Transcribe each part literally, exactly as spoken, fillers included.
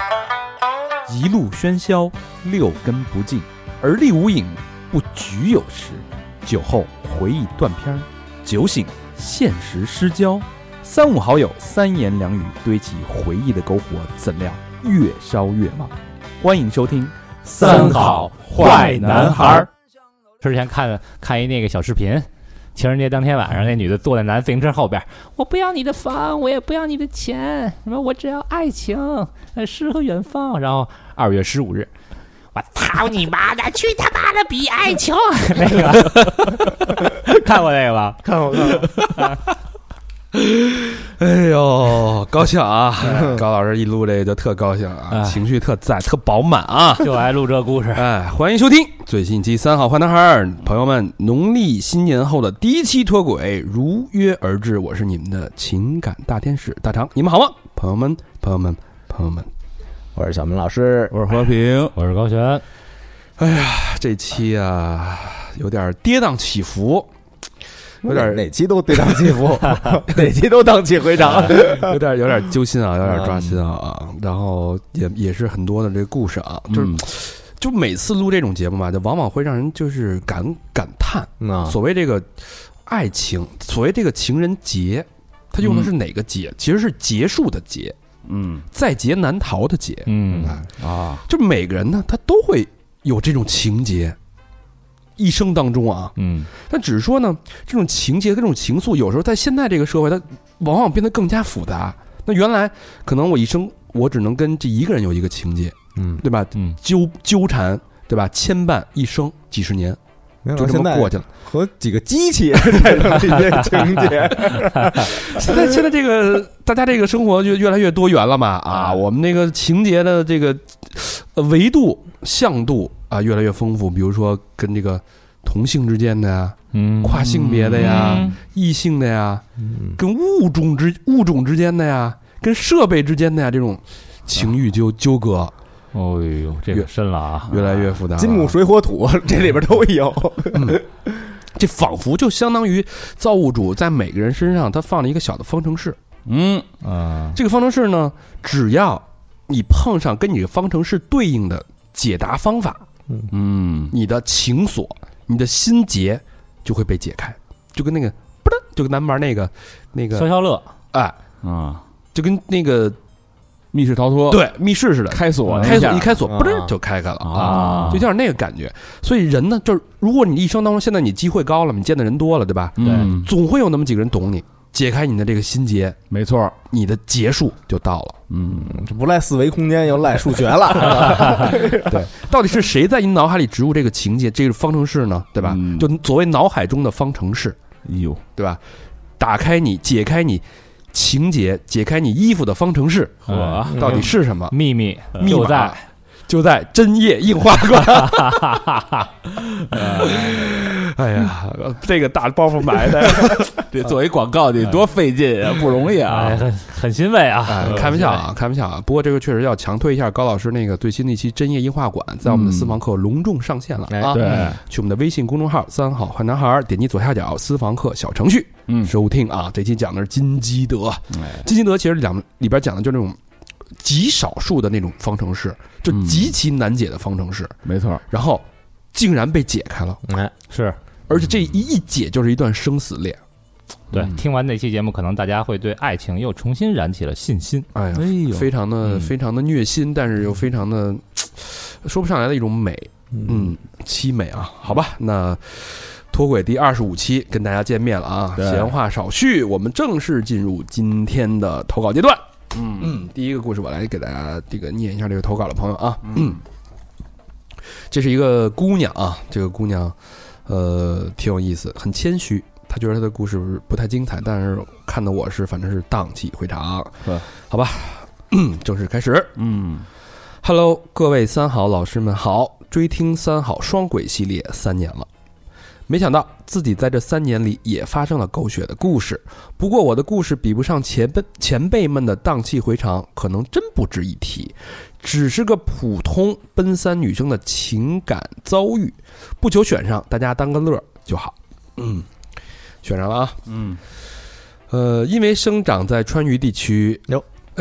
一路喧嚣，六根不净，而立无影，不局有时。酒后回忆断片，酒醒现实失焦。三五好友，三言两语堆起回忆的篝火，怎料越烧越旺。欢迎收听三好坏男孩。之前看看一那个小视频，情人节当天晚上，那女的坐在男自行车后边，我不要你的房，我也不要你的钱，什么我只要爱情，诗和远方。然后二月十五日，我操你妈的，去他妈的比爱情！那个看过那个吧？ 看过看过。 哎呦，高兴啊！高老师一录这个就特高兴啊，情绪特在，特饱满啊， 就爱录这故事。 哎，欢迎收听最新期三好坏男孩，朋友们，农历新年后的第一期脱轨如约而至，我是你们的情感大天使大长，你们好吗？朋友们，朋友们，朋友们， 我是小明老师， 我是和平， 我是高璇。 哎呀，这期啊有点跌宕起伏。有点哪期都跌宕起伏，哪期都荡气回肠， 有点有点揪心啊，有点抓心啊，嗯、然后也也是很多的这个故事啊，就是、嗯、就每次录这种节目嘛，就往往会让人就是感感叹，嗯、所谓这个爱情，所谓这个情人节，它用的是哪个节？嗯、其实是结束的结，嗯，在劫难逃的劫， 嗯啊，就每个人呢，他都会有这种情节。一生当中啊，嗯，但只是说呢，这种情节跟这种情愫，有时候在现在这个社会，它往往变得更加复杂。那原来可能我一生我只能跟这一个人有一个情节，嗯，对吧？嗯，纠纠缠，对吧？牵绊一生几十年，就这么过去了， 和几个机器产生了一些情节。 现在现在这个大家这个生活就越来越多元了嘛，啊，我们那个情节的这个维度、向度。啊，越来越丰富，比如说跟这个同性之间的呀，嗯，跨性别的呀，嗯、异性的呀，嗯、跟物种之物种之间的呀，跟设备之间的呀，这种情欲纠纠葛， 哦呦，这个深了啊， 越来越复杂了。 金木水火土这里边都有， 嗯、这仿佛就相当于造物主在每个人身上他放了一个小的方程式，嗯啊，这个方程式呢，只要你碰上跟你的方程式对应的解答方法。嗯，你的情锁，你的心结就会被解开，就跟那个不是，就跟咱们玩那个那个消消乐， 哎啊，就跟那个密室逃脱， 对，密室似的， 开锁， 开锁一开锁，不是就开开了啊，就像那个感觉。所以人呢，就是如果你一生当中现在你机会高了，你见的人多了，对吧？对，总会有那么几个人懂你。解开你的这个心结， 没错， 你的结束就到了。 嗯，这不赖四维空间，又赖数学了。 对，到底是谁在你脑海里植入这个情节、这个方程式呢？对吧？嗯、就所谓脑海中的方程式， 哎呦， 对吧？打开你，解开你情节，解开你衣服的方程式， 嗯、 到底是什么？ 秘密就在就在针叶硬化馆。哎呀，这个大包袱埋的， 这作为广告得多费劲啊，不容易啊， 哎、很很欣慰啊、 哎！开玩笑啊，开玩笑啊！不过这个确实要强推一下高老师那个最新的一期针叶硬化馆，在我们的私房课隆重上线了、嗯、啊！ 对， 去我们的微信公众号“三好坏男孩”，点击左下角私房课小程序，嗯，收听啊！这期讲的是金基德，哎、金基德其实两里边讲的就是那种极少数的那种方程式，就极其难解的方程式， 嗯、没错。 然后竟然被解开了， 哎，是。 而且这一一解就是一段生死恋， 对，嗯、听完那期节目，可能大家会对爱情又重新燃起了信心。 哎呀，非常的、嗯、非常的虐心，但是又非常的说不上来的一种美，嗯，凄美啊。好吧，那脱轨第二十五期跟大家见面了啊。闲话少叙，我们正式进入今天的投稿阶段。嗯嗯，第一个故事我来给大家这个念一下这个投稿的朋友啊。嗯，这是一个姑娘啊，这个姑娘。呃，挺有意思，很谦虚。他觉得他的故事不太精彩，但是看的我是反正是荡气回肠。好吧，正式开始。嗯 ，Hello， 各位三好老师们好，追听三好双轨系列三年了，没想到自己在这三年里也发生了狗血的故事。不过我的故事比不上前辈前辈们的荡气回肠，可能真不值一提。只是个普通奔三女生的情感遭遇，不求选上，大家当个乐就好。嗯，选上了啊。嗯，呃，因为生长在川渝地区，哟，哎，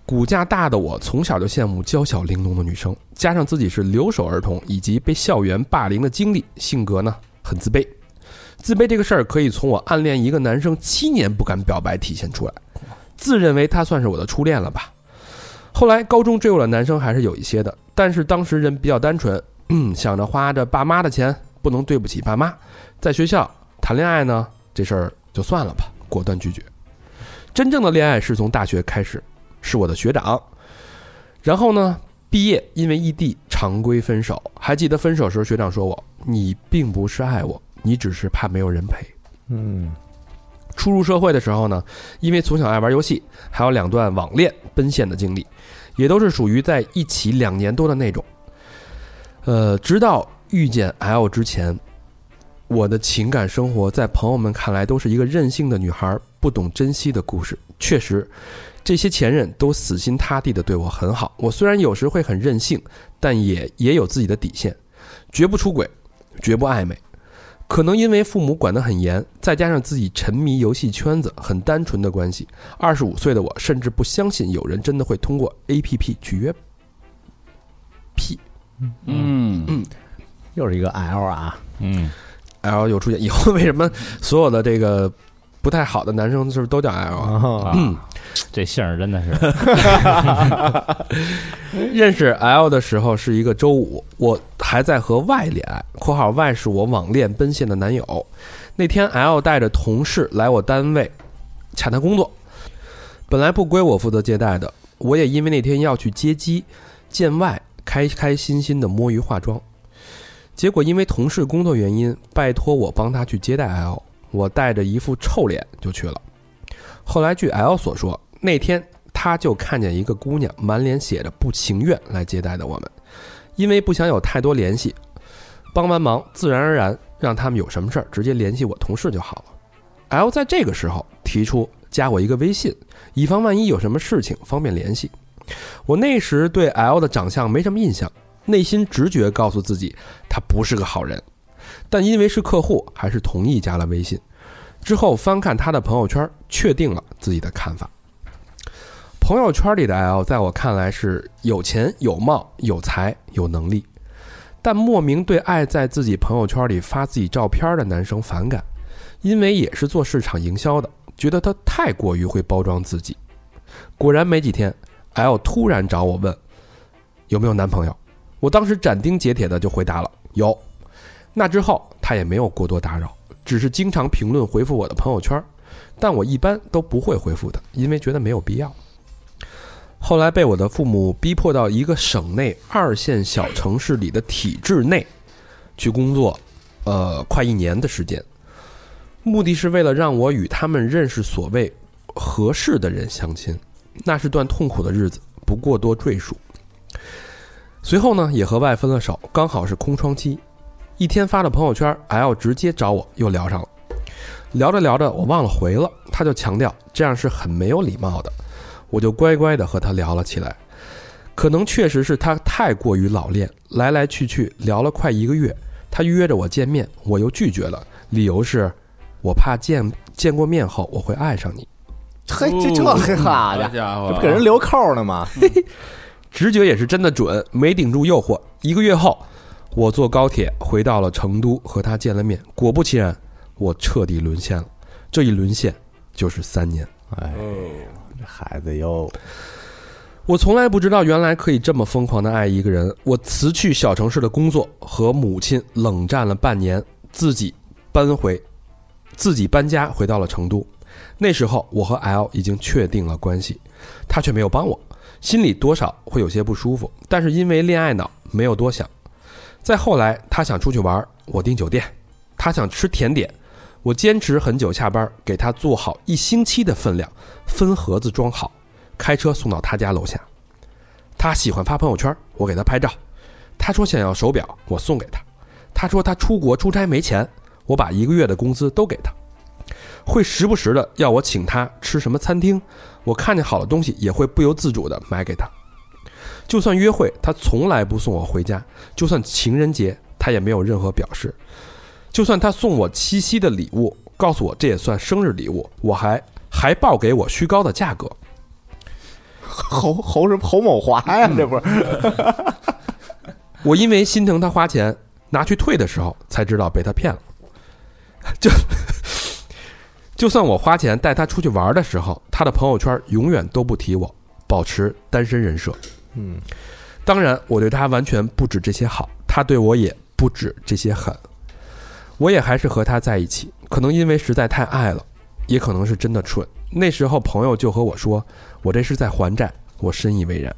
骨架大的我从小就羡慕娇小玲珑的女生，加上自己是留守儿童以及被校园霸凌的经历，性格呢很自卑。自卑这个事儿可以从我暗恋一个男生七年不敢表白体现出来，自认为他算是我的初恋了吧。后来高中追我的男生还是有一些的，但是当时人比较单纯，嗯，想着花着爸妈的钱不能对不起爸妈，在学校谈恋爱呢这事儿就算了吧，果断拒绝。真正的恋爱是从大学开始，是我的学长，然后呢毕业因为异地常规分手，还记得分手时学长说我，你并不是爱我，你只是怕没有人陪。 嗯， 初入社会的时候呢，因为从小爱玩游戏，还有两段网恋奔现的经历，也都是属于在一起两年多的那种。呃，直到遇见 L 之前，我的情感生活在朋友们看来都是一个任性的女孩不懂珍惜的故事。确实，这些前任都死心塌地的对我很好，我虽然有时会很任性，但也也有自己的底线，绝不出轨，绝不暧昧。可能因为父母管得很严，再加上自己沉迷游戏圈子，很单纯的关系，二十五岁的我甚至不相信有人真的会通过 A P P 去约 P。 嗯嗯， 又是一个 L 啊， 嗯 ，L 又出现，以后为什么所有的这个不太好的男生是不是都叫 L 啊？嗯， 这姓儿真的是。 认识 L 的时候是一个周五，我还在和 Y 恋爱（括号 Y 是我网恋奔现的男友）。那天 L 带着同事来我单位洽谈工作，本来不归我负责接待的，我也因为那天要去接机，见 Y 开开心心的摸鱼化妆。结果因为同事工作原因，拜托我帮他去接待 L， 我带着一副臭脸就去了。后来据 L 所说，那天他就看见一个姑娘满脸写着不情愿来接待的我们，因为不想有太多联系，帮完忙自然而然让他们有什么事儿直接联系我同事就好了。L 在这个时候提出加我一个微信，以防万一有什么事情方便联系。我那时对 L 的长相没什么印象，内心直觉告诉自己他不是个好人，但因为是客户还是同意加了微信。之后翻看他的朋友圈，确定了自己的看法。朋友圈里的 L 在我看来是有钱有貌有才有能力，但莫名对爱在自己朋友圈里发自己照片的男生反感，因为也是做市场营销的，觉得他太过于会包装自己。果然没几天， L 突然找我问有没有男朋友，我当时斩钉截铁的就回答了有。那之后他也没有过多打扰，只是经常评论回复我的朋友圈，但我一般都不会回复的，因为觉得没有必要。后来被我的父母逼迫到一个省内二线小城市里的体制内去工作，呃，快一年的时间，目的是为了让我与他们认识所谓合适的人相亲。那是段痛苦的日子，不过多赘述。随后呢，也和 Y 分了手，刚好是空窗期。一天发了朋友圈 ，L 直接找我又聊上了。聊着聊着，我忘了回了，他就强调这样是很没有礼貌的，我就乖乖的和他聊了起来。可能确实是他太过于老练，来来去去聊了快一个月，他约着我见面，我又拒绝了，理由是我怕见见过面后我会爱上你。 嘿，这这黑哈的， 家伙， 这不给人留扣呢吗？ 直觉也是真的准，没顶住诱惑。一个月后，我坐高铁回到了成都，和他见了面。果不其然，我彻底沦陷了。这一沦陷就是三年。 哎，这孩子哟， 我从来不知道原来可以这么疯狂的爱一个人。我辞去小城市的工作，和母亲冷战了半年，自己搬回，自己搬家回到了成都。那时候我和 L 已经确定了关系，他却没有帮我，心里多少会有些不舒服，但是因为恋爱脑没有多想。再后来他想出去玩，我订酒店；他想吃甜点，我坚持很久下班，给他做好一星期的分量，分盒子装好，开车送到他家楼下。他喜欢发朋友圈，我给他拍照。他说想要手表，我送给他。他说他出国出差没钱，我把一个月的工资都给他。会时不时的要我请他吃什么餐厅，我看见好的东西也会不由自主的买给他。就算约会，他从来不送我回家；就算情人节，他也没有任何表示；就算他送我七夕的礼物，告诉我这也算生日礼物，我还还报给我虚高的价格。 侯侯什么侯某华呀？这不是？ 我因为心疼他花钱，拿去退的时候才知道被他骗了。就就算我花钱带他出去玩的时候，他的朋友圈永远都不提我，保持单身人设。 嗯， 当然我对他完全不止这些好，他对我也不止这些狠。我也还是和他在一起，可能因为实在太爱了，也可能是真的蠢。那时候朋友就和我说，我这是在还债，我深以为然。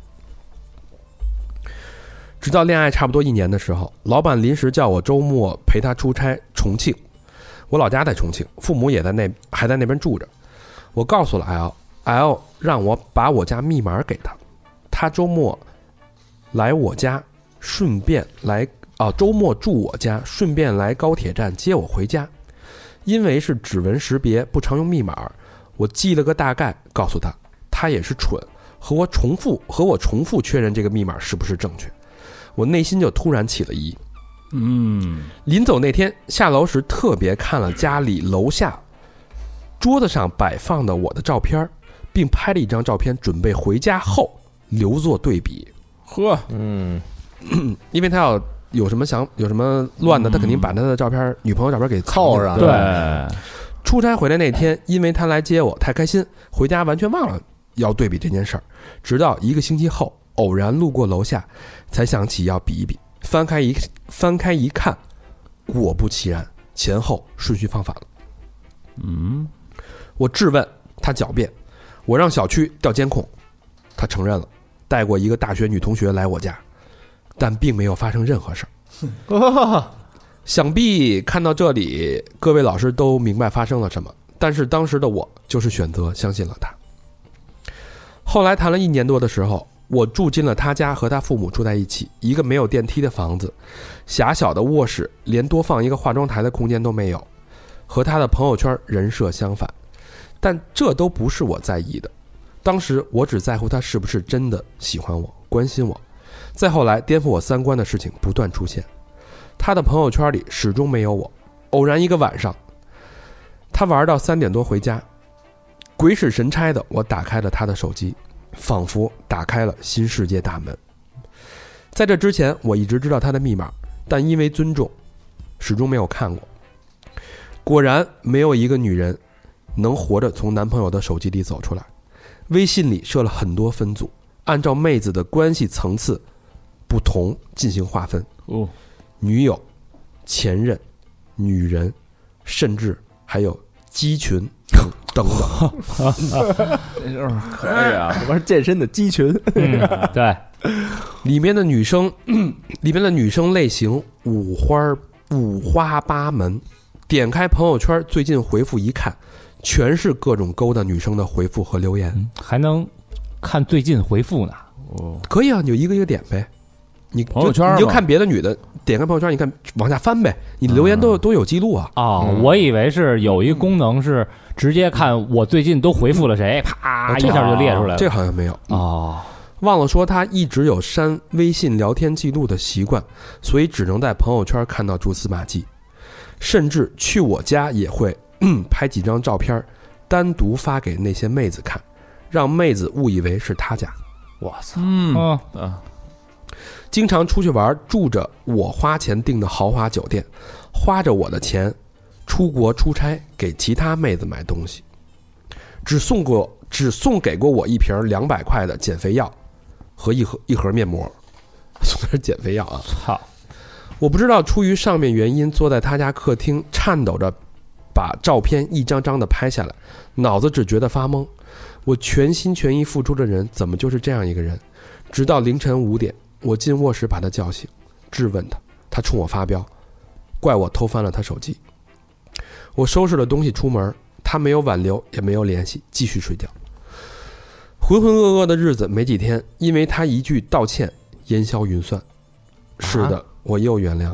直到恋爱差不多一年的时候，老板临时叫我周末陪他出差重庆，我老家在重庆，父母也在那还在那边住着。我告诉了 L，L 让我把我家密码给他，他周末来我家，顺便来啊周末住我家，顺便来高铁站接我回家。因为是指纹识别，不常用密码，我记了个大概，告诉他，他也是蠢，和我重复和我重复确认这个密码是不是正确。我内心就突然起了疑。 嗯， 临走那天下楼时，特别看了家里楼下桌子上摆放的我的照片，并拍了一张照片，准备回家后留作对比。 呵， 嗯， 因为他要有什么想有什么乱的，他肯定把他的照片、女朋友照片给凑上。 对， 出差回来那天，因为他来接我，太开心，回家完全忘了要对比这件事儿。直到一个星期后，偶然路过楼下，才想起要比一比。翻开一翻开一看，果不其然，前后顺序放反了。 嗯， 我质问他狡辩，我让小区调监控，他承认了，带过一个大学女同学来我家，但并没有发生任何事儿。想必看到这里，各位老师都明白发生了什么，但是当时的我就是选择相信了他。后来谈了一年多的时候，我住进了他家，和他父母住在一起，一个没有电梯的房子，狭小的卧室，连多放一个化妆台的空间都没有，和他的朋友圈人设相反。但这都不是我在意的，当时我只在乎他是不是真的喜欢我，关心我。再后来颠覆我三观的事情不断出现，他的朋友圈里始终没有我。偶然一个晚上，他玩到三点多回家，鬼使神差的我打开了他的手机，仿佛打开了新世界大门。在这之前我一直知道他的密码，但因为尊重始终没有看过。果然没有一个女人能活着从男朋友的手机里走出来。微信里设了很多分组，按照妹子的关系层次不同进行划分。 哦， 女友、前任、女人，甚至还有鸡群等等。 可以啊， 我是健身的鸡群。 嗯，对， 里面的女生，里面的女生类型五花五花八门。点开朋友圈，最近回复一看，全是各种勾搭女生的回复和留言。 嗯、还能看最近回复呢。 哦， 可以啊，你就一个一个点呗。你朋友圈你就看别的女的，点开朋友圈，你看往下翻呗，你留言都有、嗯、都有记录啊。 哦、嗯，我以为是有一个功能是直接看我最近都回复了谁，啪、哦、一下就列出来了。 这好像没有哦。 忘了说，他一直有删微信聊天记录的习惯，所以只能在朋友圈看到蛛丝马迹。甚至去我家也会、嗯、拍几张照片，单独发给那些妹子看，让妹子误以为是他家。 我操！ 嗯啊， 经常出去玩，住着我花钱订的豪华酒店，花着我的钱出国出差，给其他妹子买东西，只送过只送给过我一瓶两百块的减肥药和一盒一盒面膜，送的是减肥药啊！ 操！ 我不知道出于上面原因，坐在他家客厅颤抖着把照片一张张的拍下来，脑子只觉得发懵。我全心全意付出的人怎么就是这样一个人？直到凌晨五点，我进卧室把他叫醒，质问他，他冲我发飙，怪我偷翻了他手机。我收拾了东西出门，他没有挽留也没有联系，继续睡觉。浑浑噩噩的日子没几天，因为他一句道歉烟消云散。是的、啊我又原谅了。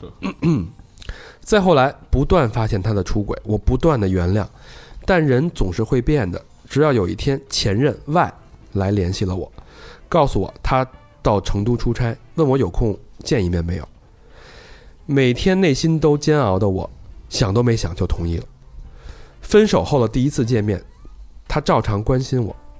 再后来不断发现他的出轨，我不断的原谅，但人总是会变的。直到有一天前任 Y 来联系了我，告诉我他到成都出差，问我有空见一面没有。每天内心都煎熬的我，想都没想就同意了。分手后的第一次见面，他照常关心我，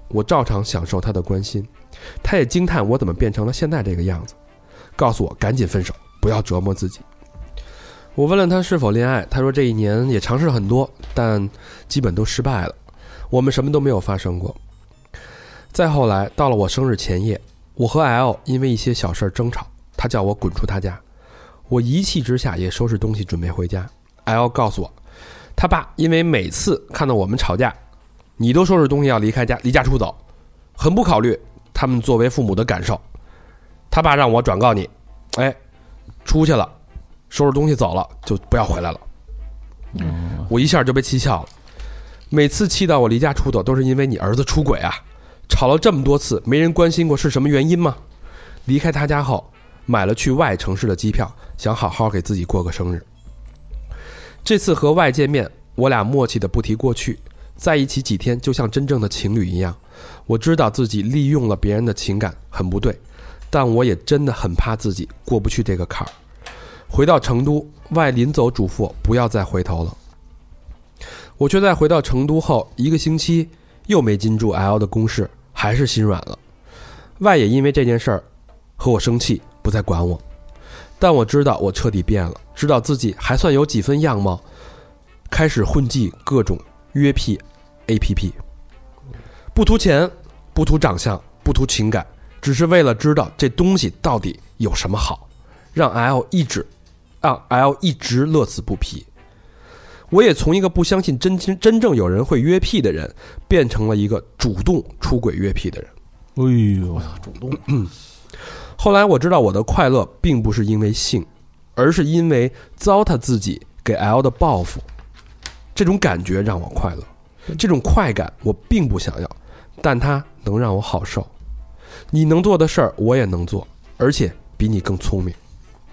我照常享受他的关心，他也惊叹我怎么变成了现在这个样子，告诉我赶紧分手，不要折磨自己。我问了他是否恋爱，他说这一年也尝试了很多，但基本都失败了，我们什么都没有发生过。再后来到了我生日前夜，我和 L 因为一些小事争吵，他叫我滚出他家，我一气之下也收拾东西准备回家。 L 告诉我他爸因为每次看到我们吵架，你都收拾东西要离开家离家出走，很不考虑他们作为父母的感受，他爸让我转告你，哎，出去了收拾东西走了就不要回来了。嗯，我一下就被气笑了，每次气到我离家出走都是因为你儿子出轨啊，吵了这么多次没人关心过是什么原因吗？离开他家后买了去外城市的机票，想好好给自己过个生日。这次和外见面，我俩默契的不提过去，在一起几天就像真正的情侣一样。我知道自己利用了别人的情感很不对，但我也真的很怕自己过不去这个坎儿。回到成都，外临走嘱咐我不要再回头了。我却在回到成都后一个星期又没禁住 L 的攻势，还是心软了。外也因为这件事儿和我生气，不再管我。但我知道我彻底变了，知道自己还算有几分样貌，开始混迹各种约屁 A P P， 不图钱，不图长相，不图情感，只是为了知道这东西到底有什么好，让 L 一直让 L 一直乐此不疲。我也从一个不相信真真正有人会约屁的人，变成了一个主动出轨约屁的人。 哎呦，主动。 嗯。后来我知道我的快乐并不是因为性，而是因为糟蹋自己给 L 的报复。这种感觉让我快乐，这种快感我并不想要，但它能让我好受。你能做的事儿我也能做，而且比你更聪明。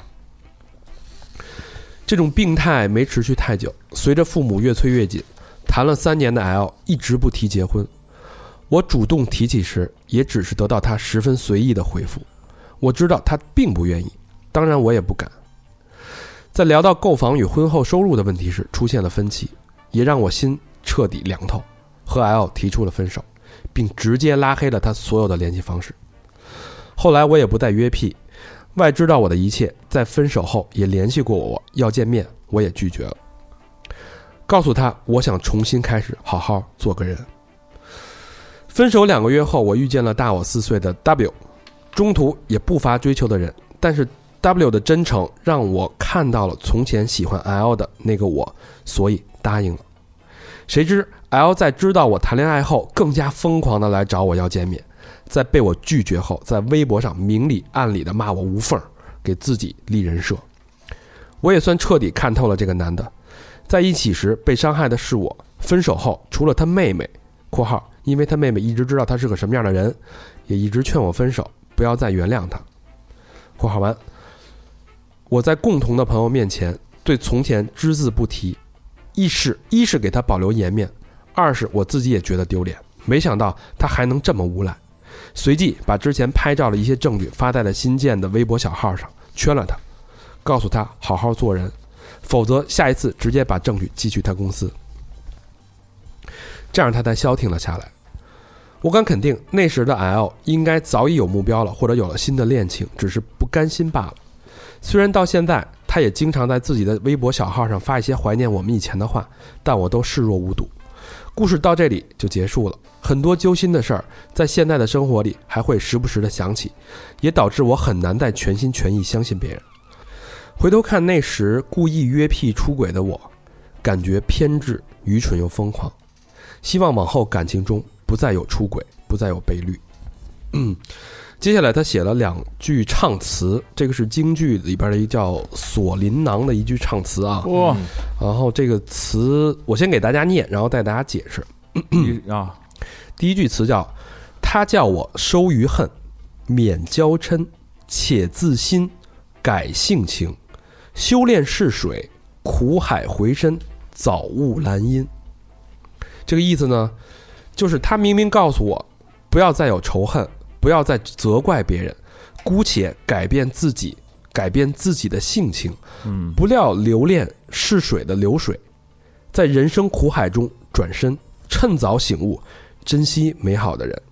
这种病态没持续太久，随着父母越催越紧，谈了三年的 L 一直不提结婚。我主动提起时，也只是得到他十分随意的回复。我知道他并不愿意，当然我也不敢。在聊到购房与婚后收入的问题时，出现了分歧，也让我心彻底凉透，和 L 提出了分手，并直接拉黑了他所有的联系方式。后来我也不再约屁，外知道我的一切，在分手后也联系过我要见面，我也拒绝了，告诉他我想重新开始，好好做个人。分手两个月后，我遇见了大我四岁的 W， 中途也不乏追求的人，但是 W 的真诚让我看到了从前喜欢 L 的那个我，所以答应了。谁知 L 在知道我谈恋爱后，更加疯狂的来找我要见面，在被我拒绝后，在微博上明里暗里的骂我无缝，给自己立人设。我也算彻底看透了这个男的，在一起时被伤害的是我，分手后除了他妹妹（括号因为他妹妹一直知道他是个什么样的人，也一直劝我分手，不要再原谅他）（括号完）我在共同的朋友面前对从前只字不提，一是一是给他保留颜面，二是我自己也觉得丢脸，没想到他还能这么无赖。随即把之前拍照的一些证据发在了新建的微博小号上，圈了他，告诉他好好做人，否则下一次直接把证据寄去他公司。这样他才消停了下来。我敢肯定，那时的 L 应该早已有目标了，或者有了新的恋情，只是不甘心罢了。虽然到现在他也经常在自己的微博小号上发一些怀念我们以前的话，但我都视若无睹。故事到这里就结束了。很多揪心的事儿在现在的生活里还会时不时的想起，也导致我很难再全心全意相信别人。回头看那时故意约屁出轨的我，感觉偏执、愚蠢又疯狂。希望往后感情中不再有出轨，不再有被绿。嗯，接下来他写了两句唱词，这个是京剧里边的一个叫《锁麟囊》的一句唱词啊。哇！然后这个词我先给大家念，然后带大家解释。啊，第一句词叫：他叫我收余恨，免娇嗔，且自新，改性情，修炼试水，苦海回身，早悟兰因。这个意思呢，就是他明明告诉我不要再有仇恨，不要再责怪别人，姑且改变自己，改变自己的性情，嗯，不料留恋逝水的流水，在人生苦海中转身，趁早醒悟，珍惜美好的人。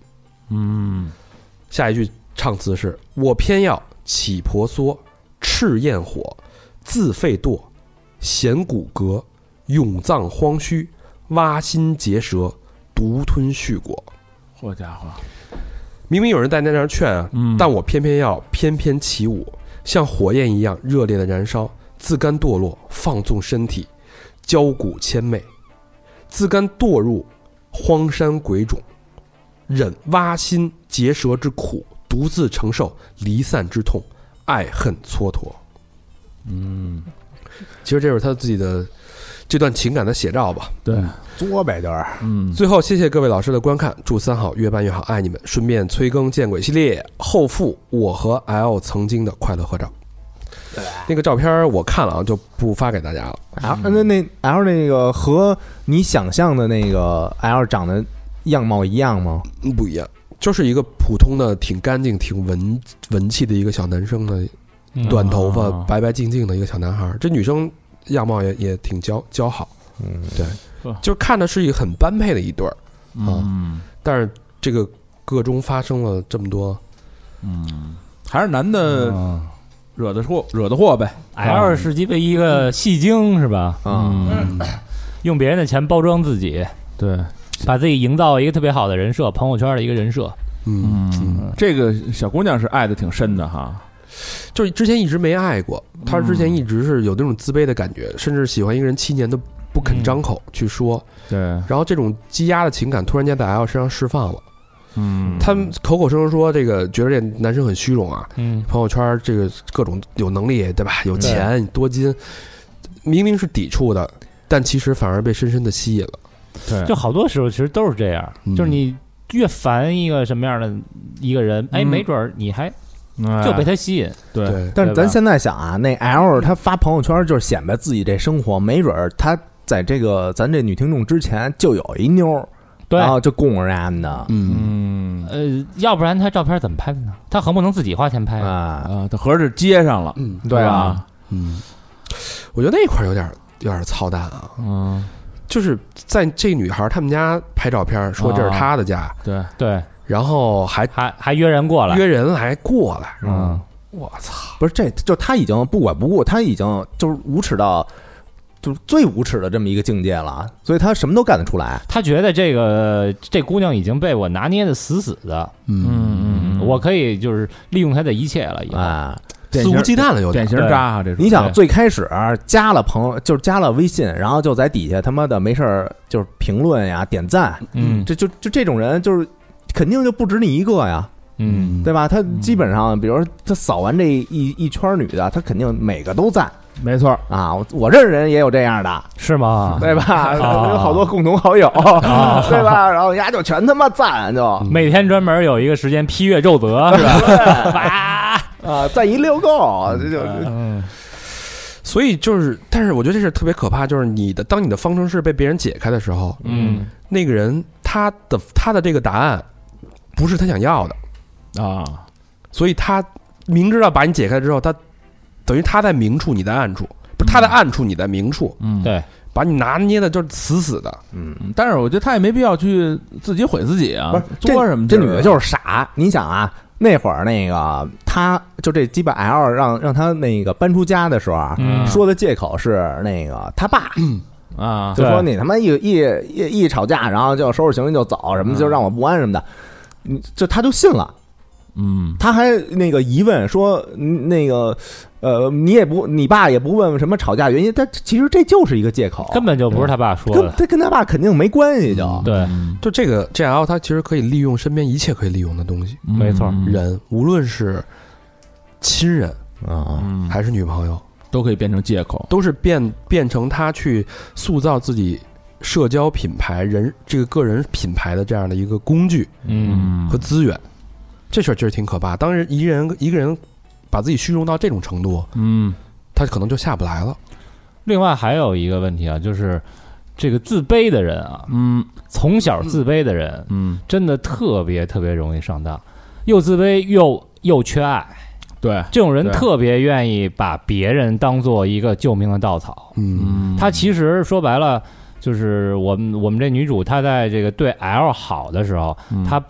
嗯， 下一句唱词是：我偏要起婆娑，赤焰火，自废堕，衔骨骼，永葬荒墟，挖心结舌，独吞续果。 好家伙， 明明有人在那儿劝啊， 嗯， 但我偏偏要翩翩起舞，像火焰一样热烈的燃烧，自甘堕落，放纵身体，焦骨千媚，自甘堕入荒山鬼冢，忍挖心结舌之苦，独自承受离散之痛，爱恨蹉跎。 嗯， 其实这是他自己的这段情感的写照吧。 对， 作呗就是。 嗯， 最后谢谢各位老师的观看，祝三好越办越好，爱你们。顺便催更见鬼系列后附我和 L 曾经的快乐合照。那个照片我看了啊，就不发给大家了。 L 那那 L 那个和你想象的那个 L 长得样貌一样吗？ 嗯，不一样，就是一个普通的、挺干净、挺文文气的一个小男生的，短头发、 嗯、 白白净净的一个小男孩。这女生样貌也也挺姣姣好， 嗯， 对，就看的是一个很般配的一对儿啊。 嗯， 但是这个个中发生了这么多， 嗯，还是男的。嗯惹的祸，惹的祸呗。 L 是鸡巴一个戏精是吧？ 嗯， 用别人的钱包装自己， 对， 把自己营造一个特别好的人设，朋友圈的一个人设。 嗯， 嗯，这个小姑娘是爱的挺深的哈， 就是之前一直没爱过，她之前一直是有那种自卑的感觉，甚至喜欢一个人七年都不肯张口去说。 对， 然后这种积压的情感突然间在 L 身上释放了。 嗯， 他们口口声声说这个觉得这男生很虚荣啊， 嗯， 朋友圈这个各种有能力对吧，有钱多金，明明是抵触的，但其实反而被深深的吸引了。 对， 就好多时候其实都是这样， 嗯、 就是你越烦一个什么样的一个人，哎、嗯，没准你还就被他吸引。 对， 对但是咱现在想啊，那 L 他发朋友圈就是显摆自己这生活，没准他在这个咱这女听众之前就有一妞。 对， 然后就供着人的， 嗯呃，要不然他照片怎么拍的呢？他横不能自己花钱拍啊啊？他合着接上了， 嗯， 对啊， 嗯，我觉得那块有点有点操蛋啊， 嗯， 就是在这女孩他们家拍照片，说这是她的家， 啊、对对， 然后还还还约人过来， 约人来过来， 嗯， 我操， 不是这就他已经不管不顾，他已经就是无耻到。就是最无耻的这么一个境界了，所以他什么都干得出来。 他觉得这个这姑娘已经被我拿捏的死死的， 嗯嗯嗯，我可以就是利用她的一切了，以后啊， 肆无忌惮了，有典型渣啊！这你想最开始加了朋友，就是加了微信，然后就在底下他妈的没事儿就是评论呀、点赞， 嗯， 这就就这种人就是肯定就不止你一个呀。 嗯， 对吧？他基本上，比如说他扫完这一一圈女的，他肯定每个都赞。 没错啊，我我认识人也有这样的， 是吗？ 对吧？ 啊、 有好多共同好友，啊、对吧？然后人家就全他妈赞，就每天专门有一个时间批阅奏折，是吧？哇啊，赞一溜够，这就。 嗯所以就是，但是我觉得这是特别可怕，就是你的当你的方程式被别人解开的时候， 嗯， 那个人他的他的这个答案不是他想要的啊， 所以他明知道把你解开之后，他等于他在明处，你在暗处，不是他在暗处，你在明处， 嗯， 对， 把你拿捏的就是死死的， 嗯， 但是我觉得他也没必要去自己毁自己啊， 不是作什么？ 这女的就是傻，你想啊。那会儿那个他就这鸡巴 L 让让他那个搬出家的时候啊， 嗯、 说的借口是那个他爸、 嗯、 啊， 就说你他妈一一一一吵架，然后就收拾行李就走什么的，就让我不安什么的，嗯，这他就信了。 嗯， 他还那个疑问说那个呃，你也不你爸也不问问什么吵架原因，但其实这就是一个借口， 根本就不是他爸说的， 他跟他爸肯定没关系就， 嗯、对， 就这个 G L 他其实可以利用身边一切可以利用的东西， 没错， 人无论是亲人啊、 嗯、还是女朋友， 都可以变成借口， 都是变变成他去塑造自己社交品牌人这个个人品牌的这样的一个工具， 嗯和资源。这事儿其实挺可怕。当人一个人一个人把自己虚荣到这种程度， 嗯， 他可能就下不来了。 另外还有一个问题啊，就是这个自卑的人啊， 嗯， 从小自卑的人， 嗯， 真的特别特别容易上当，又自卑又又缺爱。 对， 这种人特别愿意把别人当做一个救命的稻草。 嗯， 他其实说白了，就是我们我们这女主她在这个对 L 好的时候， 嗯、 她不。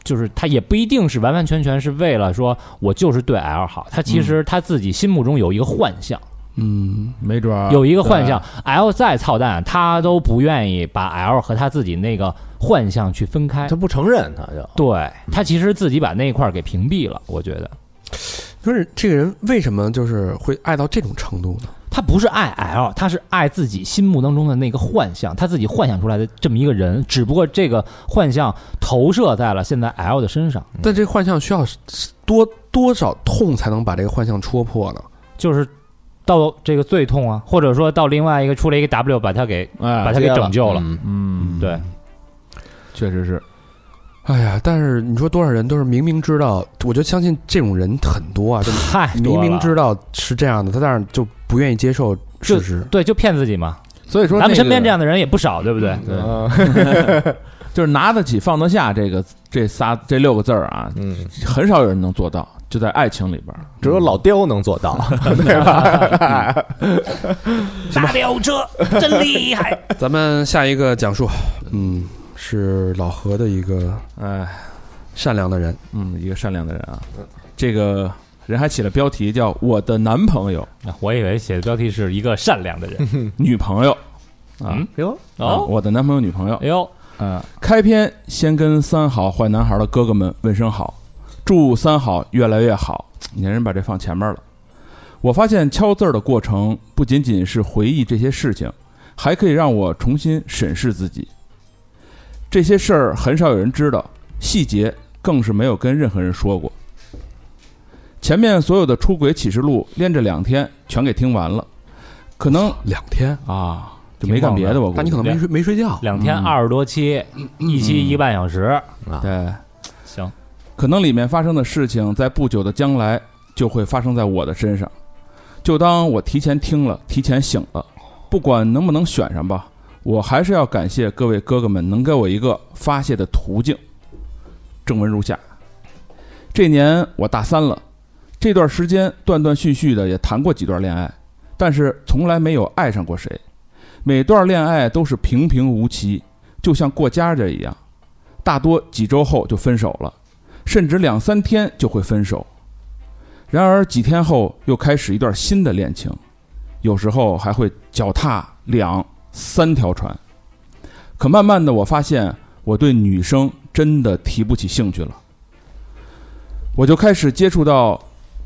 就是他也不一定是完完全全是为了说我就是对 L 好，他其实他自己心目中有一个幻象， 嗯， 没准有一个幻象 ，L 再操蛋，他都不愿意把 L 和他自己那个幻象去分开， 他不承认，他就对他其实自己把那一块给屏蔽了，我觉得。 就是这个人为什么就是会爱到这种程度呢？ 他不是爱 L， 他是爱自己心目当中的那个幻象，他自己幻想出来的这么一个人，只不过这个幻象投射在了现在 L 的身上。 但这个幻象需要多多少痛才能把这个幻象戳破呢？ 就是到这个最痛啊，或者说到另外一个出了一个 W 把他给、 哎、 把他给拯救了。 嗯， 嗯对， 确实是。 哎呀，但是你说多少人都是明明知道，我就相信这种人很多啊，就太多了明明知道是这样的，他但是就不愿意接受事实， 对，就骗自己嘛。 所以说、那个， 咱们身边这样的人也不少，对不对？ 对，嗯、就是拿得起放得下这个这仨这六个字儿啊，嗯，很少有人能做到，就在爱情里边， 只有老刁能做到，对吧？ 大吊车真厉害。 咱们下一个讲述，嗯。是老何的一个哎善良的人， 嗯，一个善良的人啊。这个人还起了标题叫我的男朋友， 我以为写的标题是一个善良的人， 女朋友啊， 哟、 嗯、哦、啊，我的男朋友女朋友， 哎呦， 嗯、呃，开篇先跟三好坏男孩的哥哥们问声好，祝三好越来越好。你看人把这放前面了。我发现敲字的过程不仅仅是回忆这些事情，还可以让我重新审视自己。这些事儿很少有人知道，细节更是没有跟任何人说过。前面所有的出轨启示录连着两天全给听完了，可能两天啊就没干别的吧？ 那你可能没睡没睡觉， 两天二十多期，嗯、一期一个半小时、 嗯、啊。对， 行， 可能里面发生的事情在不久的将来就会发生在我的身上，就当我提前听了，提前醒了，不管能不能选上吧。我还是要感谢各位哥哥们能给我一个发泄的途径。正文如下：这年我大三了，这段时间断断续续的也谈过几段恋爱，但是从来没有爱上过谁。每段恋爱都是平平无奇，就像过家家一样，大多几周后就分手了，甚至两三天就会分手。然而几天后又开始一段新的恋情，有时候还会脚踏两三条船。可慢慢的我发现我对女生真的提不起兴趣了，我就开始接触到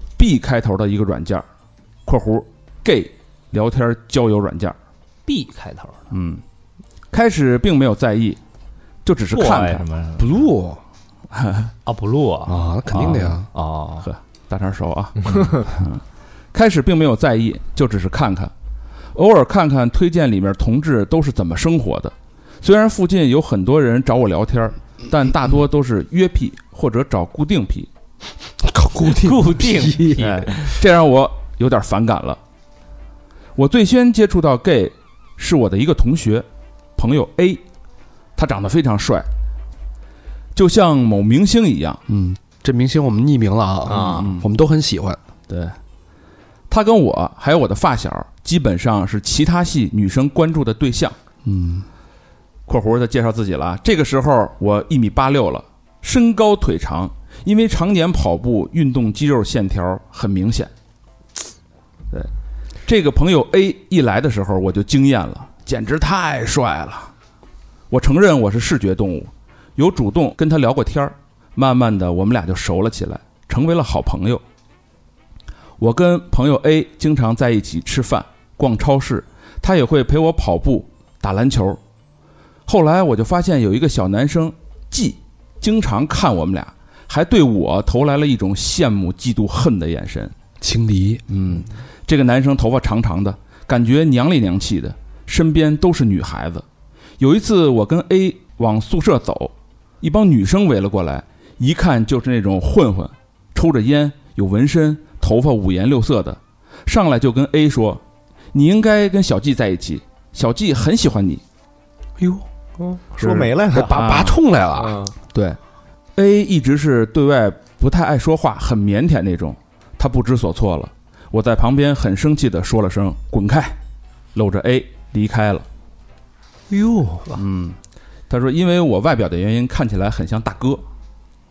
B 开头的一个软件括弧 gay 聊天交友软件 B 开头的， 嗯，开始并没有在意，就只是看看。 blue 啊 blue 啊，那肯定的呀。 哦， 呵，大肠熟啊。嗯，开始并没有在意，就只是看看。偶尔看看推荐里面同志都是怎么生活的，虽然附近有很多人找我聊天，但大多都是约癖或者找固定癖。 固定固定癖， 哎，这让我有点反感了。我最先接触到 gay 是我的一个同学朋友 A， 他长得非常帅，就像某明星一样。 嗯，这明星我们匿名了啊，啊、嗯，我们都很喜欢。 对，他跟我还有我的发小基本上是其他系女生关注的对象。 嗯， 括弧的介绍自己了。这个时候我一米八六了，身高腿长，因为常年跑步运动，肌肉线条很明显。对，这个朋友 A 一来的时候我就惊艳了，简直太帅了。我承认我是视觉动物，有主动跟他聊过天，慢慢的我们俩就熟了起来，成为了好朋友。我跟朋友 A 经常在一起吃饭逛超市，他也会陪我跑步打篮球。后来我就发现有一个小男生 G 经常看我们俩，还对我投来了一种羡慕嫉妒恨的眼神。 情敌。 嗯，这个男生头发长长的，感觉娘里娘气的，身边都是女孩子。有一次我跟 A 往宿舍走，一帮女生围了过来，一看就是那种混混，抽着烟，有纹身，头发五颜六色的，上来就跟 A 说，你应该跟小 G 在一起，小 G 很喜欢你。 哎呦， 哦，说没来了， 拔拔冲来了。 啊、 对 ，A 一直是对外不太爱说话，很腼腆那种，他不知所措了。我在旁边很生气的说了声滚开，搂着 A 离开了。 哟， 嗯，他说因为我外表的原因看起来很像大哥。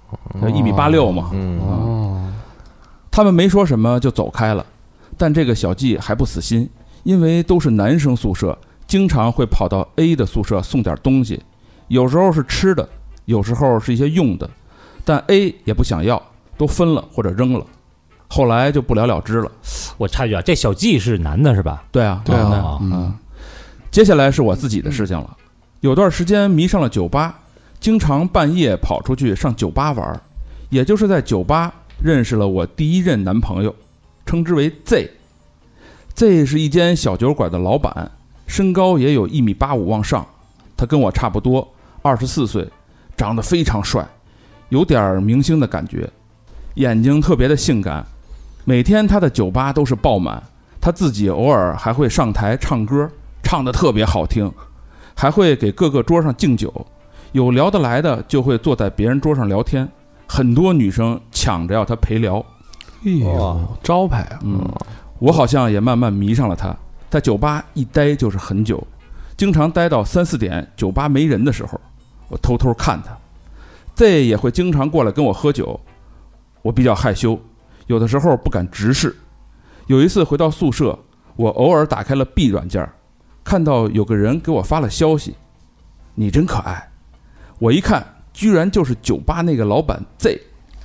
一米八六嘛。 嗯哦， 他们没说什么就走开了，但这个小季还不死心，因为都是男生宿舍，经常会跑到 A 的宿舍送点东西，有时候是吃的，有时候是一些用的，但 A 也不想要，都分了或者扔了，后来就不了了之了。 我插一句啊，这小季是男的是吧？ 对啊， 对啊哦嗯，接下来是我自己的事情了。有段时间迷上了酒吧，经常半夜跑出去上酒吧玩，也就是在酒吧认识了我第一任男朋友，称之为 Z。Z 是一间小酒馆的老板，身高也有一米八五往上，他跟我差不多，二十四岁，长得非常帅，有点明星的感觉，眼睛特别的性感。每天他的酒吧都是爆满，他自己偶尔还会上台唱歌，唱得特别好听，还会给各个桌上敬酒，有聊得来的就会坐在别人桌上聊天，很多女生抢着要他陪聊。 哎呦，招牌啊！ 嗯，我好像也慢慢迷上了他，在酒吧一待就是很久，经常待到三四点，酒吧没人的时候，我偷偷看他。Z 也会经常过来跟我喝酒，我比较害羞，有的时候不敢直视。有一次回到宿舍，我偶尔打开了 B 软件，看到有个人给我发了消息：“你真可爱。”我一看，居然就是酒吧那个老板 Z。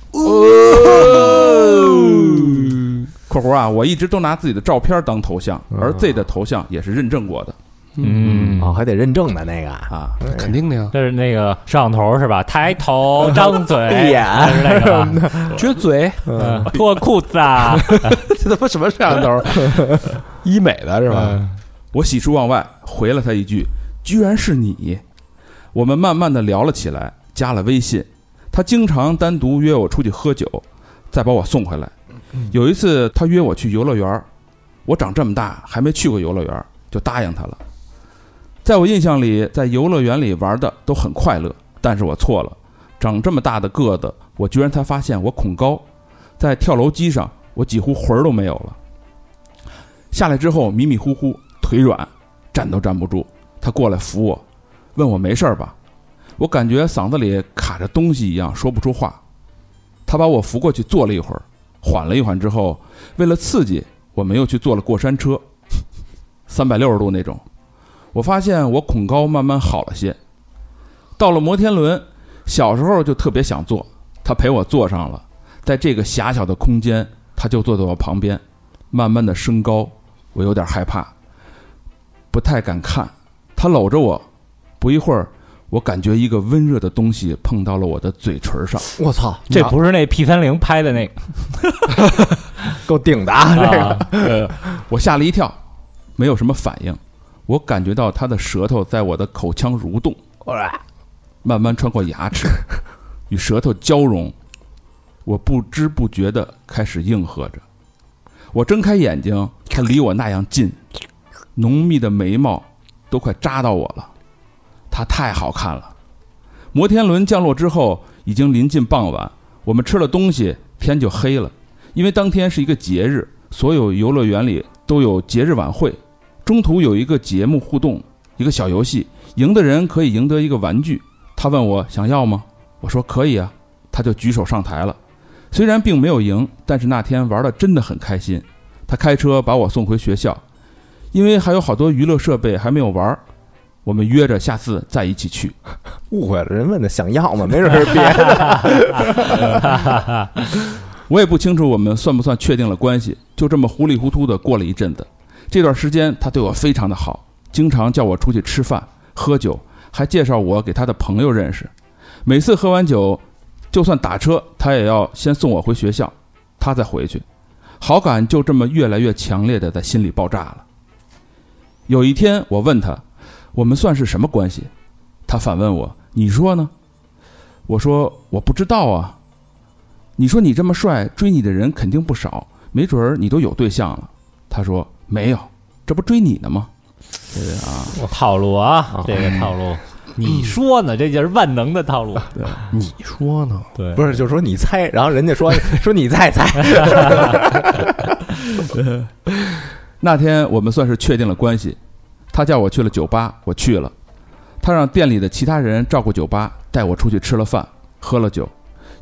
括弧啊，我一直都拿自己的照片当头像，而 Z 的头像也是认证过的。 嗯， 哦，还得认证的那个啊， 肯定的呀， 这是那个摄像头是吧？抬头，张嘴， 眼是那个吧？ 撅嘴， 嗯，脱裤子啊！ 这他妈什么摄像头？医美的是吧？ 我喜出望外，回了他一句：“居然是你！”我们慢慢的聊了起来，加了微信。他经常单独约我出去喝酒，再把我送回来。有一次他约我去游乐园，我长这么大还没去过游乐园，就答应他了。在我印象里，在游乐园里玩的都很快乐，但是我错了。长这么大的个子，我居然才发现我恐高，在跳楼机上我几乎魂儿都没有了。下来之后迷迷糊糊，腿软，站都站不住。他过来扶我，问我没事吧？我感觉嗓子里卡着东西一样，说不出话。他把我扶过去坐了一会儿，缓了一缓之后，为了刺激，我们又去坐了过山车，三百六十度那种。我发现我恐高慢慢好了些。到了摩天轮，小时候就特别想坐，他陪我坐上了，在这个狭小的空间，他就坐在我旁边，慢慢的升高，我有点害怕，不太敢看。他搂着我，不一会儿，我感觉一个温热的东西碰到了我的嘴唇上。 我操， 这不是那 P 三零 拍的那个， 够顶的啊！这个， 啊呃，我吓了一跳，没有什么反应。我感觉到他的舌头在我的口腔蠕动，慢慢穿过牙齿，与舌头交融。我不知不觉地开始应和着。我睁开眼睛，他离我那样近，浓密的眉毛都快扎到我了。他太好看了。摩天轮降落之后，已经临近傍晚，我们吃了东西，天就黑了。因为当天是一个节日，所有游乐园里都有节日晚会。中途有一个节目互动，一个小游戏，赢的人可以赢得一个玩具。他问我想要吗？我说可以啊。他就举手上台了。虽然并没有赢，但是那天玩的真的很开心。他开车把我送回学校，因为还有好多娱乐设备还没有玩，我们约着下次再一起去。 误会了，人问的想要吗？没准是别的。 我也不清楚我们算不算确定了关系，就这么糊里糊涂的过了一阵子。这段时间他对我非常的好，经常叫我出去吃饭喝酒，还介绍我给他的朋友认识。每次喝完酒，就算打车他也要先送我回学校，他再回去。好感就这么越来越强烈的在心里爆炸了。有一天我问他，我们算是什么关系？他反问我，你说呢？我说我不知道啊。你说你这么帅，追你的人肯定不少，没准儿你都有对象了。他说没有，这不追你呢吗？这个啊， 套路啊，这个套路，你说呢？这就是万能的套路。 对， 你说呢？ 对， 不是，就说你猜，然后人家说说你再猜。 那天我们算是确定了关系，他叫我去了酒吧，我去了。他让店里的其他人照顾酒吧，带我出去吃了饭，喝了酒。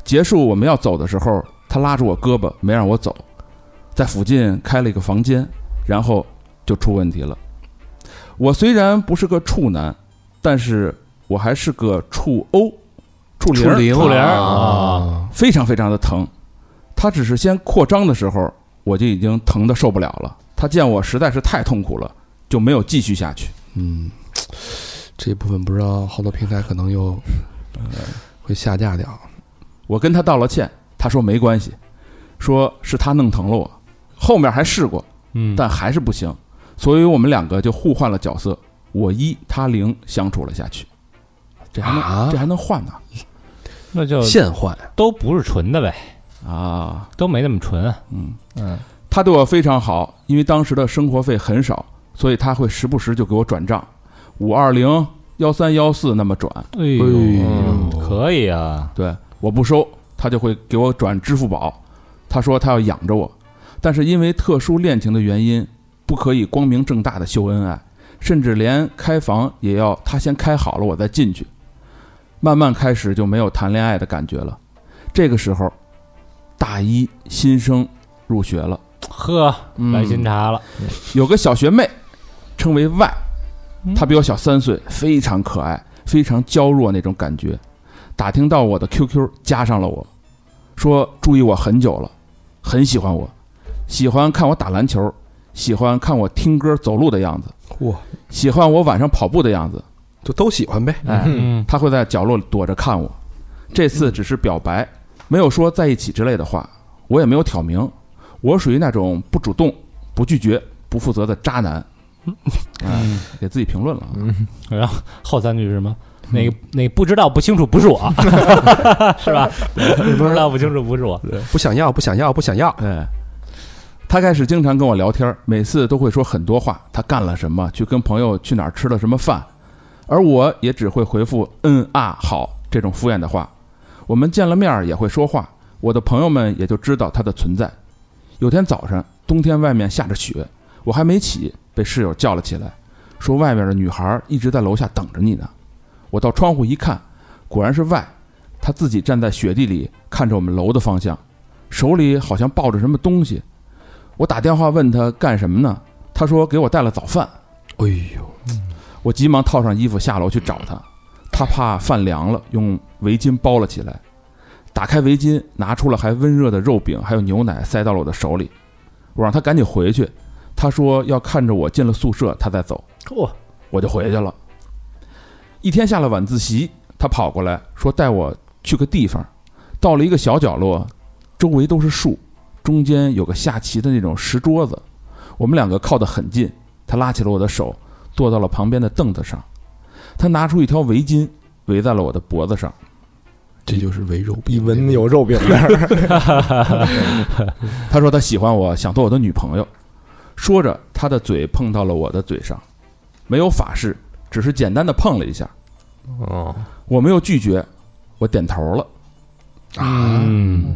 结束我们要走的时候，他拉着我胳膊没让我走，在附近开了一个房间，然后就出问题了。我虽然不是个处男，但是我还是个处欧，处零， 处零处零啊， 非常非常的疼。他只是先扩张的时候，我就已经疼得受不了了。他见我实在是太痛苦了，就没有继续下去。 嗯，这部分不知道好多平台可能又会下架掉。 我跟他道了歉，他说没关系，说是他弄疼了我，后面还试过， 嗯， 但还是不行，所以我们两个就互换了角色，我一他零相处了下去。这还能、 啊、 这还能换呢？ 那就现换都不是纯的呗， 啊， 都没那么纯。 嗯嗯， 他对我非常好，因为当时的生活费很少，所以他会时不时就给我转账，五二零幺三幺四那么转。 哎呦，嗯、可以啊。 对，我不收，他就会给我转支付宝。他说他要养着我，但是因为特殊恋情的原因，不可以光明正大的秀恩爱，甚至连开房也要他先开好了我再进去。慢慢开始就没有谈恋爱的感觉了。这个时候，大一新生入学了， 呵，来新茬了、 嗯。有个小学妹，称为 Y， 她比我小三岁，非常可爱，非常娇弱那种感觉。打听到我的 Q Q， 加上了我，说注意我很久了，很喜欢我，喜欢看我打篮球，喜欢看我听歌走路的样子， 哇， 喜欢我晚上跑步的样子， 就都喜欢呗。 哎， 嗯， 他会在角落里躲着看我。这次只是表白，没有说在一起之类的话，我也没有挑明。我属于那种不主动、不拒绝、不负责的渣男。嗯，给自己评论了。 嗯，然后后三句是什么？那个那个不知道不清楚不是我，是吧？不知道不清楚不是我， 不想要不想要不想要。 对，他开始经常跟我聊天，每次都会说很多话，他干了什么，去跟朋友去哪儿吃了什么饭，而我也只会回复嗯啊好这种敷衍的话。我们见了面也会说话，我的朋友们也就知道他的存在。有天早上，冬天外面下着雪，我还没起，被室友叫了起来，说外面的女孩一直在楼下等着你呢。我到窗户一看，果然是外，他自己站在雪地里看着我们楼的方向，手里好像抱着什么东西。我打电话问他干什么呢，他说给我带了早饭。 哎呦， 我急忙套上衣服下楼去找他，他怕饭凉了，用围巾包了起来，打开围巾拿出了还温热的肉饼还有牛奶塞到了我的手里。我让他赶紧回去，他说要看着我进了宿舍他再走。 哇， 我就回去了。一天下了晚自习，他跑过来说带我去个地方。到了一个小角落，周围都是树，中间有个下棋的那种石桌子，我们两个靠得很近。他拉起了我的手，坐到了旁边的凳子上。他拿出一条围巾围在了我的脖子上， 这就是围肉饼， 一闻有肉饼味儿。 他说他喜欢我，想做我的女朋友。说着，他的嘴碰到了我的嘴上，没有法式，只是简单的碰了一下。 哦， 我没有拒绝，我点头了。 嗯，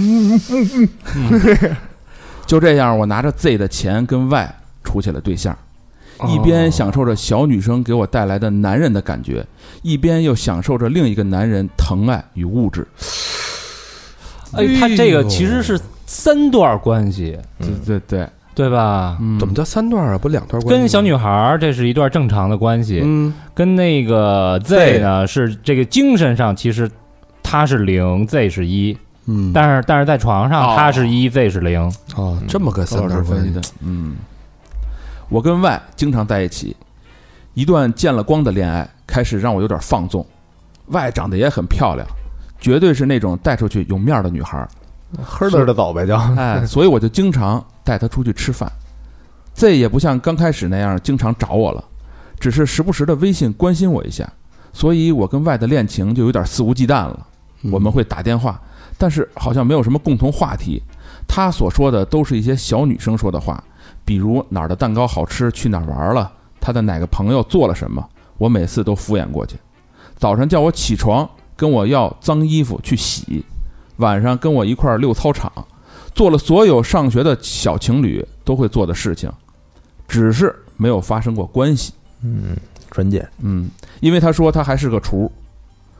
就这样，我拿着 Z 的钱跟 Y 处起了对象，一边享受着小女生给我带来的男人的感觉，一边又享受着另一个男人疼爱与物质。 哎，他这个其实是三段关系， 对对对， 对吧？ 嗯， 怎么叫三段啊？不两段关系？ 跟小女孩这是一段正常的关系， 嗯， 跟那个 Z 呢是这个精神上其实他是零 Z 是一， 嗯， 但是但是在床上他是一 Z 是零。 哦，这么个三段关系的。嗯，我跟 Y 经常在一起，一段见了光的恋爱开始让我有点放纵。Y 长得也很漂亮，绝对是那种带出去有面的女孩， 呵嘚的走呗就。 哎，所以我就经常带她出去吃饭。Z 也不像刚开始那样经常找我了，只是时不时的微信关心我一下，所以我跟 Y 的恋情就有点肆无忌惮了。我们会打电话，但是好像没有什么共同话题。他所说的都是一些小女生说的话，比如哪儿的蛋糕好吃，去哪儿玩了，他的哪个朋友做了什么，我每次都敷衍过去。早上叫我起床，跟我要脏衣服去洗，晚上跟我一块儿溜操场，做了所有上学的小情侣都会做的事情，只是没有发生过关系。 嗯，纯洁。 嗯，因为他说他还是个厨。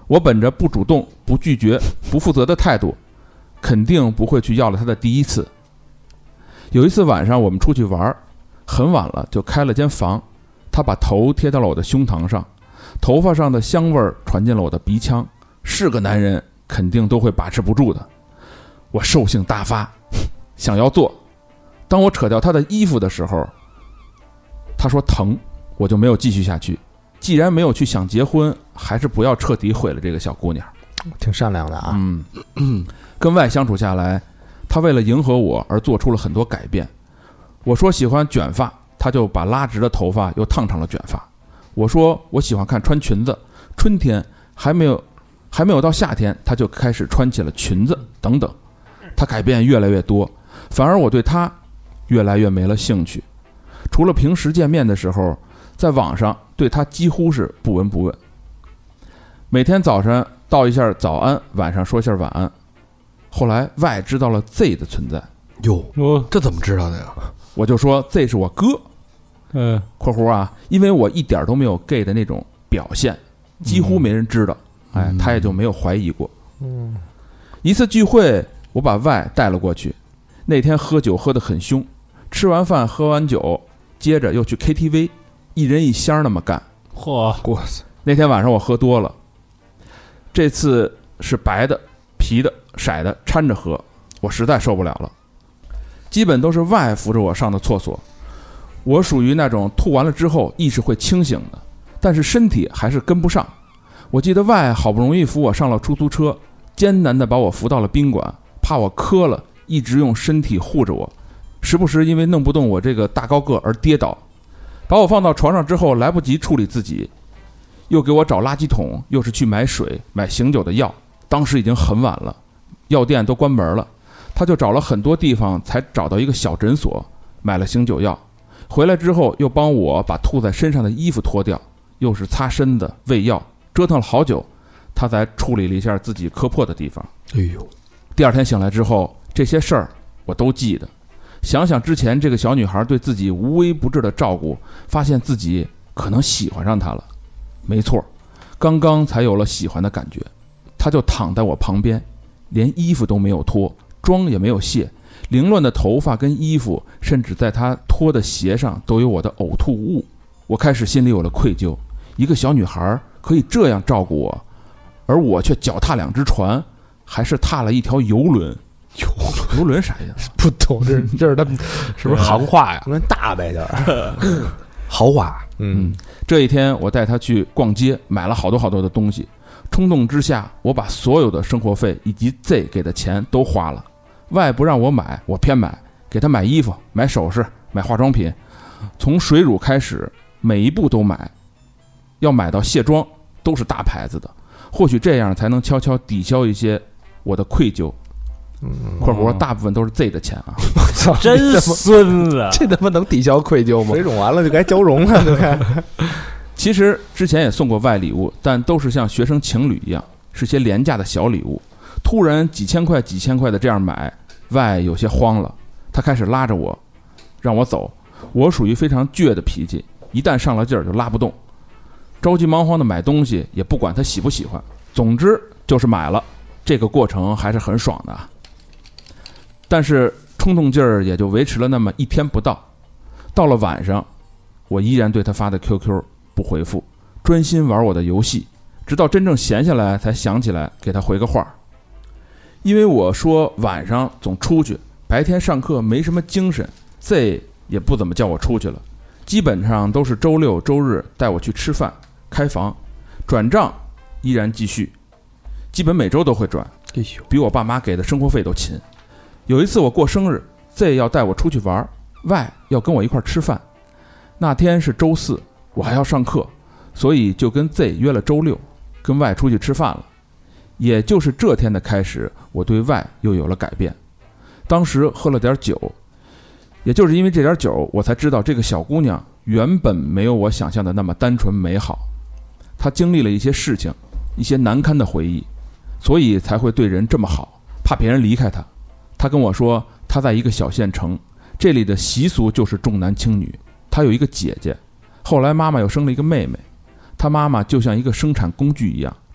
我本着不主动、不拒绝、不负责的态度，肯定不会去要了他的第一次。有一次晚上我们出去玩，很晚了就开了间房，他把头贴到了我的胸膛上，头发上的香味传进了我的鼻腔，是个男人肯定都会把持不住的。我兽性大发，想要做。当我扯掉他的衣服的时候，他说疼，我就没有继续下去。既然没有去想结婚，还是不要彻底毁了这个小姑娘。 挺善良的啊。 嗯，跟外相处下来，他为了迎合我而做出了很多改变。我说喜欢卷发，他就把拉直的头发又烫成了卷发。我说我喜欢看穿裙子，春天还没有还没有到夏天，他就开始穿起了裙子等等。他改变越来越多，反而我对他越来越没了兴趣。除了平时见面的时候，在网上对他几乎是不闻不问。每天早上道一下早安，晚上说一下晚安。后来 Y 知道了 Z 的存在。 哟，这怎么知道的呀？ 我就说 Z 是我哥。 嗯， 括弧啊，因为我一点都没有 gay 的那种表现，几乎没人知道，嗯、哎，他也就没有怀疑过。嗯，一次聚会，我把 Y 带了过去。那天喝酒喝得很凶，吃完饭喝完酒，接着又去 K T V， 一人一箱那么干。 嚯， 哇塞！ 那天晚上我喝多了，这次是白的、啤的、色的掺着喝，我实在受不了了。基本都是 Y 扶着我上的厕所。我属于那种吐完了之后意识会清醒的，但是身体还是跟不上。我记得 Y 好不容易扶我上了出租车，艰难地把我扶到了宾馆，怕我磕了，一直用身体护着我，时不时因为弄不动我这个大高个而跌倒。把我放到床上之后，来不及处理自己，又给我找垃圾桶，又是去买水买醒酒的药。当时已经很晚了，药店都关门了，他就找了很多地方才找到一个小诊所，买了醒酒药。回来之后又帮我把吐在身上的衣服脱掉，又是擦身子喂药，折腾了好久，他才处理了一下自己磕破的地方。 哎呦， 第二天醒来之后，这些事儿我都记得。想想之前这个小女孩对自己无微不至的照顾，发现自己可能喜欢上她了。没错，刚刚才有了喜欢的感觉。她就躺在我旁边，连衣服都没有脱，妆也没有卸，凌乱的头发跟衣服，甚至在她脱的鞋上都有我的呕吐物。我开始心里有了愧疚，一个小女孩可以这样照顾我，而我却脚踏两只船，还是踏了一条游轮。游轮游轮啥意思？ 不懂，这是这是他们是不是行话呀？ 那大呗，就是豪华。 嗯，这一天我带他去逛街，买了好多好多的东西。冲动之下，我把所有的生活费以及 Z 给的钱都花了。Y 不让我买，我偏买，给他买衣服、买首饰、买化妆品，从水乳开始，每一步都买。要买到卸妆都是大牌子的，或许这样才能悄悄抵消一些我的愧疚。括弧大部分都是 Z 的钱啊！ 真孙子， 这他妈能抵消愧疚吗？ 水肿完了就该交融了，就该。 其实之前也送过 Y 礼物，但都是像学生情侣一样，是些廉价的小礼物。突然几千块、几千块的这样买 ，Y 有些慌了，他开始拉着我，让我走。我属于非常倔的脾气，一旦上了劲儿就拉不动，着急忙慌的买东西，也不管他喜不喜欢，总之就是买了。这个过程还是很爽的。但是冲动劲儿也就维持了那么一天不到。到了晚上，我依然对他发的 Q Q 不回复，专心玩我的游戏，直到真正闲下来才想起来给他回个话。因为我说晚上总出去，白天上课没什么精神， Z 也不怎么叫我出去了，基本上都是周六周日带我去吃饭开房，转账依然继续，基本每周都会转，比我爸妈给的生活费都勤。有一次我过生日， Z 要带我出去玩， Y 要跟我一块吃饭。那天是周四，我还要上课，所以就跟 Z 约了周六，跟 Y 出去吃饭了。也就是这天的开始，我对 Y 又有了改变。当时喝了点酒，也就是因为这点酒，我才知道这个小姑娘原本没有我想象的那么单纯美好。她经历了一些事情，一些难堪的回忆，所以才会对人这么好，怕别人离开她。他跟我说，他在一个小县城，这里的习俗就是重男轻女。他有一个姐姐，后来妈妈又生了一个妹妹，他妈妈就像一个生产工具一样，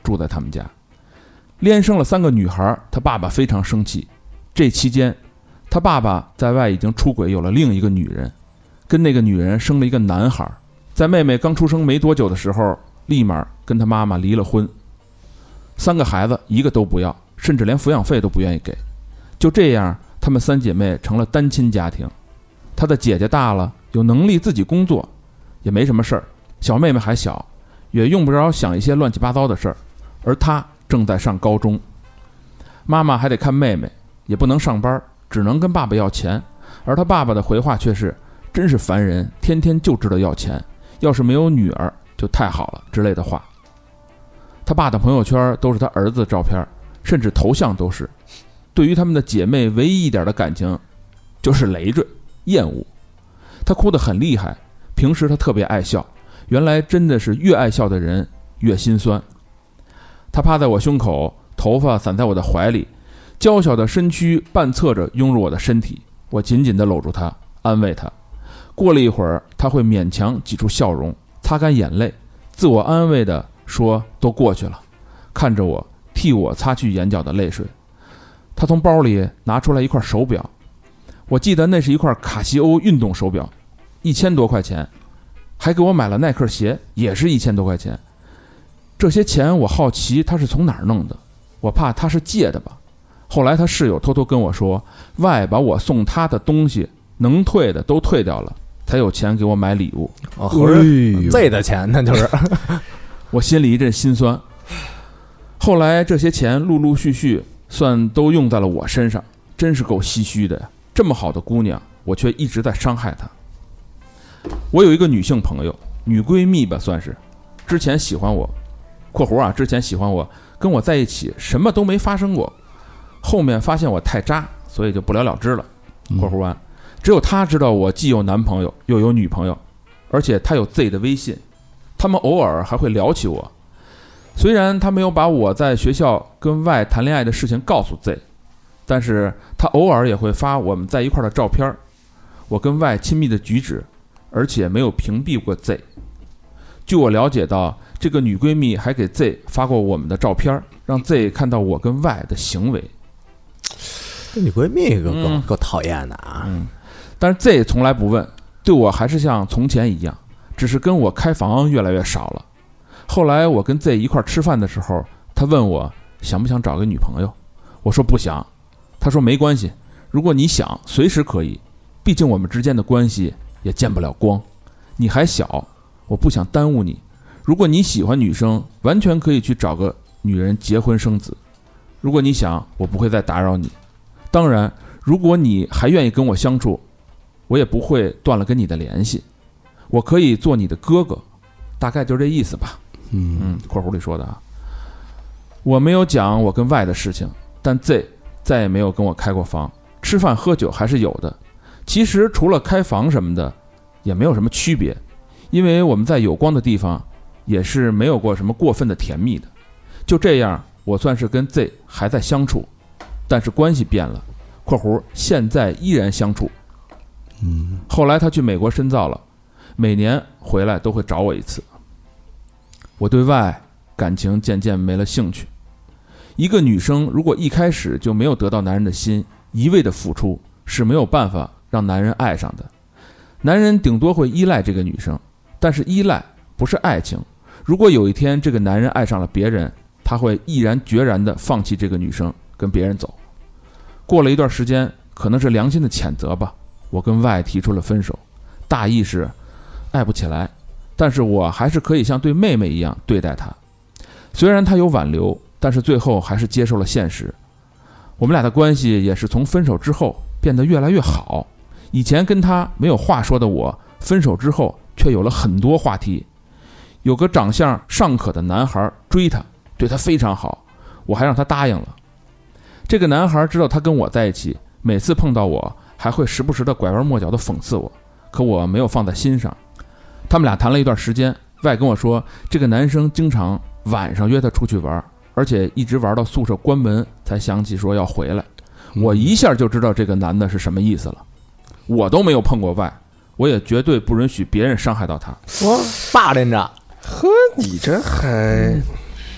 住在他们家，连生了三个女孩。他爸爸非常生气，这期间他爸爸在外已经出轨，有了另一个女人，跟那个女人生了一个男孩。在妹妹刚出生没多久的时候，立马跟他妈妈离了婚，三个孩子一个都不要，甚至连抚养费都不愿意给。就这样，她们三姐妹成了单亲家庭。她的姐姐大了，有能力自己工作，也没什么事儿；小妹妹还小，也用不着想一些乱七八糟的事儿。而她正在上高中，妈妈还得看妹妹，也不能上班，只能跟爸爸要钱。而她爸爸的回话却是：“真是烦人，天天就知道要钱，要是没有女儿就太好了”之类的话。他爸的朋友圈都是他儿子的照片，甚至头像都是。对于他们的姐妹唯一一点的感情就是累赘厌恶。他哭得很厉害，平时他特别爱笑，原来真的是越爱笑的人越心酸。他趴在我胸口，头发散在我的怀里，娇小的身躯半侧着拥入我的身体，我紧紧地搂住他，安慰他。过了一会儿，他会勉强挤出笑容，擦干眼泪，自我安慰地说都过去了，看着我，替我擦去眼角的泪水。他从包里拿出来一块手表，我记得那是一块卡西欧运动手表，一千多块钱，还给我买了耐克鞋，也是一千多块钱。这些钱我好奇他是从哪儿弄的，我怕他是借的吧。后来他室友偷偷跟我说，外把我送他的东西能退的都退掉了，才有钱给我买礼物。 哦，合着这的钱那就是我心里一阵心酸。后来这些钱陆陆续续算都用在了我身上，真是够唏嘘的呀。这么好的姑娘，我却一直在伤害她。我有一个女性朋友，女闺蜜吧算是，之前喜欢我括弧啊，之前喜欢我，跟我在一起什么都没发生过，后面发现我太渣，所以就不了了之了括弧完。只有她知道我既有男朋友又有女朋友，而且她有 Z 的微信，他们偶尔还会聊起我。虽然他没有把我在学校跟外谈恋爱的事情告诉 Z， 但是他偶尔也会发我们在一块的照片，我跟外亲密的举止，而且没有屏蔽过 Z。 据我了解到，这个女闺蜜还给 Z 发过我们的照片，让 Z 看到我跟外的行为。 这女闺蜜够够够讨厌的啊！ 嗯，但是 Z 从来不问，对我还是像从前一样，只是跟我开房越来越少了。后来我跟 Z 一块吃饭的时候，他问我想不想找个女朋友，我说不想。他说没关系，如果你想随时可以，毕竟我们之间的关系也见不了光，你还小，我不想耽误你。如果你喜欢女生，完全可以去找个女人结婚生子，如果你想，我不会再打扰你。当然如果你还愿意跟我相处，我也不会断了跟你的联系，我可以做你的哥哥，大概就这意思吧。嗯嗯，括弧里说的啊。我没有讲我跟外的事情，但 Z 再也没有跟我开过房，吃饭喝酒还是有的。其实除了开房什么的，也没有什么区别，因为我们在有光的地方也是没有过什么过分的甜蜜的。就这样，我算是跟 Z 还在相处，但是关系变了。括弧现在依然相处。嗯，后来他去美国深造了，每年回来都会找我一次。我对外感情渐渐没了兴趣。一个女生如果一开始就没有得到男人的心，一味的付出是没有办法让男人爱上的。男人顶多会依赖这个女生，但是依赖不是爱情。如果有一天这个男人爱上了别人，他会毅然决然地放弃这个女生，跟别人走。过了一段时间，可能是良心的谴责吧，我跟外提出了分手，大意是爱不起来，但是我还是可以像对妹妹一样对待她。虽然她有挽留，但是最后还是接受了现实。我们俩的关系也是从分手之后变得越来越好。以前跟她没有话说的我，分手之后却有了很多话题。有个长相尚可的男孩追她，对她非常好，我还让她答应了。这个男孩知道他跟我在一起，每次碰到我还会时不时的拐弯抹角的讽刺我，可我没有放在心上。他们俩谈了一段时间，外跟我说这个男生经常晚上约他出去玩，而且一直玩到宿舍关门才想起说要回来。我一下就知道这个男的是什么意思了。我都没有碰过外，我也绝对不允许别人伤害到他。 我霸凌着。 呵，你这还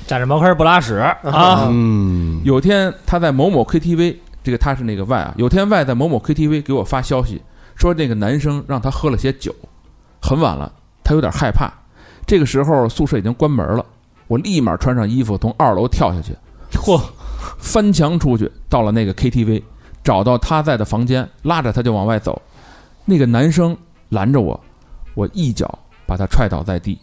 站着茅坑不拉屎啊。 嗯， 有天他在某某 K T V， 这个他是那个 Y 啊，有天 Y 在某某 K T V 给我发消息，说那个男生让他喝了些酒，很晚了，他有点害怕。这个时候宿舍已经关门了，我立马穿上衣服从二楼跳下去， 嚯， 翻墙出去，到了那个 K T V， 找到他在的房间，拉着他就往外走。那个男生拦着我，我一脚把他踹倒在地。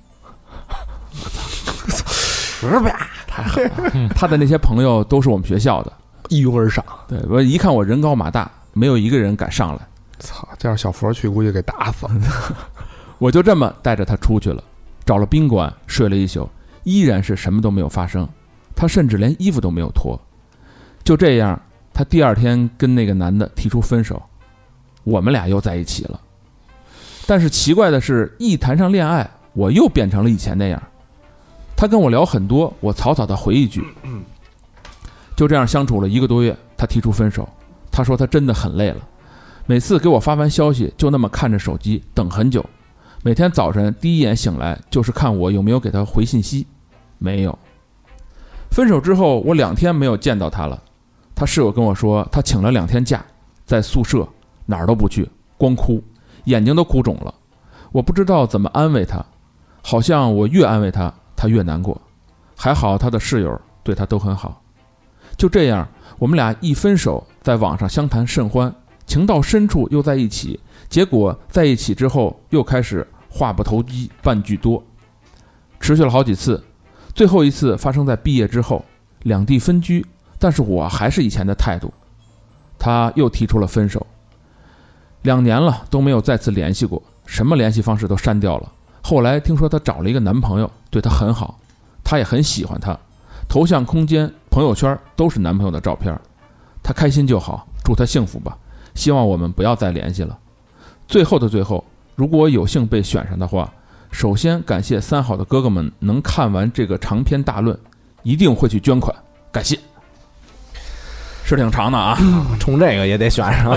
太狠了！他的那些朋友都是我们学校的， 一拥而上。 对，我一看我人高马大，没有一个人敢上来。 操，这样小佛去估计给打死了。 我就这么带着他出去了，找了宾馆睡了一宿，依然是什么都没有发生。他甚至连衣服都没有脱。就这样，他第二天跟那个男的提出分手，我们俩又在一起了。但是奇怪的是，一谈上恋爱，我又变成了以前那样。他跟我聊很多，我草草的回一句。就这样相处了一个多月，他提出分手。他说他真的很累了，每次给我发完消息就那么看着手机等很久，每天早晨第一眼醒来就是看我有没有给他回信息，没有。分手之后我两天没有见到他了，他室友跟我说他请了两天假，在宿舍哪儿都不去，光哭，眼睛都哭肿了。我不知道怎么安慰他，好像我越安慰他他越难过。还好他的室友对他都很好。就这样，我们俩一分手，在网上相谈甚欢，情到深处又在一起，结果在一起之后又开始话不投机半句多，持续了好几次。最后一次发生在毕业之后，两地分居，但是我还是以前的态度。他又提出了分手，两年了都没有再次联系过，什么联系方式都删掉了。后来听说她找了一个男朋友，对她很好，她也很喜欢他，头像空间朋友圈都是男朋友的照片。她开心就好，祝她幸福吧，希望我们不要再联系了。最后的最后，如果我有幸被选上的话，首先感谢三好的哥哥们能看完这个长篇大论，一定会去捐款，感谢。是挺长的啊， 冲这个也得选上。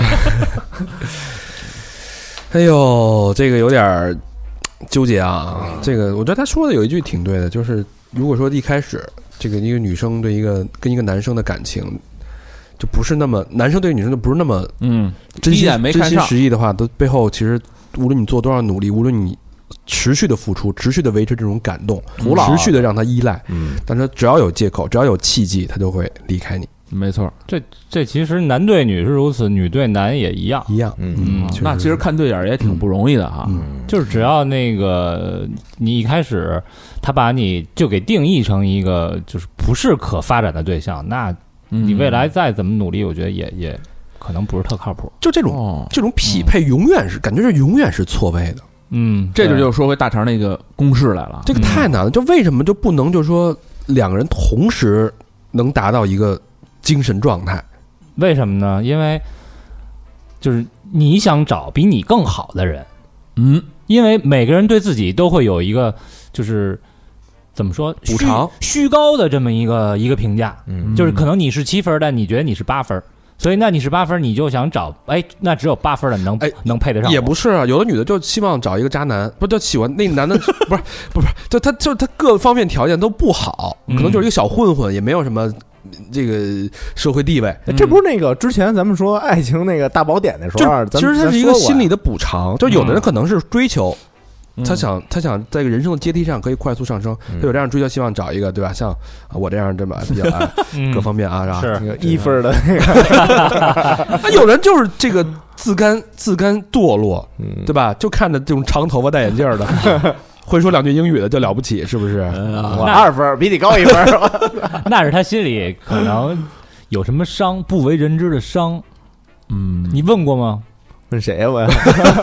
哎呦，这个有点纠结啊。这个我觉得他说的有一句挺对的，就是如果说一开始这个一个女生对一个跟一个男生的感情就不是那么，男生对女生就不是那么嗯真心没看上真心实意的话，都背后其实无论你做多少努力，无论你持续的付出，持续的维持这种感动， 徒劳持续的让他依赖， 嗯， 但是只要有借口，只要有契机，他就会离开你。 没错， 这这其实男对女是如此，女对男也一样一样。 嗯嗯， 那其实看对眼也挺不容易的哈。 嗯， 就是只要那个你一开始他把你就给定义成一个就是不是可发展的对象，那你未来再怎么努力，我觉得也也可能不是特靠谱。 就这种、 哦、 这种匹配永远是、嗯、感觉是永远是错位的。 嗯， 这就就说回大肠那个公式来了， 这个太难了。就为什么就不能就是说两个人同时能达到一个精神状态？ 为什么呢？因为就是你想找比你更好的人， 嗯， 因为每个人对自己都会有一个就是怎么说补偿虚高的这么一个一个评价， 嗯， 就是可能你是七分，但你觉得你是八分。所以那你是八分，你就想找，哎，那只有八分的能、哎、能配得上我。 也不是啊，有的女的就希望找一个渣男，不就喜欢那男的，不是不是，就他就他各方面条件都不好，可能就是一个小混混，也没有什么这个社会地位。 这不是那个之前咱们说爱情那个大宝典的时候， 其实它是一个心理的补偿。就有的人可能是追求。他想，他想在人生的阶梯上可以快速上升，他有这样追求，希望找一个，对吧？像我这样这么比较啊，各方面啊，是吧？ 是那个一分的那个。 那有人就是这个自甘自甘堕落，对吧？就看着这种长头发戴眼镜的，会说两句英语的就了不起，是不是？ 我二分，比你高一分。 那是他心里可能有什么伤，不为人知的伤。 嗯， 你问过吗？ 问谁呀？我。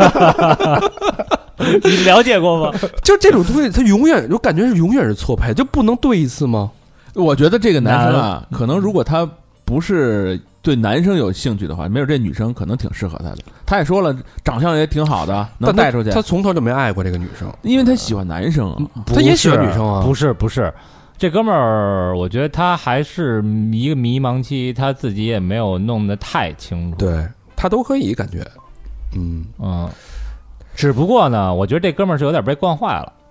你了解过吗？ 就这种东西，他永远，我感觉是永远是错配，就不能对一次吗？ 我觉得这个男生啊，可能如果他不是对男生有兴趣的话，没准这女生可能挺适合他的。他也说了，长相也挺好的，能带出去。 他从头就没爱过这个女生， 因为他喜欢男生啊， 他也喜欢女生啊。 不是不是，这哥们儿，我觉得他还是一个迷茫期，他自己也没有弄得太清楚。 对，他都可以感觉，嗯嗯。只不过呢，我觉得这哥们儿是有点被惯坏了。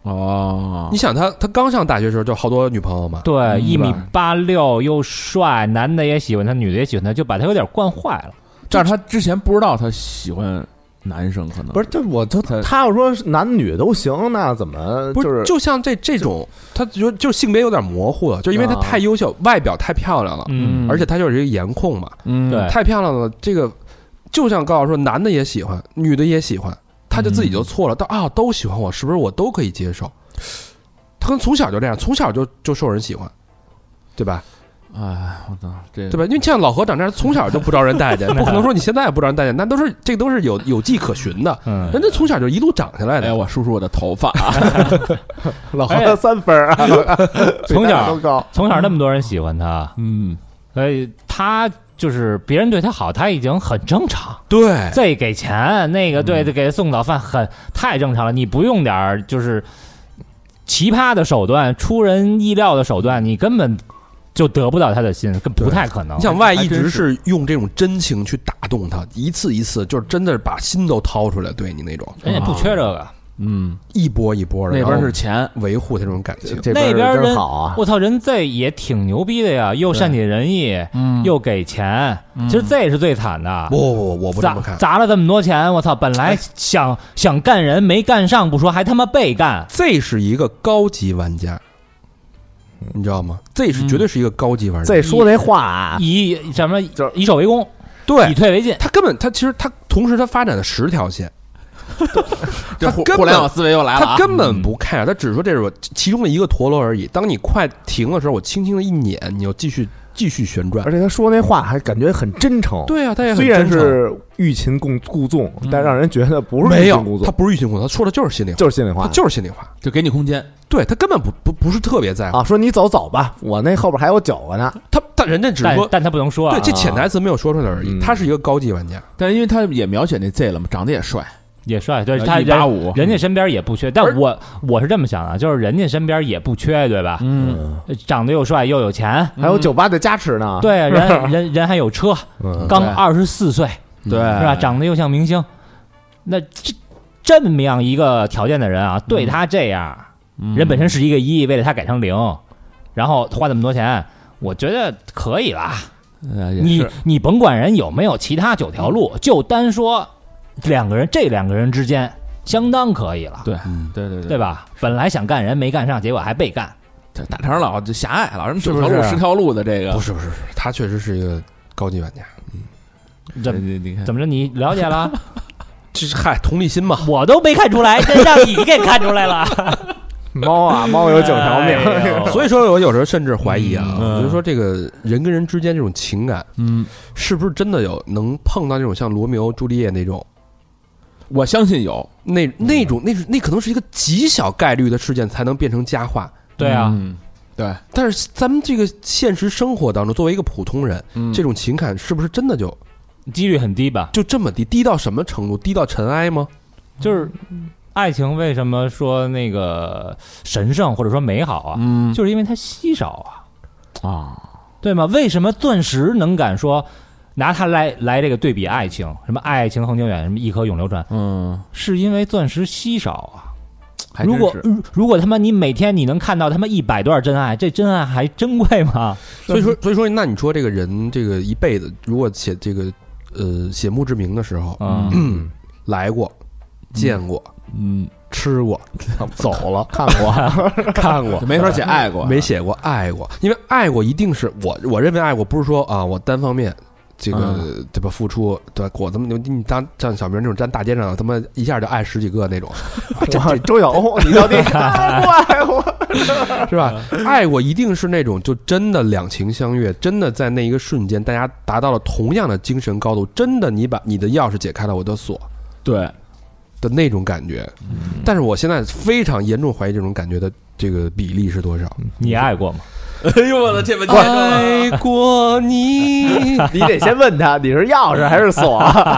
哦， 你想他他刚上大学的时候就好多女朋友嘛， 对，一米八六又帅，男的也喜欢他，女的也喜欢他，就把他有点惯坏了。 但是他之前不知道他喜欢男生，可能不是，就我就他要说男女都行，那怎么不就是就像这这种，他就就性别有点模糊了，就因为他太优秀，外表太漂亮了， 嗯， 而且他就是一个颜控嘛， 嗯， 对， 太漂亮了，这个就像高老师说，男的也喜欢，女的也喜欢，他就自己就错了，到啊都喜欢我，是不是我都可以接受？他可能从小就这样，从小就就受人喜欢，对吧？ 哎，我操，这对吧？因为像老何长这样，从小就不招人待见，不可能说你现在也不招人待见，那都是这都是有有迹可循的。 嗯， 人家从小就一路长下来的。 哎，我梳梳我的头发， 老何三分啊， 从小都高， 从小那么多人喜欢他， 嗯， 所以他就是别人对他好，他已经很正常。 对， 这给钱，那个对，给他送早饭，很太正常了。你不用点儿就是奇葩的手段、出人意料的手段，你根本就得不到他的心，更不太可能。 你想外一直是用这种真情去打动他，一次一次，就是真的把心都掏出来对你那种， 人家不缺这个。 嗯， 一波一波的， 那边是钱维护他这种感情， 这那边人好啊！ 我操，人这也挺牛逼的呀，又善解人意， 嗯， 又给钱。其实这是最惨的。 不不不，我不这么看。 砸了这么多钱，我操！本来想想干人没干上不说，还他妈被干。 这是一个高级玩家，你知道吗？这是绝对是一个高级玩家。 这说那话啊， 以什么以守为攻， 对， 以退为进。 他根本他其实他同时他发展了十条线。 这互互联网思维又来了、啊， 他根本不 care，他只是说这是我其中的一个陀螺而已。当你快停的时候，我轻轻的一捻，你又继续继续旋转。 而且他说那话还感觉很真诚。 对啊，他也很虽然是欲擒故故纵， 嗯、 但让人觉得不是没有，他不是欲擒故纵，他说的就是心里话， 就是心里话， 他就是心里话， 就给你空间。 对他根本不不不是特别在乎啊，说你走走吧，我那后边还有酒个呢。 他但人家只是说， 但他不能说、啊， 对，这潜台词没有说出来而已。 嗯、 他是一个高级玩家， 但是因为他也描写那 Z 了嘛，长得也帅。 也帅，对他一八五， 人家身边也不缺，但我我是这么想的，就是人家身边也不缺，对吧？ 嗯， 长得又帅又有钱， 还有酒吧的加持呢。 对，人人人还有车，刚二十四岁， 对， 是吧？长得又像明星，那这这么样一个条件的人啊，对他这样，人本身是一个一，为了他改成零，然后花那么多钱，我觉得可以啦。你你甭管人有没有其他九条路，就单说。两个人，这两个人之间相当可以了， 对，对对对， 对吧？本来想干人没干上，结果还被干， 这大肠老就狭隘了，什么九条路、十条路的这个， 不是不是，他确实是一个高级玩家。 嗯，怎么你看怎么着？你了解了？ 这是嗨，同理心嘛， 我都没看出来，这让你给看出来了。 猫啊，猫有九条命， 哎、 所以说我有时候甚至怀疑啊， 嗯、 我就说这个人跟人之间这种情感， 嗯， 是不是真的有能碰到这种像罗密欧朱丽叶那种？ 我相信有那那种那那可能是一个极小概率的事件才能变成佳话。 对啊， 嗯、对。 但是咱们这个现实生活当中，作为一个普通人， 嗯、 这种情感是不是真的就几率很低吧？ 就这么低？低到什么程度？低到尘埃吗？ 就是爱情为什么说那个神圣或者说美好啊？ 嗯， 就是因为它稀少啊， 啊， 对吗？为什么钻石能敢说？拿它来来这个对比爱情，什么爱情恒久远，什么一颗永流传， 嗯， 是因为钻石稀少啊。 如果如果他妈你每天你能看到他妈一百段真爱，这真爱还珍贵吗？ 所以说所以说，那你说这个人这个一辈子，如果写这个呃写墓志铭的时候， 嗯， 来过，见过， 嗯， 吃过，走了， 看过， 看过， 没法写爱过， 没写过爱过，因为爱过一定是我我认为爱过不是说啊我单方面。这个、嗯、对吧？付出对吧？我他妈你当像小明那种站大街上，他妈一下就爱十几个那种。 这这周晓鸥，你到底爱不爱我？ 是吧？爱过一定是那种就真的两情相悦，真的在那一个瞬间，大家达到了同样的精神高度，真的你把你的钥匙解开了我的锁， 对的那种感觉。嗯、但是我现在非常严重怀疑这种感觉的这个比例是多少？ 你爱过吗？ 哎呦我的天！ 爱过你， 你得先问他，你是钥匙还是锁？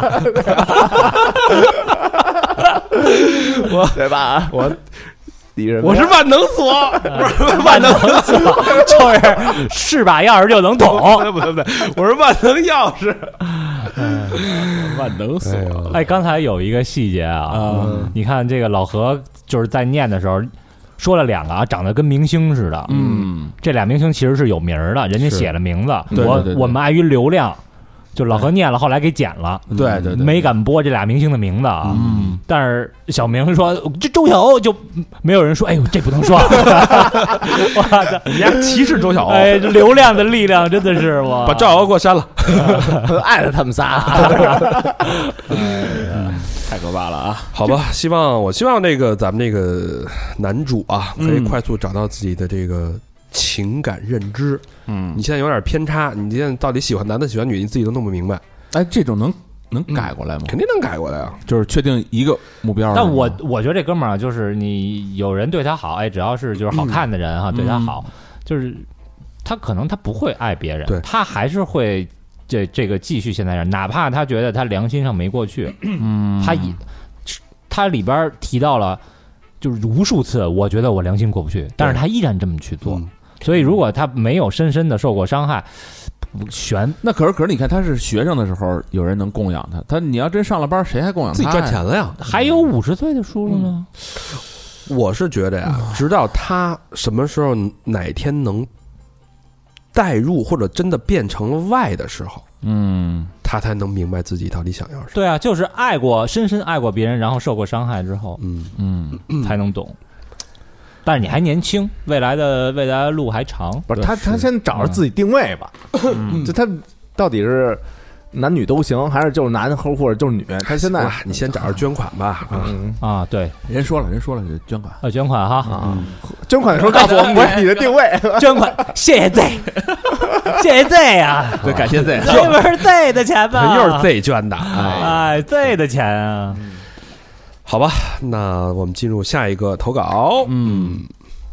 我对吧？我你是我是万能锁，我是万能锁，就是是把钥匙就能捅。 不对不对，我是万能钥匙， 万能锁。 哎，刚才有一个细节啊， 嗯、 你看这个老何就是在念的时候。 说了两个啊，长得跟明星似的。 嗯， 这俩明星其实是有名儿的，人家写了名字。我对对对对我们碍于流量，就老何念了，后来给剪了。 对对对， 没敢播这俩明星的名字啊。 嗯， 但是小明说这周晓鸥，就没有人说，哎呦，这不能说。我操， 你家歧视周晓鸥， 哎，这流量的力量真的是我把赵晓鸥给我删了， 爱了他们仨。 太可怕了啊！ 好吧，希望我希望这个咱们这个男主啊，可以嗯快速找到自己的这个情感认知。 嗯你，现在有点偏差，你现在到底喜欢男的喜欢女的，你自己都弄不明白， 哎，这种能能改过来吗？ 肯定能改过来啊。 就是确定一个目标。 但我我觉得这哥们儿啊，就是你有人对他好，哎，只要是就是好看的人哈，对他好，就是他可能他不会爱别人， 对他还是会这这个继续现在这，哪怕他觉得他良心上没过去， 嗯， 他以他里边提到了就是无数次，我觉得我良心过不去，但是他依然这么去做。 嗯所以如果他没有深深的受过伤害，悬。 那可是可是你看，他是学生的时候，有人能供养他，他你要真上了班，谁还供养他？ 自己赚钱了呀。 还有五十岁的叔叔呢。 我是觉得呀，直到他什么时候哪天能带入或者真的变成了外的时候， 嗯， 他才能明白自己到底想要什么。 对啊，就是爱过，深深爱过别人，然后受过伤害之后， 嗯嗯， 才能懂。但是你还年轻，未来的未来的路还长。 不是他，他先找着自己定位吧。就他到底是男女都行，还是就是男或或者就是女？他现在哇你先找着捐款吧。啊， 嗯啊，对， 人说了，人说了，这捐款。 呃，捐款哈， 啊，捐款的时候告诉我们你的定位。 捐款，谢谢 Z， 谢谢 Z 啊， 对，感谢 Z。 这不是 Z 的钱吧？ 又是 Z 捐的。哎， 哎 Z 的钱啊。 好吧，那我们进入下一个投稿。 嗯，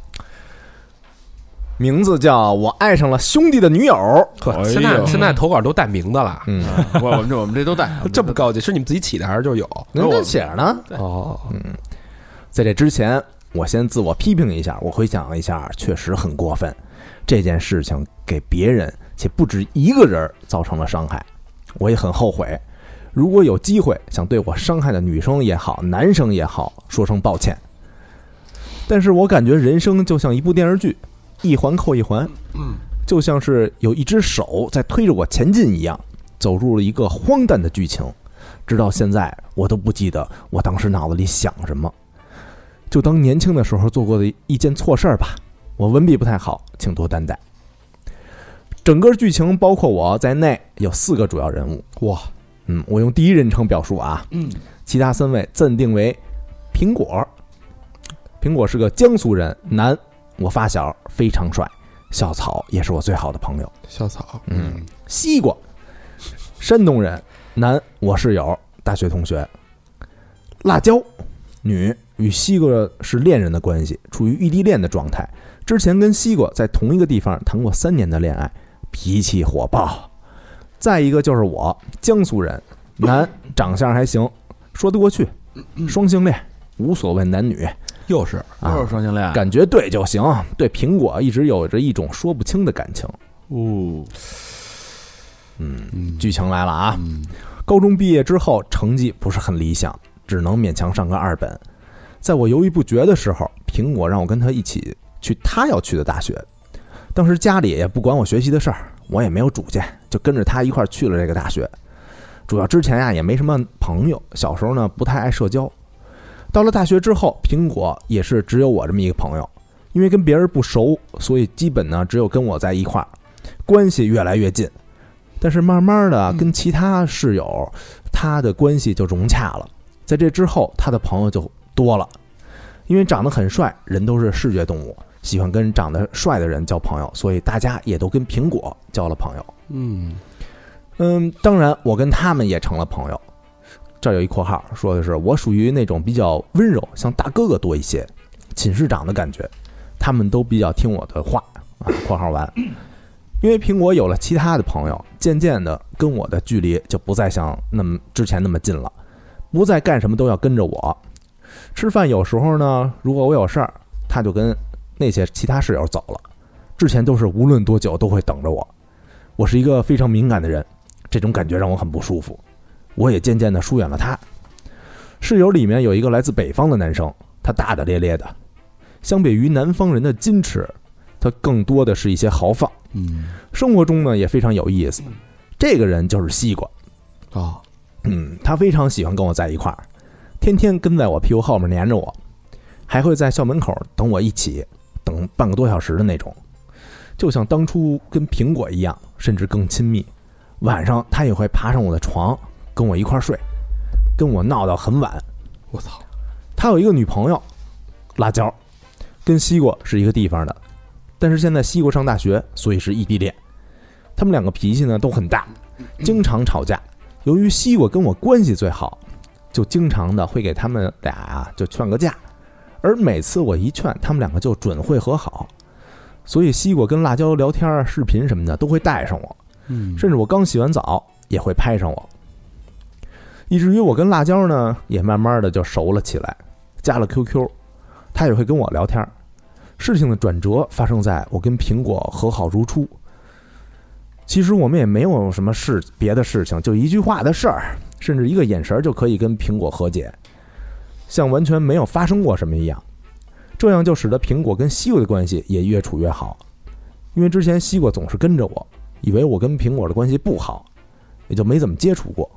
名字叫我爱上了兄弟的女友。 呵， 哎呦现在现在投稿都带名字了， 嗯， 我我们这我们这都带， 这么高级，是你们自己起的还是就有？ 人家写着呢。 哦， 在这之前，我先自我批评一下，我回想一下，确实很过分。这件事情给别人且不止一个人造成了伤害，我也很后悔。如果有机会，想对我伤害的女生也好，男生也好，说声抱歉。但是我感觉人生就像一部电视剧，一环扣一环，就像是有一只手在推着我前进一样，走入了一个荒诞的剧情。直到现在，我都不记得我当时脑子里想什么。就当年轻的时候做过的一件错事儿吧。我文笔不太好，请多担待。整个剧情包括我在内有四个主要人物。 哇， 嗯，我用第一人称表述啊。 嗯， 其他三位暂定为苹果。苹果是个江苏人，男，我发小，非常帅。校草也是我最好的朋友。 校草， 嗯，西瓜，山东人，男，我室友，大学同学。辣椒，女，与西瓜是恋人的关系，处于异地恋的状态。之前跟西瓜在同一个地方谈过三年的恋爱，脾气火爆。再一个就是我，江苏人，男，长相还行，说得过去，双性恋，无所谓男女。 又是啊， 又是双性恋， 感觉对就行。对苹果一直有着一种说不清的感情。 哦， 嗯，剧情来了啊！高中毕业之后，成绩不是很理想，只能勉强上个二本。在我犹豫不决的时候，苹果让我跟他一起去他要去的大学。当时家里也不管我学习的事儿，我也没有主见，就跟着他一块儿去了这个大学。主要之前呀、啊、也没什么朋友，小时候呢不太爱社交。到了大学之后，苹果也是只有我这么一个朋友，因为跟别人不熟，所以基本呢只有跟我在一块儿，关系越来越近。但是慢慢的跟其他室友，他的关系就融洽了。在这之后，他的朋友就多了，因为长得很帅，人都是视觉动物，喜欢跟长得帅的人交朋友，所以大家也都跟苹果交了朋友。 嗯嗯，当然我跟他们也成了朋友。这儿有一括号，说的是我属于那种比较温柔，像大哥哥多一些，寝室长的感觉，他们都比较听我的话啊。括号完，因为苹果有了其他的朋友，渐渐的跟我的距离就不再像那么之前那么近了，不再干什么都要跟着我。吃饭有时候呢，如果我有事儿，他就跟那些其他室友走了，之前都是无论多久都会等着我。我是一个非常敏感的人，这种感觉让我很不舒服。我也渐渐地疏远了他。室友里面有一个来自北方的男生，他大大咧咧的， 相比于南方人的矜持，他更多的是一些豪放。 嗯， 生活中呢也非常有意思。这个人就是西瓜。 哦， 嗯，他非常喜欢跟我在一块儿，天天跟在我屁股后面黏着我，还会在校门口等我一起，等半个多小时的那种，就像当初跟苹果一样，甚至更亲密。晚上他也会爬上我的床，跟我一块睡，跟我闹到很晚。 我操！ 他有一个女朋友，辣椒，跟西瓜是一个地方的，但是现在西瓜上大学，所以是异地恋。他们两个脾气呢都很大，经常吵架。由于西瓜跟我关系最好，就经常的会给他们俩啊就劝个架，而每次我一劝，他们两个就准会和好。所以西瓜跟辣椒聊天、视频什么的都会带上我， 嗯， 甚至我刚洗完澡也会拍上我，以至于我跟辣椒呢也慢慢的就熟了起来，加了 Q Q， 他也会跟我聊天。事情的转折发生在我跟苹果和好如初。其实我们也没有什么事别的事情，就一句话的事儿，甚至一个眼神就可以跟苹果和解，像完全没有发生过什么一样。这样就使得苹果跟西瓜的关系也越处越好。因为之前西瓜总是跟着我，以为我跟苹果的关系不好，也就没怎么接触过。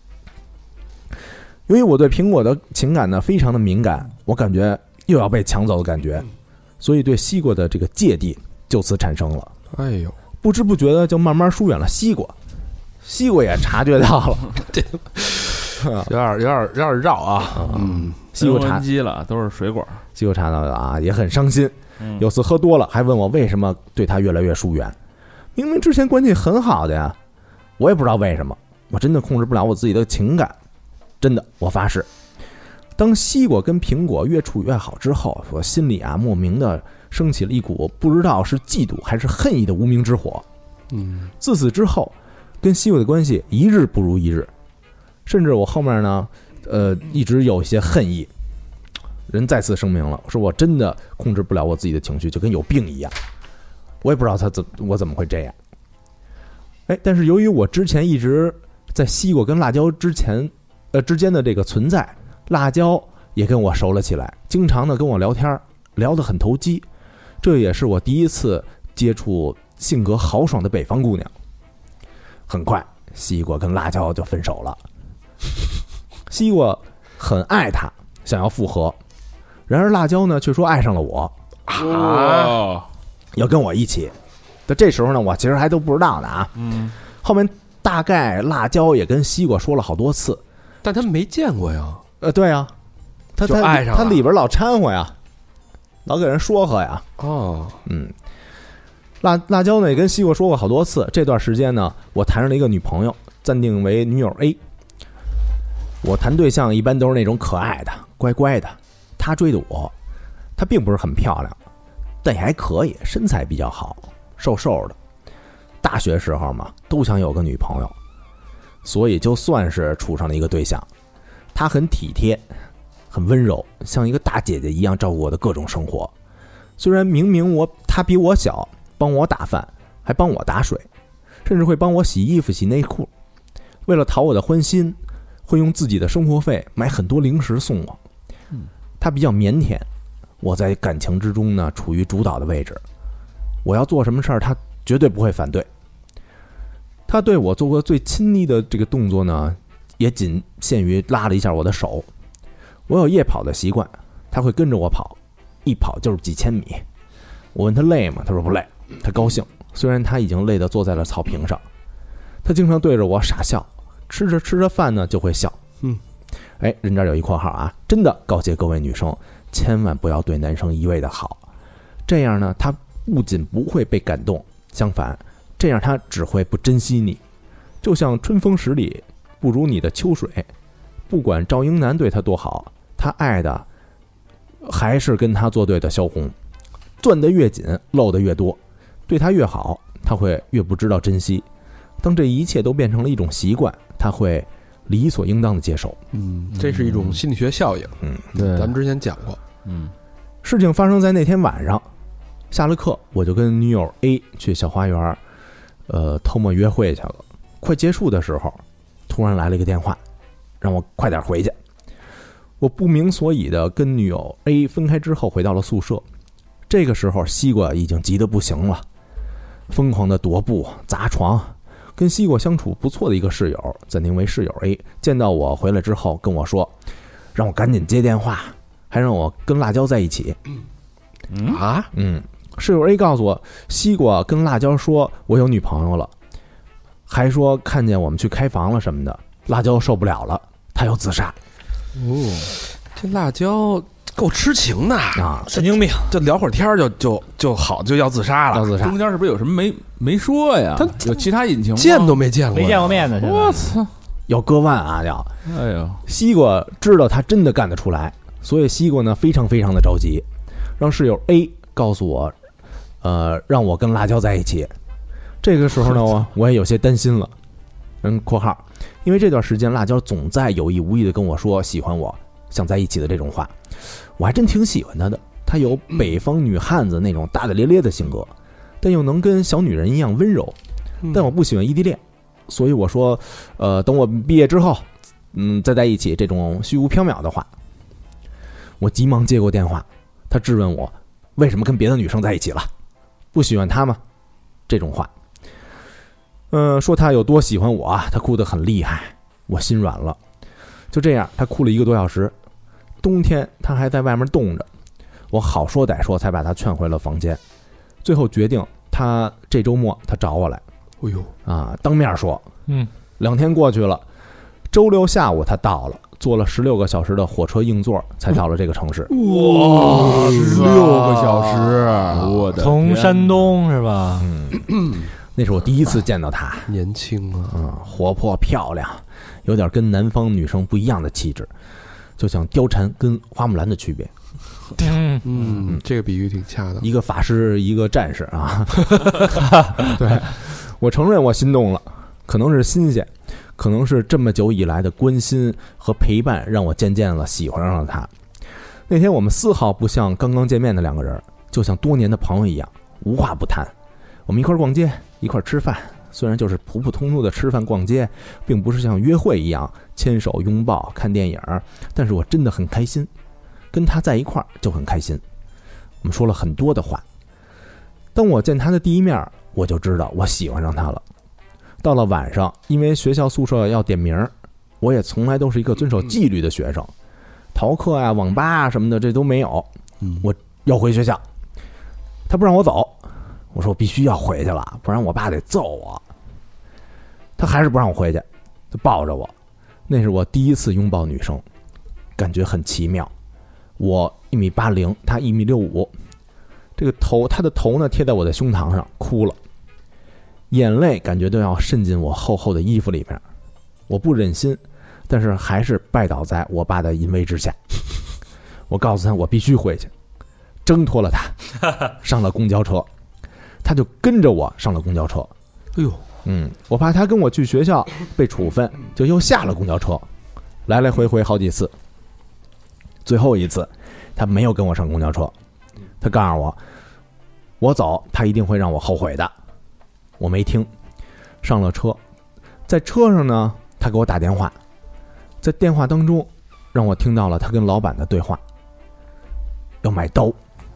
由于我对苹果的情感呢非常的敏感，我感觉又要被抢走的感觉，所以对西瓜的这个芥蒂就此产生了。 哎呦， 不知不觉的就慢慢疏远了西瓜，西瓜也察觉到了， 这有点有点有点绕啊。嗯， 西瓜察机了，都是水果。 西瓜察到了啊，也很伤心。 嗯、 有次喝多了，还问我为什么对他越来越疏远。明明之前关系很好的呀，我也不知道为什么，我真的控制不了我自己的情感。真的，我发誓，当西瓜跟苹果越处越好之后，我心里啊莫名的升起了一股不知道是嫉妒还是恨意的无名之火。 嗯， 自此之后，跟西瓜的关系一日不如一日，甚至我后面呢，呃，一直有一些恨意。人再次声明了，说我真的控制不了我自己的情绪，就跟有病一样。我也不知道他怎我怎么会这样。哎，但是由于我之前一直在西瓜跟辣椒之前。呃，之间的这个存在，辣椒也跟我熟了起来，经常的跟我聊天，聊得很投机。这也是我第一次接触性格豪爽的北方姑娘。很快，西瓜跟辣椒就分手了。西瓜很爱他，想要复合，然而辣椒呢却说爱上了我， 啊， 要跟我一起。但这时候呢，我其实还都不知道呢啊。 嗯， 后面大概辣椒也跟西瓜说了好多次。 但他没见过呀。 呃，对呀、啊，他就爱上了， 他里边老掺和呀，老给人说和呀。 哦， 嗯，辣辣椒呢也跟西瓜说过好多次。这段时间呢，我谈上了一个女朋友，暂定为女友 A。我谈对象一般都是那种可爱的、乖乖的。她追的我，她并不是很漂亮，但也还可以，身材比较好，瘦瘦的。大学时候嘛，都想有个女朋友。所以就算是处上了一个对象，她很体贴，很温柔，像一个大姐姐一样照顾我的各种生活。虽然明明我她比我小，帮我打饭，还帮我打水，甚至会帮我洗衣服、洗内裤。为了讨我的欢心，会用自己的生活费买很多零食送我。她比较腼腆，我在感情之中呢处于主导的位置。我要做什么事儿，她绝对不会反对。他对我做过最亲昵的这个动作呢，也仅限于拉了一下我的手。我有夜跑的习惯，他会跟着我跑，一跑就是几千米。我问他累吗？他说不累，他高兴。虽然他已经累得坐在了草坪上，他经常对着我傻笑，吃着吃着饭呢就会笑。 嗯， 哎，人这儿有一括号啊，真的告诫各位女生，千万不要对男生一味的好，这样呢，他不仅不会被感动，相反。这样他只会不珍惜你，就像春风十里不如你的秋水。不管赵英男对他多好，他爱的还是跟他作对的萧红。攥得越紧，漏得越多，对他越好，他会越不知道珍惜。当这一切都变成了一种习惯，他会理所应当的接受。 嗯，这是一种心理学效应。 嗯， 对，咱们之前讲过。 嗯， 事情发生在那天晚上，下了课我就跟女友 A 去小花园。呃，偷摸约会去了。快结束的时候，突然来了一个电话，让我快点回去。我不明所以的跟女友 A 分开之后，回到了宿舍， 这个时候西瓜已经急得不行了，疯狂的踱步砸床。跟西瓜相处不错的一个室友，暂定为室友 A， 见到我回来之后跟我说，让我赶紧接电话，还让我跟辣椒在一起。 嗯啊， 嗯，室友 A 告诉我，西瓜跟辣椒说我有女朋友了，还说看见我们去开房了什么的。辣椒受不了了，他要自杀。 哦，这辣椒够痴情的啊， 神经病！ 就聊会儿天就就就好，就要自杀了。 要自杀， 中间是不是有什么没没说呀？ 他有其他隐情吗？ 见都没见过， 没见过面呢。 我操！ 要割腕啊！要， 哎呦， 西瓜知道他真的干得出来，所以西瓜呢非常非常的着急，让室友 A 告诉我，呃，让我跟辣椒在一起。这个时候呢，我我也有些担心了。嗯，括号，因为这段时间辣椒总在有意无意的跟我说喜欢我，想在一起的这种话，我还真挺喜欢他的。他有北方女汉子那种大大咧咧的性格，但又能跟小女人一样温柔。但我不喜欢异地恋，所以我说，呃，等我毕业之后，嗯，再在一起。这种虚无缥缈的话，我急忙接过电话。他质问我为什么跟别的女生在一起了，不喜欢他吗？这种话。嗯，说他有多喜欢我啊，他哭得很厉害，我心软了。就这样，他哭了一个多小时。冬天他还在外面冻着，我好说歹说才把他劝回了房间。最后决定，他这周末他找我来。 哎呦啊，当面说， 嗯， 两天过去了，周六下午他到了，坐了十六个小时的火车硬座才到了这个城市。 哇，十六个小时，我的从山东是吧？ 嗯，那是我第一次见到她， 年轻啊， 嗯，活泼漂亮，有点跟南方女生不一样的气质，就像貂蝉跟花木兰的区别。 嗯嗯，这个比喻挺恰当。 一个法师，一个战士啊。对，我承认我心动了，可能是新鲜，可能是这么久以来的关心和陪伴，让我渐渐了喜欢上了他。那天我们丝毫不像刚刚见面的两个人，就像多年的朋友一样，无话不谈。我们一块逛街，一块吃饭，虽然就是普普通通的吃饭逛街，并不是像约会一样牵手拥抱看电影，但是我真的很开心，跟他在一块儿就很开心。我们说了很多的话。当我见他的第一面，我就知道我喜欢上他了。到了晚上，因为学校宿舍要点名，我也从来都是一个遵守纪律的学生，逃课啊、网吧啊什么的这都没有。我要回学校，他不让我走，我说我必须要回去了，不然我爸得揍我。他还是不让我回去，他抱着我。那是我第一次拥抱女生，感觉很奇妙。我一米八零，他一米六五，这个头，他的头呢贴在我的胸膛上，哭了，眼泪感觉都要渗进我厚厚的衣服里面。我不忍心，但是还是拜倒在我爸的淫威之下。我告诉他我必须回去，挣脱了他，上了公交车，他就跟着我上了公交车。 哎呦， 嗯，我怕他跟我去学校被处分，就又下了公交车，来来回回好几次。最后一次，他没有跟我上公交车，他告诉我，我走，他一定会让我后悔的。我没听，上了车，在车上呢，他给我打电话，在电话当中，让我听到了他跟老板的对话，要买刀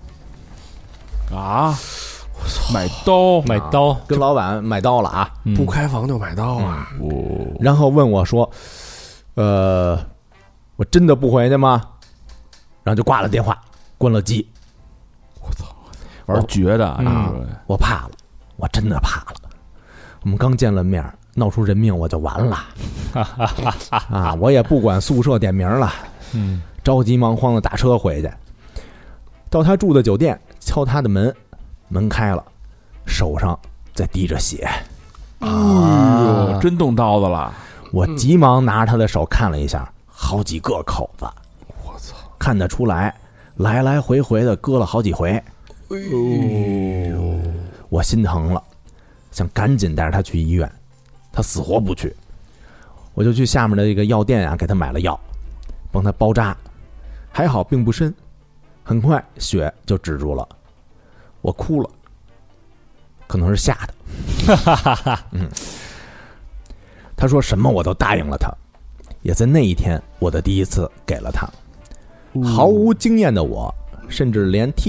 啊！我操，买刀， 买刀， 跟老板买刀了啊！ 不开房就买刀啊！ 嗯、然后问我说：“呃，我真的不回去吗？”然后就挂了电话，关了机。 我操，玩绝的啊！ 我怕了，我真的怕了。我们刚见了面，闹出人命我就完了啊！我也不管宿舍点名了， 嗯， 着急忙慌的打车回去，到他住的酒店，敲他的门，门开了，手上在滴着血。 哎呦，真动刀子了！ 我急忙拿着他的手看了一下，好几个口子。 我操， 看得出来，来来回回的割了好几回。 哎呦， 我心疼了，想赶紧带着他去医院，他死活不去。我就去下面的一个药店啊，给他买了药，帮他包扎，还好并不深，很快血就止住了。我哭了，可能是吓的。嗯，他说什么我都答应了他，也在那一天我的第一次给了他。毫无经验的我，甚至连 T T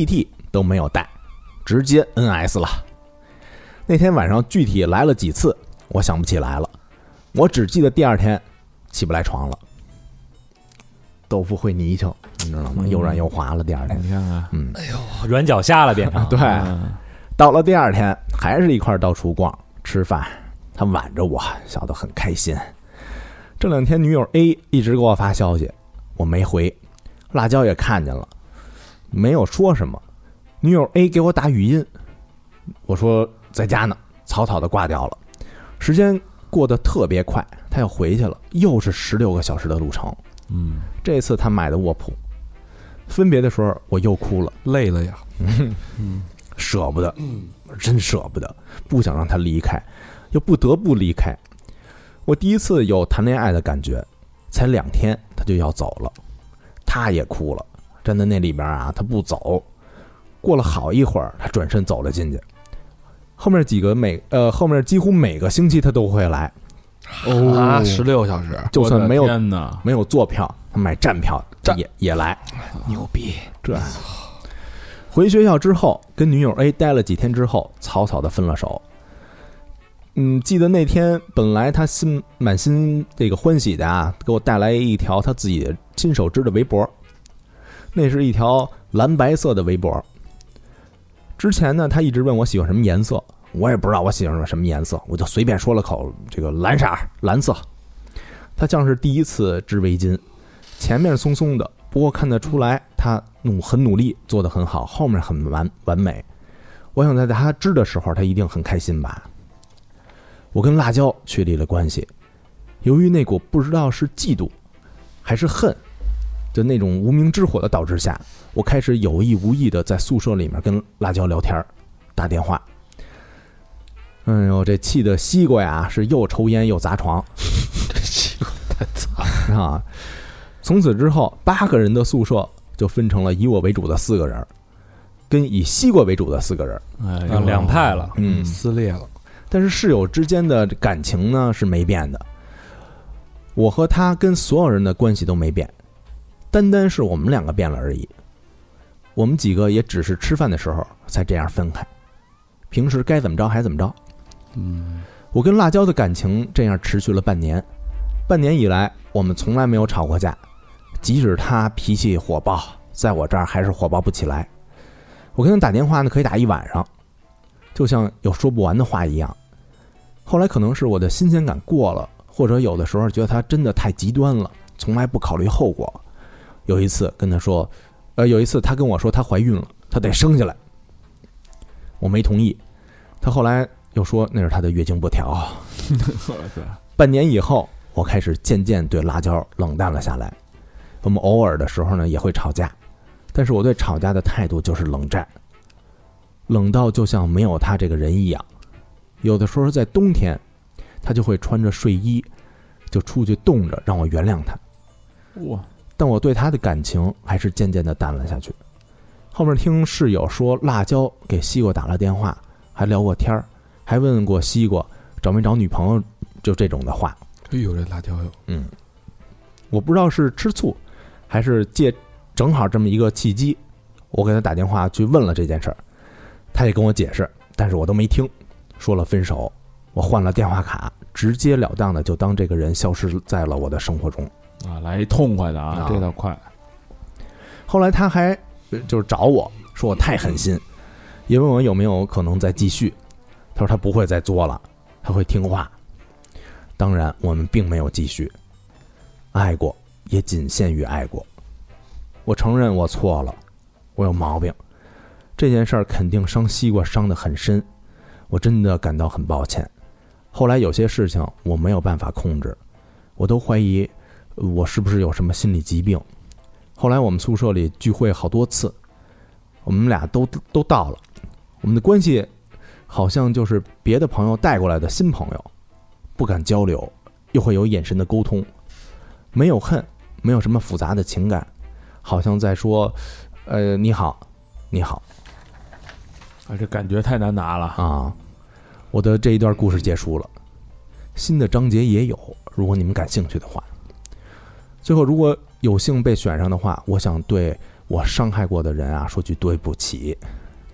都没有带，直接 N S 了。那天晚上具体来了几次我想不起来了，我只记得第二天起不来床了，豆腐会泥鳅，你知道吗？又软又滑了。第二天， 你看看， 嗯， 哎呦，软脚虾了变成。 对，到了第二天还是一块到处逛吃饭，他挽着我，笑得很开心。这两天女友 A 一直给我发消息，我没回，辣椒也看见了，没有说什么。女友 A 给我打语音，我说在家呢，草草的挂掉了。时间过得特别快，他要回去了，又是十六个小时的路程。 嗯， 这次他买的卧铺，分别的时候我又哭了， 累了呀， 嗯，舍不得，真舍不得，不想让他离开，又不得不离开。我第一次有谈恋爱的感觉，才两天他就要走了，他也哭了，站在那里边啊，他不走。过了好一会儿，他转身走了进去。后面几个每呃后面几乎每个星期他都会来。 哦，啊，十六个小时， 就算没有没有坐票，他买站票也也来， 牛逼！ 这回学校之后，跟女友 A 待了几天之后，草草的分了手。嗯，记得那天本来他心满心这个欢喜的啊，给我带来一条他自己亲手织的围脖，那是一条蓝白色的围脖。之前呢，他一直问我喜欢什么颜色，我也不知道我喜欢什么颜色，我就随便说了口这个蓝色蓝色。他像是第一次织围巾，前面松松的，不过看得出来他努很努力，做得很好，后面很完完美。我想在他织的时候，他一定很开心吧。我跟辣椒确立了关系，由于那股不知道是嫉妒还是恨的那种无名之火的导致下，我开始有意无意的在宿舍里面跟辣椒聊天打电话。哎呦，这气的西瓜呀是又抽烟又砸床， 这西瓜太惨啊！从此之后，八个人的宿舍就分成了以我为主的四个人，跟以西瓜为主的四个人， 哎， 两派了， 嗯， 撕裂了。 但是室友之间的感情呢是没变的，我和他跟所有人的关系都没变，单单是我们两个变了而已。我们几个也只是吃饭的时候才这样分开，平时该怎么着还怎么着。 嗯， 我跟辣椒的感情这样持续了半年，半年以来我们从来没有吵过架，即使他脾气火爆，在我这儿还是火爆不起来。我跟他打电话呢可以打一晚上，就像有说不完的话一样。后来可能是我的新鲜感过了，或者有的时候觉得他真的太极端了，从来不考虑后果。有一次跟他说呃，有一次他跟我说她怀孕了，她得生下来，我没同意。他后来又说那是他的月经不调。半年以后，我开始渐渐对辣椒冷淡了下来。我们偶尔的时候呢也会吵架，但是我对吵架的态度就是冷战，冷到就像没有他这个人一样。有的时候在冬天，他就会穿着睡衣就出去冻着，让我原谅他。 哇！ 但我对他的感情还是渐渐的淡了下去。后面听室友说，辣椒给西瓜打了电话，还聊过天儿，还问过西瓜找没找女朋友，就这种的话。 哎呦，这辣椒哟， 嗯，我不知道是吃醋，还是借正好这么一个契机，我给他打电话去问了这件事儿，他也跟我解释，但是我都没听，说了分手。我换了电话卡，直截了当的就当这个人消失在了我的生活中。 啊，来一痛快的啊，这倒快。 后来他还就是找我说我太狠心，也问我有没有可能再继续。他说他不会再作了，他会听话。当然我们并没有继续，爱过也仅限于爱过。我承认我错了，我有毛病，这件事儿肯定伤西瓜伤得很深，我真的感到很抱歉。后来有些事情我没有办法控制，我都怀疑我是不是有什么心理疾病。后来我们宿舍里聚会好多次，我们俩都都到了，我们的关系好像就是别的朋友带过来的新朋友，不敢交流，又会有眼神的沟通，没有恨，没有什么复杂的情感，好像在说呃你好你好啊，这感觉太难拿了啊。我的这一段故事结束了，新的章节也有，如果你们感兴趣的话。最后如果有幸被选上的话，我想对我伤害过的人啊说句对不起，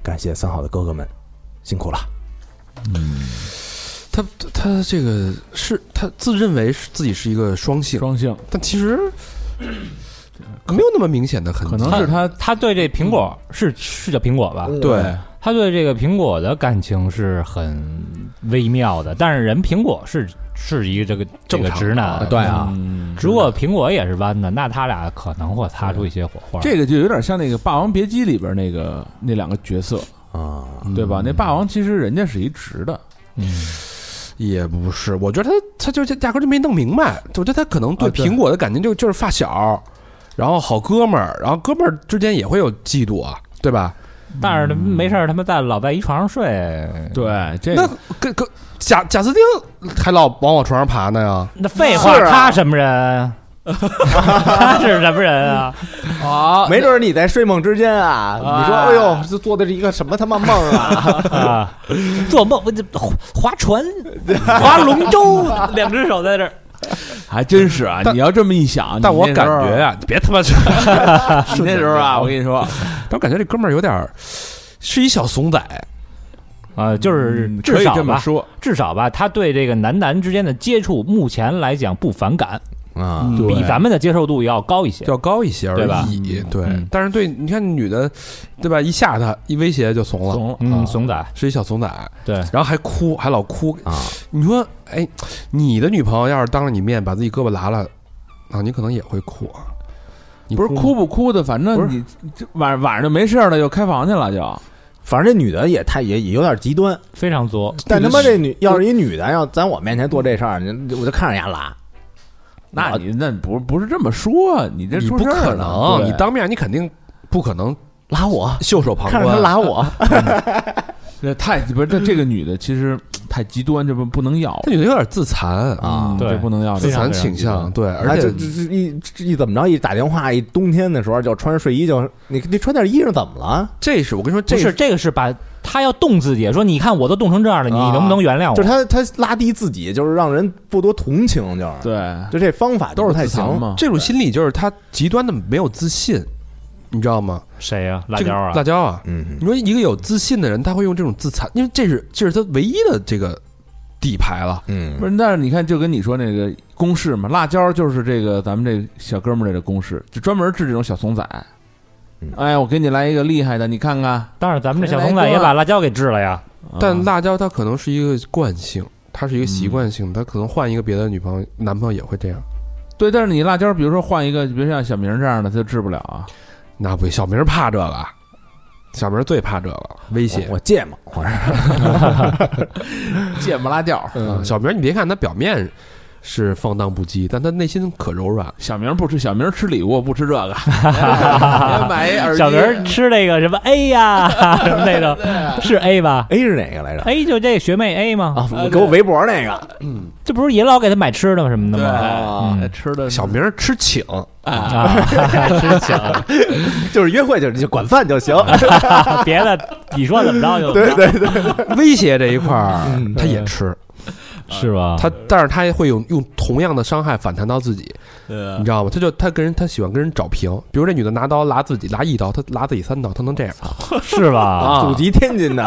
感谢三好的哥哥们，辛苦了。 嗯，他他这个是他自认为是自己是一个双性， 双性， 但其实没有那么明显的痕迹， 可能是他他对这苹果是是叫苹果吧？ 对， 他对这个苹果的感情是很微妙的，但是人苹果是是一个这个这个直男， 对啊， 嗯、 如果苹果也是弯的，那他俩可能会擦出一些火花。 这个就有点像那个《霸王别姬》里边那个那两个角色啊， 对吧？那霸王其实人家是一直的， 嗯。 也不是，我觉得他他就压根就没弄明白。我觉得他可能对苹果的感情就就是发小，然后好哥们儿，然后哥们儿之间也会有嫉妒啊，对吧？ 但是没事儿，他们在老在一床上睡。 对，这那跟跟贾贾斯汀还老往我床上爬呢呀？ 那废话，他什么人？他是什么人啊？ 啊，没准你在睡梦之间啊，你说哎呦，这做的是一个什么他妈梦啊？ 啊，做梦我这划船、划龙舟，两只手在这儿， 还真是啊！你要这么一想， 但我感觉呀、啊，你别他妈你那时候啊，我跟你说， 但我感觉这哥们儿有点是一小怂仔啊，就是可以至少吧， 这么说， 至少吧，他对这个男男之间的接触，目前来讲不反感。 啊， 比咱们的接受度要高一些， 要高一些而已。对， 嗯、 但是对，你看女的，对吧？一吓他，一威胁就怂了， 怂，嗯，啊、怂仔是一小怂仔。 对， 然后还哭，还老哭啊！ 你说，哎，你的女朋友要是当着你面把自己胳膊拉了，啊，你可能也会哭啊。 你不是哭不哭的，反正你晚晚上就没事了，就开房去了，就。 反正这女的也太也也有点极端， 非常作。 但他妈这女要是一女的，要在我面前做这事儿，我就看着人家拉。 那你那不不是这么说，你这你不可能，你当面你肯定不可能拉我， 袖手旁观， 看着他拉我， 这太不是这这个女的其实太极端，这不不能要。 这女的有点自残啊， 对，不能要自残倾向，对，而且这这一一怎么着一打电话，一冬天的时候就穿着睡衣就你你穿件衣裳怎么了？ 这是我跟你说，这是这个是把。他要冻自己，说你看我都冻成这样了，你能不能原谅我？ 就是他他拉低自己，就是让人不多同情，就是对， 就这方法都是太强嘛。 这种心理就是他极端的没有自信，你知道吗？ 谁呀、啊？辣椒啊， 辣椒啊！ 嗯， 你说一个有自信的人，他会用这种自残，因为这是这是他唯一的这个底牌了。 嗯， 不是，但是你看，就跟你说那个公式嘛，辣椒就是这个咱们这小哥们儿这个公式，就专门治这种小怂仔。哎，我给你来一个厉害的，你看看。 当然，咱们这小怂仔也把辣椒给治了呀。 但辣椒它可能是一个惯性，它是一个习惯性，它可能换一个别的女朋友、男朋友也会这样。 对，但是你辣椒，比如说换一个，比如像小明这样的，他就治不了啊。 那不，小明怕这个，小明最怕这个威胁。 我芥末，我是芥末辣椒。 嗯，小明，你别看他表面是放荡不羁，但他内心可柔软。 小明不吃，小明吃礼物不吃这个。买一耳机。 小明吃那个什么 A 呀，什么那种是 A 吧 ？A 是哪个来着 ？A 就这学妹 A 吗？ 啊，给我围脖那个。 嗯， 这不是也老给他买吃的什么的吗？ 啊， 嗯、 吃的。 小明吃请啊，吃请， 就是约会就就管饭就行， 别的你说怎么着就对对对， 威胁这一块儿他也吃。 是吧？ 他但是他也会用用同样的伤害反弹到自己，你知道吗？他就他跟人他喜欢跟人找平，比如这女的拿刀拉自己拉一刀，他拉自己三刀，他能这样， 是吧？ 啊，祖籍天津的，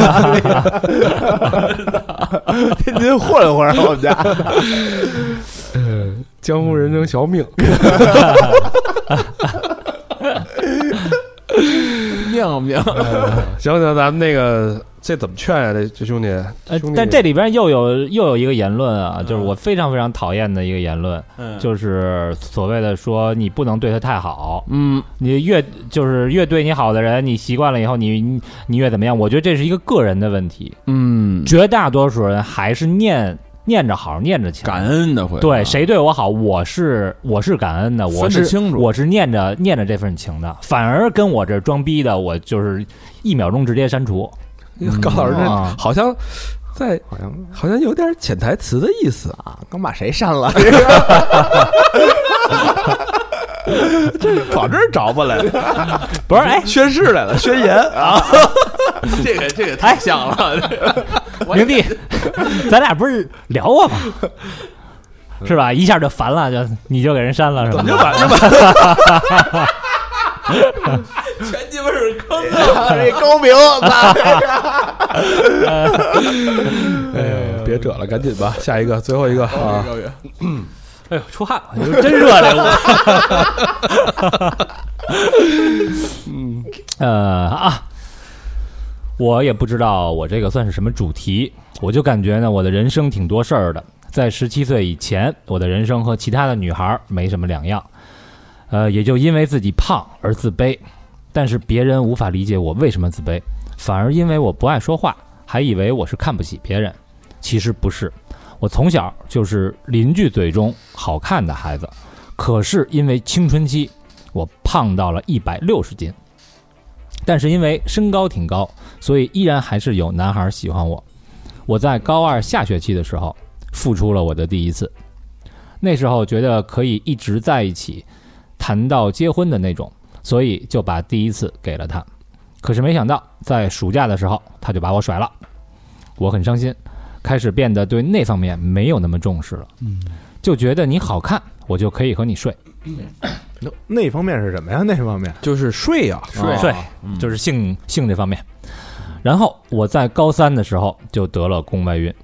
天津混混，我们家， 嗯，江湖人称小命。 命命， 行行，咱们那个这怎么劝呀、啊？这这兄弟， 呃， 兄弟但这里边又有又有一个言论啊，就是我非常非常讨厌的一个言论， 嗯、 就是所谓的说你不能对他太好， 嗯， 你越就是越对你好的人，你习惯了以后，你你越怎么样？我觉得这是一个个人的问题， 嗯， 绝大多数人还是念。念着好，念着强， 感恩的会对谁对我好，我是我是感恩的，我是清楚， 我是念着念着这份情的，反而跟我这装逼的，我就是一秒钟直接删除。 嗯、高老师这好像在好像好像有点潜台词的意思啊，刚把谁删了？ 这跑这儿找我来了， 不是？哎， 宣誓来了，宣言啊！ 这个这个太像了， 明帝，咱俩不是聊过吗？是吧？一下就烦了，就你就给人删了，是吧？ 怎么就把就把全鸡巴是坑这高明， 哎呀，别扯了，赶紧吧，下一个，最后一个啊！ 哎呦，出汗了，真热这屋。嗯，呃啊，我也不知道我这个算是什么主题，我就感觉呢，我的人生挺多事儿的。在十七岁以前，我的人生和其他的女孩没什么两样，呃，也就因为自己胖而自卑，但是别人无法理解我为什么自卑，反而因为我不爱说话，还以为我是看不起别人，其实不是。我从小就是邻居嘴中好看的孩子，可是因为青春期，我胖到了一百六十斤。但是因为身高挺高，所以依然还是有男孩喜欢我。我在高二下学期的时候，付出了我的第一次。那时候觉得可以一直在一起，谈到结婚的那种，所以就把第一次给了他。可是没想到，在暑假的时候，他就把我甩了。我很伤心。开始变得对那方面没有那么重视了，嗯，就觉得你好看，我就可以和你睡。 那那方面是什么呀？那方面就是睡呀、啊， 睡睡、嗯，就是性性这方面。然后我在高三的时候就得了宫外孕。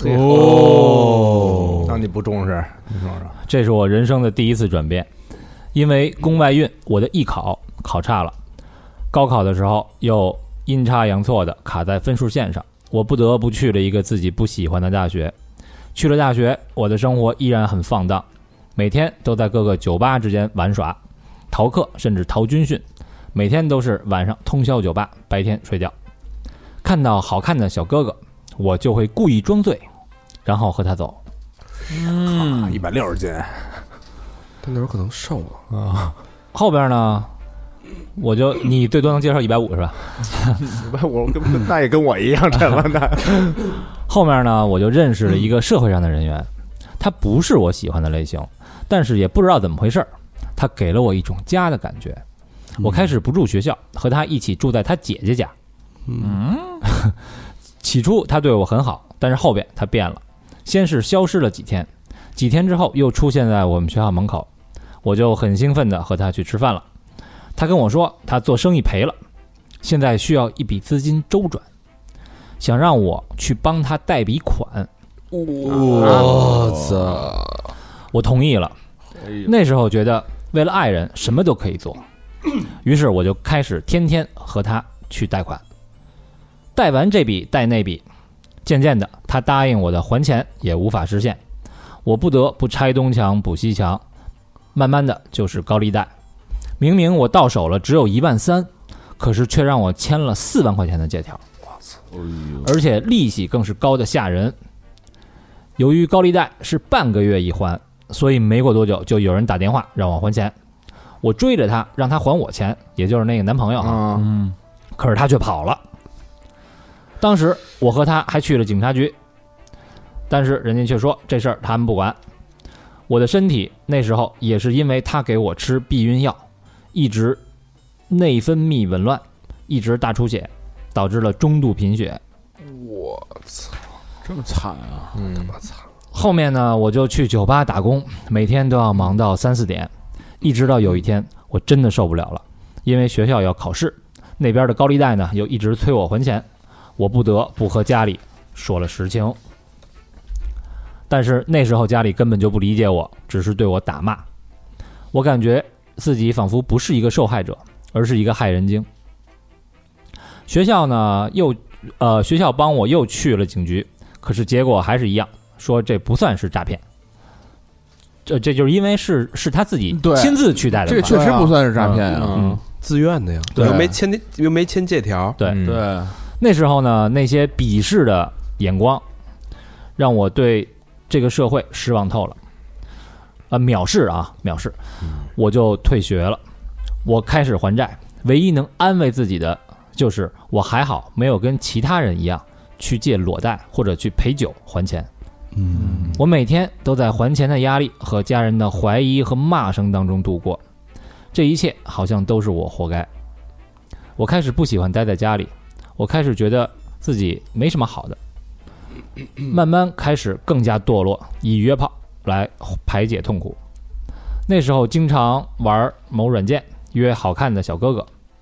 哦，那你不重视？你说说， 这是我人生的第一次转变。因为宫外孕，我的艺考考差了，高考的时候又阴差阳错的卡在分数线上。我不得不去了一个自己不喜欢的大学。去了大学，我的生活依然很放荡，每天都在各个酒吧之间玩耍，逃课甚至逃军训，每天都是晚上通宵酒吧，白天睡觉。看到好看的小哥哥，我就会故意装醉，然后和他走。 嗯，一百六十斤， 他那时候可能瘦了啊。 后边呢？我就你最多能接受一百五是吧？ 我那也跟我一样这么的。 后面呢，我就认识了一个社会上的人员，他不是我喜欢的类型，但是也不知道怎么回事，他给了我一种家的感觉。我开始不住学校，和他一起住在他姐姐家。嗯，起初他对我很好，但是后边他变了，先是消失了几天，几天之后又出现在我们学校门口，我就很兴奋的和他去吃饭了。他跟我说他做生意赔了，现在需要一笔资金周转，想让我去帮他贷笔款。 我操！ 我同意了。那时候觉得为了爱人什么都可以做，于是我就开始天天和他去贷款，贷完这笔贷那笔，渐渐的他答应我的还钱也无法实现，我不得不拆东墙补西墙，慢慢的就是高利贷。明明我到手了只有一万三，可是却让我签了四万块钱的借条，而且利息更是高的吓人。由于高利贷是半个月一还，所以没过多久就有人打电话让我还钱。我追着他，让他还我钱，也就是那个男朋友啊，嗯，可是他却跑了。当时我和他还去了警察局，但是人家却说这事儿他们不管。我的身体那时候也是因为他给我吃避孕药，一直内分泌紊乱，一直大出血，导致了中度贫血。 我操， 这么惨啊！ 嗯，他妈惨。 后面呢，我就去酒吧打工，每天都要忙到三四点，一直到有一天我真的受不了了，因为学校要考试，那边的高利贷呢又一直催我还钱，我不得不和家里说了实情。但是那时候家里根本就不理解我，只是对我打骂。我感觉自己仿佛不是一个受害者，而是一个害人精。学校呢又呃学校帮我又去了警局，可是结果还是一样，说这不算是诈骗。这这就是因为是是他自己亲自去贷的， 这个确实不算是诈骗啊， 嗯， 自愿的呀，又没签又没签借条， 对嗯、 对。 那时候呢，那些鄙视的眼光，让我对这个社会失望透了，啊、呃，藐视啊，藐视，我就退学了。我开始还债，唯一能安慰自己的就是我还好，没有跟其他人一样去借裸贷或者去陪酒还钱。 嗯， 我每天都在还钱的压力和家人的怀疑和骂声当中度过，这一切好像都是我活该。我开始不喜欢待在家里，我开始觉得自己没什么好的，慢慢开始更加堕落，以约炮来排解痛苦。那时候经常玩某软件约好看的小哥哥，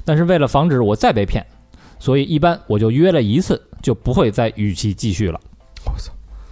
但是为了防止我再被骗，所以一般我就约了一次，就不会再与其继续了。 我操！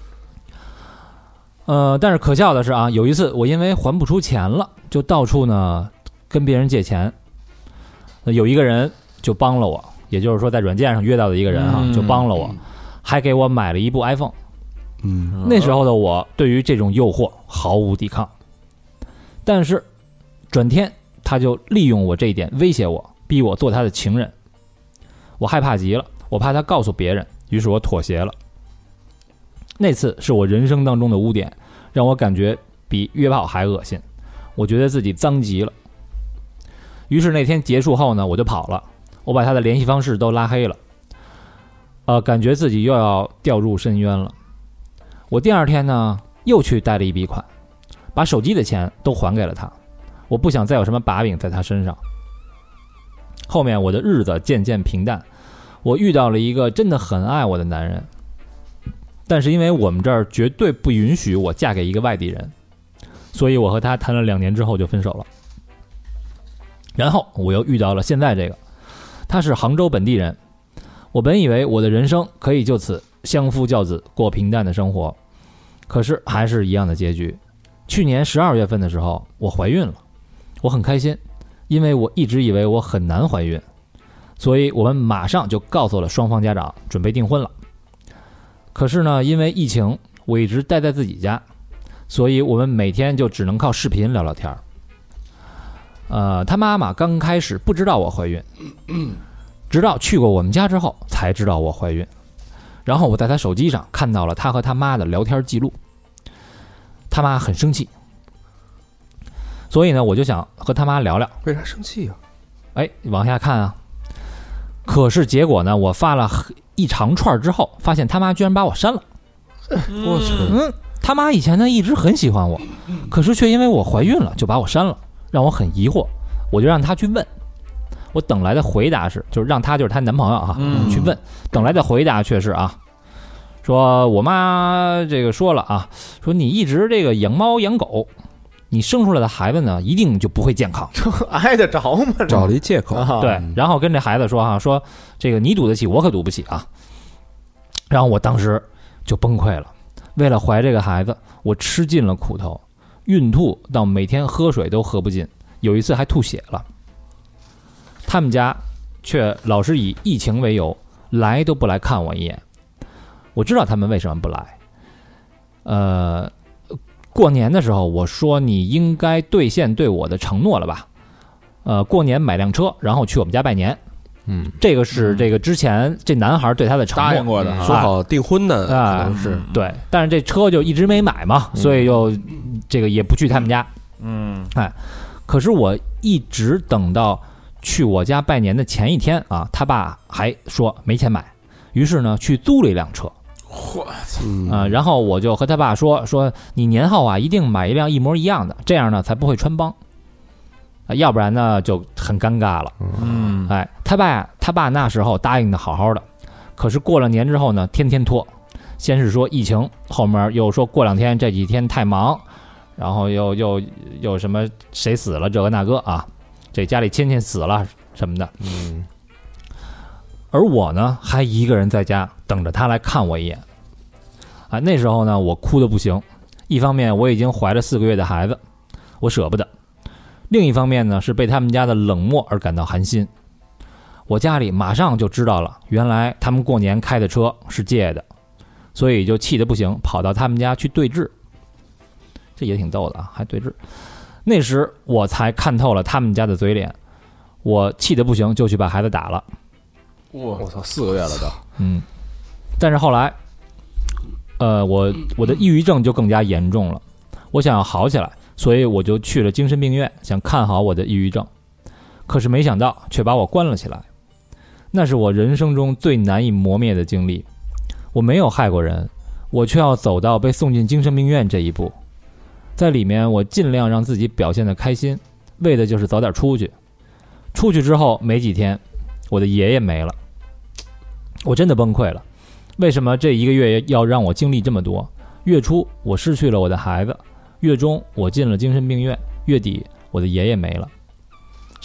呃，但是可笑的是啊，有一次我因为还不出钱了，就到处呢跟别人借钱。呃、有一个人就帮了我，也就是说在软件上约到的一个人啊， 嗯、 就帮了我，还给我买了一部 iPhone。 嗯， 那时候的我对于这种诱惑毫无抵抗，但是转天他就利用我这一点威胁我，逼我做他的情人。我害怕极了，我怕他告诉别人，于是我妥协了。那次是我人生当中的污点，让我感觉比约炮还恶心，我觉得自己脏极了。于是那天结束后呢，我就跑了，我把他的联系方式都拉黑了，呃，感觉自己又要掉入深渊了。我第二天呢，又去贷了一笔款，把手机的钱都还给了他。我不想再有什么把柄在他身上。后面我的日子渐渐平淡，我遇到了一个真的很爱我的男人，但是因为我们这儿绝对不允许我嫁给一个外地人，所以我和他谈了两年之后就分手了。然后我又遇到了现在这个，他是杭州本地人。我本以为我的人生可以就此相夫教子，过平淡的生活，可是还是一样的结局。去年十二月份的时候，我怀孕了，我很开心，因为我一直以为我很难怀孕，所以我们马上就告诉了双方家长，准备订婚了。可是呢，因为疫情，我一直待在自己家，所以我们每天就只能靠视频聊聊天。呃，他妈妈刚开始不知道我怀孕，直到去过我们家之后才知道我怀孕。然后我在他手机上看到了他和他妈的聊天记录，他妈很生气，所以呢，我就想和他妈聊聊。 为啥生气啊？ 哎，往下看啊。可是结果呢，我发了一长串之后，发现他妈居然把我删了。 我去， 嗯，他妈以前呢一直很喜欢我，可是却因为我怀孕了就把我删了，让我很疑惑。我就让他去问，我等来的回答是，就是让他就是她男朋友啊、嗯、去问，等来的回答却是啊，说我妈这个说了啊，说你一直这个养猫养狗，你生出来的孩子呢一定就不会健康， 挨得着吗？ 找了一借口。 对，然后跟这孩子说哈、啊，说这个你赌得起，我可赌不起啊。然后我当时就崩溃了，为了怀这个孩子，我吃尽了苦头，孕吐到每天喝水都喝不进，有一次还吐血了。他们家却老是以疫情为由，来都不来看我一眼。我知道他们为什么不来。呃，过年的时候我说你应该兑现对我的承诺了吧？呃，过年买辆车，然后去我们家拜年。 嗯， 这个是这个之前这男孩对他的承诺， 答应过的， 说好订婚的， 啊， 可能是对，但是这车就一直没买嘛，所以就这个也不去他们家。 嗯， 哎，可是我一直等到去我家拜年的前一天啊，他爸还说没钱买，于是呢去租了一辆车。 嚯， 嗯啊、呃，然后我就和他爸说说，你年后啊一定买一辆一模一样的，这样呢才不会穿帮，啊，要不然呢就很尴尬了。 嗯， 哎，他爸他爸那时候答应的好好的，可是过了年之后呢，天天拖，先是说疫情，后面又说过两天这几天太忙，然后又又又什么谁死了这个那个啊，这家里亲戚死了什么的。 嗯， 而我呢，还一个人在家等着他来看我一眼。啊，那时候呢，我哭得不行。一方面我已经怀了四个月的孩子，我舍不得；另一方面呢，是被他们家的冷漠而感到寒心。我家里马上就知道了，原来他们过年开的车是借的，所以就气得不行，跑到他们家去对峙。这也挺逗的啊，还对峙。那时我才看透了他们家的嘴脸，我气得不行，就去把孩子打了。 我我操，四个月了都。 嗯，但是后来，呃，我我的抑郁症就更加严重了，我想要好起来，所以我就去了精神病院，想看好我的抑郁症。可是没想到，却把我关了起来。那是我人生中最难以磨灭的经历。我没有害过人，我却要走到被送进精神病院这一步。在里面，我尽量让自己表现得开心，为的就是早点出去。出去之后没几天，我的爷爷没了。我真的崩溃了，为什么这一个月要让我经历这么多？月初我失去了我的孩子，月中我进了精神病院，月底我的爷爷没了。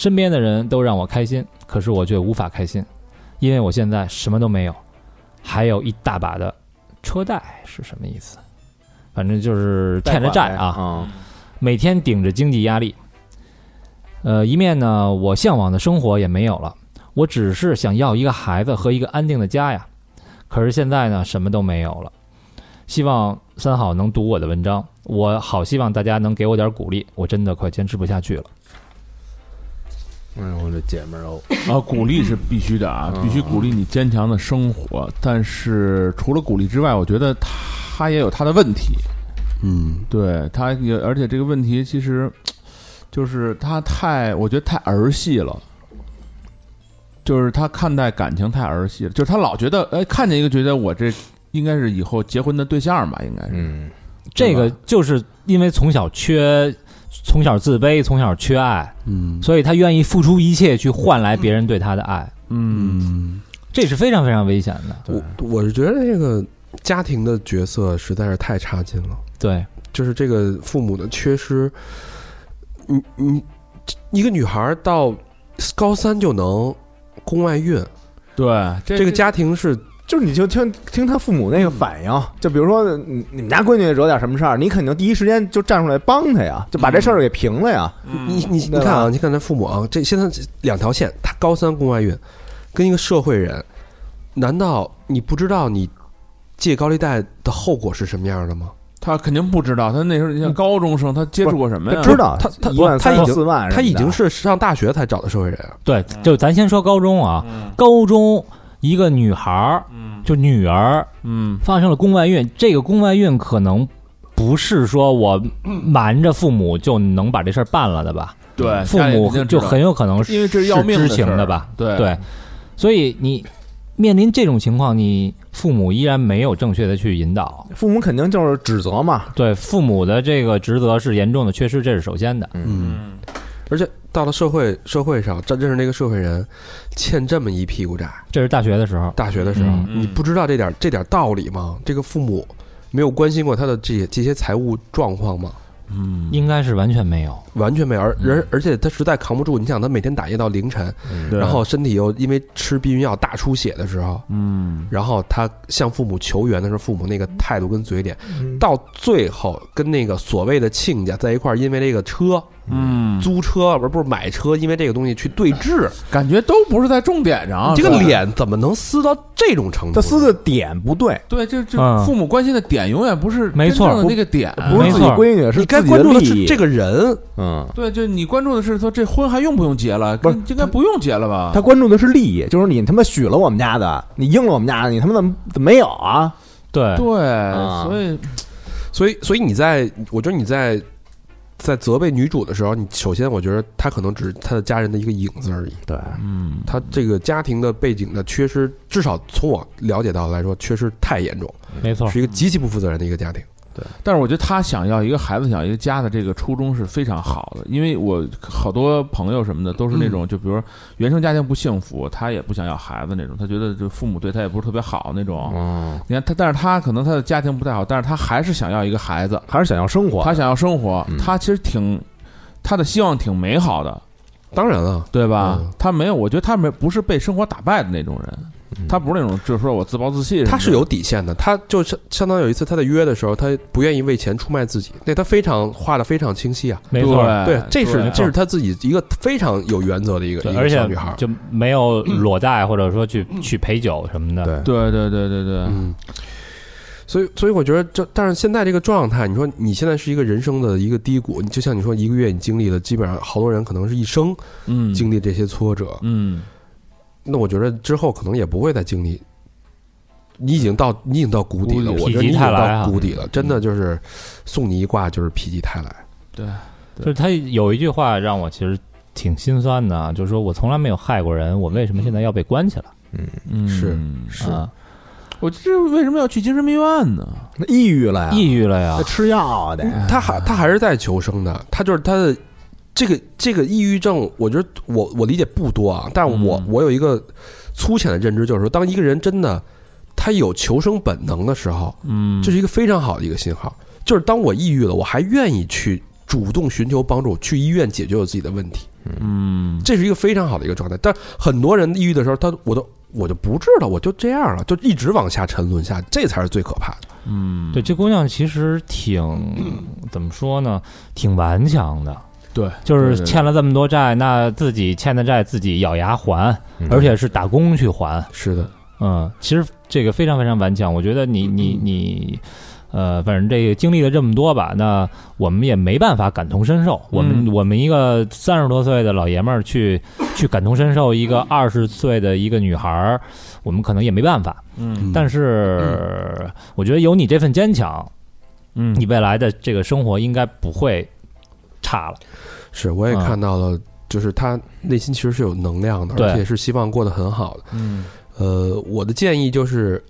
身边的人都让我开心，可是我却无法开心，因为我现在什么都没有，还有一大把的车贷是什么意思？反正就是欠着债啊， 嗯、 每天顶着经济压力。呃，一面呢，我向往的生活也没有了，我只是想要一个孩子和一个安定的家呀。可是现在呢，什么都没有了。希望三好能读我的文章，我好希望大家能给我点鼓励，我真的快坚持不下去了。 哎呦，我这姐们儿哦， 啊，鼓励是必须的啊，必须鼓励你坚强的生活。但是除了鼓励之外，我觉得他也有他的问题。 嗯， 对，他也，而且这个问题其实就是他太，我觉得太儿戏了。就是他看待感情太儿戏了，就是他老觉得，哎，看见一个觉得我这应该是以后结婚的对象吧，应该是。 嗯， 这个就是因为从小缺。从小自卑，从小缺爱， 嗯， 所以他愿意付出一切去换来别人对他的爱， 嗯， 这是非常非常危险的。 我我是觉得这个家庭的角色实在是太差劲了。 对， 就是这个父母的缺失，你你一个女孩到高三就能宫外孕， 对，这这个家庭是。 就是你就听听他父母那个反应，就比如说你你们家闺女惹点什么事儿，你肯定第一时间就站出来帮她呀，就把这事儿给平了呀。 嗯、你你你看啊，你看他父母啊，这现在两条线，他高三宫外孕，跟一个社会人，难道你不知道你借高利贷的后果是什么样的吗？ 他肯定不知道，他那时候你像高中生，他接触过什么呀？ 他知道， 他他一万三四万， 他已经是上大学才找的社会人啊。 对，就咱先说高中啊，嗯、高中。一个女孩，嗯，就女儿，嗯，发生了宫外孕。这个宫外孕可能不是说我瞒着父母就能把这事儿办了的吧？ 对， 父母就很有可能是因为这是要命知情的吧？ 对对，所以你面临这种情况，你父母依然没有正确的去引导， 父母肯定就是指责嘛。 对，父母的这个职责是严重的缺失，这是首先的。 嗯，而且到了社会社会上，真正是那个社会人欠这么一屁股债， 这是大学的时候， 大学的时候，嗯、你不知道这点这点道理吗？这个父母没有关心过他的这些这些财务状况吗？ 嗯，应该是完全没有， 完全没有。而而而且他实在扛不住，你想他每天打夜到凌晨， 嗯、 然后身体又因为吃避孕药大出血的时候， 嗯， 然后他向父母求援的时候，父母那个态度跟嘴脸， 嗯、 到最后跟那个所谓的亲家在一块儿，因为这个车。 嗯， 租车不是不是买车，因为这个东西去对峙， 感觉都不是在重点上。 这个脸怎么能撕到这种程度？ 他撕的点不对， 对，就就父母关心的点永远不是没错的那个点， 不是自己闺女，是你该关注的是这个人。 嗯， 对，就你关注的是说这婚还用不用结了？ 不是应该不用结了吧？ 他关注的是利益，就是你他妈许了我们家的，你应了我们家的，你他妈怎么怎么没有啊？ 对对， 啊、 所以所以所以你在，我觉得你在。在责备女主的时候，你首先我觉得她可能只是她的家人的一个影子而已。 对， 嗯， 她这个家庭的背景的缺失，至少从我了解到来说，缺失太严重。 没错， 是一个极其不负责任的一个家庭。 对，但是我觉得他想要一个孩子，想要一个家的这个初衷是非常好的，因为我好多朋友什么的都是那种，就比如原生家庭不幸福，他也不想要孩子那种，他觉得就父母对他也不是特别好那种。 嗯， 你看他，但是他可能他的家庭不太好，但是他还是想要一个孩子， 还是想要生活， 他想要生活， 嗯、 他其实挺他的希望挺美好的。 当然了， 对吧？ 嗯、 他没有，我觉得他没不是被生活打败的那种人。他不是那种，就是说我自暴自弃。 他是有底线的，他就是相当于有一次他在约的时候，他不愿意为钱出卖自己，那他非常画的非常清晰啊。 没错， 对，这是这是他自己一个非常有原则的一个一个小女孩， 就没有裸贷或者说去去陪酒什么的。 对对对对对对， 嗯。所以，所以我觉得这，但是现在这个状态，你说你现在是一个人生的一个低谷，你就像你说一个月你经历了，基本上好多人可能是一生，嗯，经历这些挫折， 嗯。 那我觉得之后可能也不会再经历，你已经到你已经到谷底了，我觉得你已经到谷底了，真的就是送你一卦就是否极泰来。 对， 就是他有一句话让我其实挺心酸的，就是说我从来没有害过人，我为什么现在要被关起来？ 嗯嗯， 是是， 啊、 我这为什么要去精神病院呢？ 那抑郁了呀， 抑郁了呀， 吃药得。 他还他还是在求生的，他就是他的。这个这个抑郁症，我觉得我我理解不多啊，但是我、嗯、我有一个粗浅的认知，就是说，当一个人真的他有求生本能的时候，嗯，这是一个非常好的一个信号。就是当我抑郁了，我还愿意去主动寻求帮助，去医院解决我自己的问题。 嗯， 这是一个非常好的一个状态。但很多人抑郁的时候，他我都我就不知道，我就这样了，就一直往下沉沦下，这才是最可怕的。 嗯， 对，这姑娘其实挺怎么说呢，挺顽强的。 对， 就是欠了这么多债，那自己欠的债自己咬牙还，而且是打工去还。 是的， 嗯，其实这个非常非常顽强。我觉得你你你，呃，反正这个经历了这么多吧，那我们也没办法感同身受。我们、嗯、我们一个三十多岁的老爷们儿去去感同身受一个二十岁的一个女孩儿，我们可能也没办法。 嗯， 但是、嗯、我觉得有你这份坚强，嗯，你未来的这个生活应该不会差了。 是，我也看到了，就是他内心其实是有能量的，而且是希望过得很好的。 嗯， 呃，我的建议就是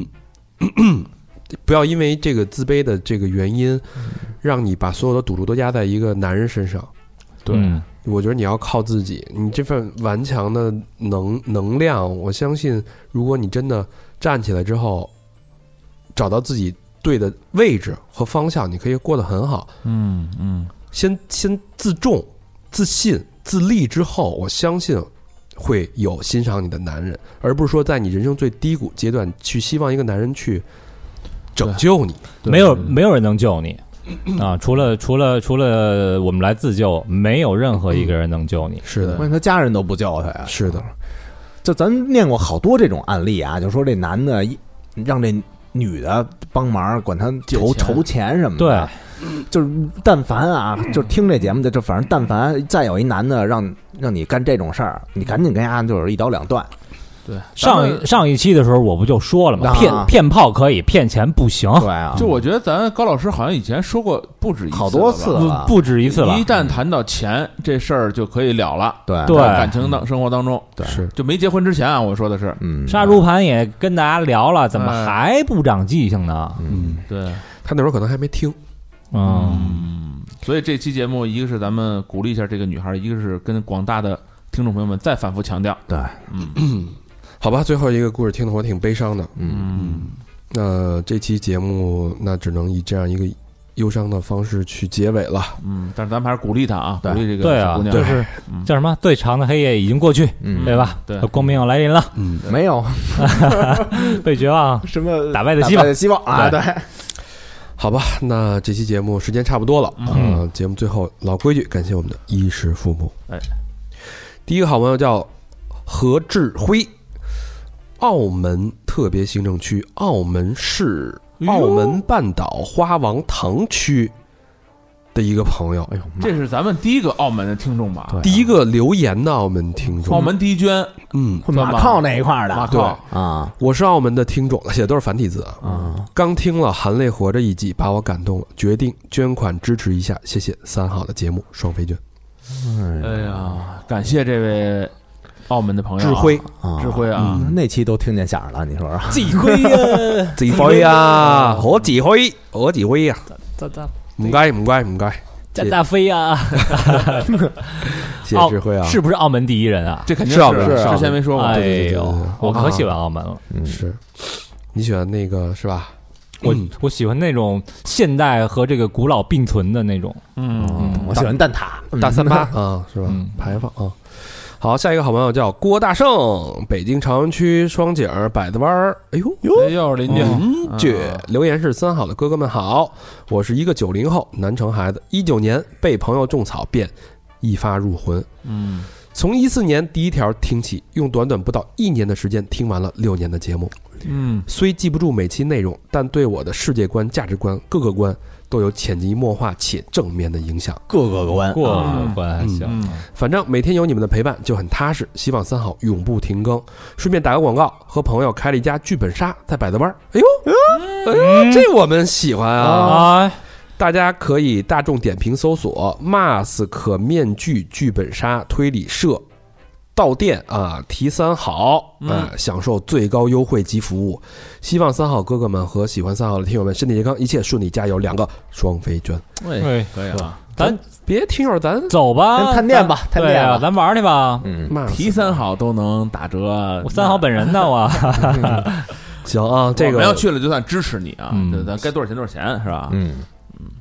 不要因为这个自卑的这个原因，让你把所有的赌注都压在一个男人身上。 对，嗯、 我觉得你要靠自己，你这份顽强的能能量，我相信，如果你真的站起来之后，找到自己对的位置和方向，你可以过得很好。 嗯嗯。 先先自重、自信、自立之后，我相信会有欣赏你的男人，而不是说在你人生最低谷阶段去希望一个男人去拯救你。 没有没有人能救你啊！除了除了除了我们来自救，没有任何一个人能救你。 是的， 关键他家人都不救他呀。 是的， 就咱念过好多这种案例啊，就说这男的让这女的帮忙管他筹筹钱什么的。 对。 就是但凡啊，就听这节目的，就反正但凡再有一男的让让你干这种事儿，你赶紧跟丫就是一刀两断。 对， 上一上一期的时候我不就说了吗？ 啊、 骗骗炮可以，骗钱不行。 对啊， 就我觉得咱高老师好像以前说过不止一次， 好多次了， 不止一次了。 一旦谈到钱这事儿就可以了了。 对对， 感情当生活当中， 对， 是就没结婚之前啊，我说的是， 嗯， 杀猪盘也跟大家聊了，怎么还不长记性呢？ 嗯， 对他那时候可能还没听。 嗯， 所以这期节目，一个是咱们鼓励一下这个女孩，一个是跟广大的听众朋友们再反复强调。 对， 嗯，好吧，最后一个故事听得我挺悲伤的。 嗯， 那这期节目那只能以这样一个忧伤的方式去结尾了。 嗯，但是咱们还是鼓励她啊，鼓励这个对啊，就是叫什么最长的黑夜已经过去， 嗯， 对吧？ 对， 光明要来临了。 嗯， 没有被绝望什么打败的希望， 的希望啊，对。 好吧，那这期节目时间差不多了啊、 嗯呃。节目最后老规矩，感谢我们的衣食父母。 哎， 第一个好朋友叫何志辉，澳门特别行政区澳门市澳门半岛花王塘区的一个朋友。 哎呦， 这是咱们第一个澳门的听众吧？ 第一个留言的澳门听众， 澳门第一捐， 嗯， 马靠那一块的， 马对靠啊，我是澳门的听众，写的都是繁体字啊。 啊， 刚听了《含泪活着》一集，把我感动了，决定捐款支持一下，谢谢三好的节目，双飞捐。 哎呀，感谢这位澳门的朋友、啊， 智慧啊， 智慧啊、 嗯，那期都听见响了，你说说？ 智慧呀， 智慧啊，何智慧，何智慧啊， 咋咋？ 唔該唔該唔該， 加大飞呀！ 谢谢智慧啊， 是不是澳门第一人啊？ 这肯定是澳门， 是之前没说过。 哎对对对呦，我可喜欢澳门了。 嗯， 是你喜欢那个是吧？ 我我喜欢那种现代和这个古老并存的那种。 嗯， 我喜欢蛋挞， 大三八啊，是吧？牌坊啊。好，下一个好朋友叫郭大胜，北京朝阳区双井百子湾。哎呦哟，又是邻居。 嗯，这留言是三好的哥哥们好，我是一个九零后南城孩子，一九年被朋友种草便一发入魂。 嗯， 从一四年第一条听起，用短短不到一年的时间听完了六年的节目。 嗯， 虽记不住每期内容，但对我的世界观、价值观各个观都有潜移默化且正面的影响。 各个关， 各个关还行。 嗯， 反正每天有你们的陪伴就很踏实。希望三好永不停更。顺便打个广告，和朋友开了一家剧本杀，在百子湾。哎呦，哎呦，这我们喜欢啊！ 啊， 大家可以大众点评搜索 “mask 面具剧本杀推理社”。到店啊，提三好啊，享受最高优惠及服务。希望三好哥哥们和喜欢三好的听友们身体健康，一切顺利，加油！两个双飞捐， 哎，可以啊， 咱别听友，咱走吧， 咱探店吧，探店吧， 咱玩去吧。 嗯， 提三好都能打折， 我三好本人呢，我行啊，这个我们要去了就算支持你啊， 嗯咱该多少钱多少钱是吧？ 嗯嗯，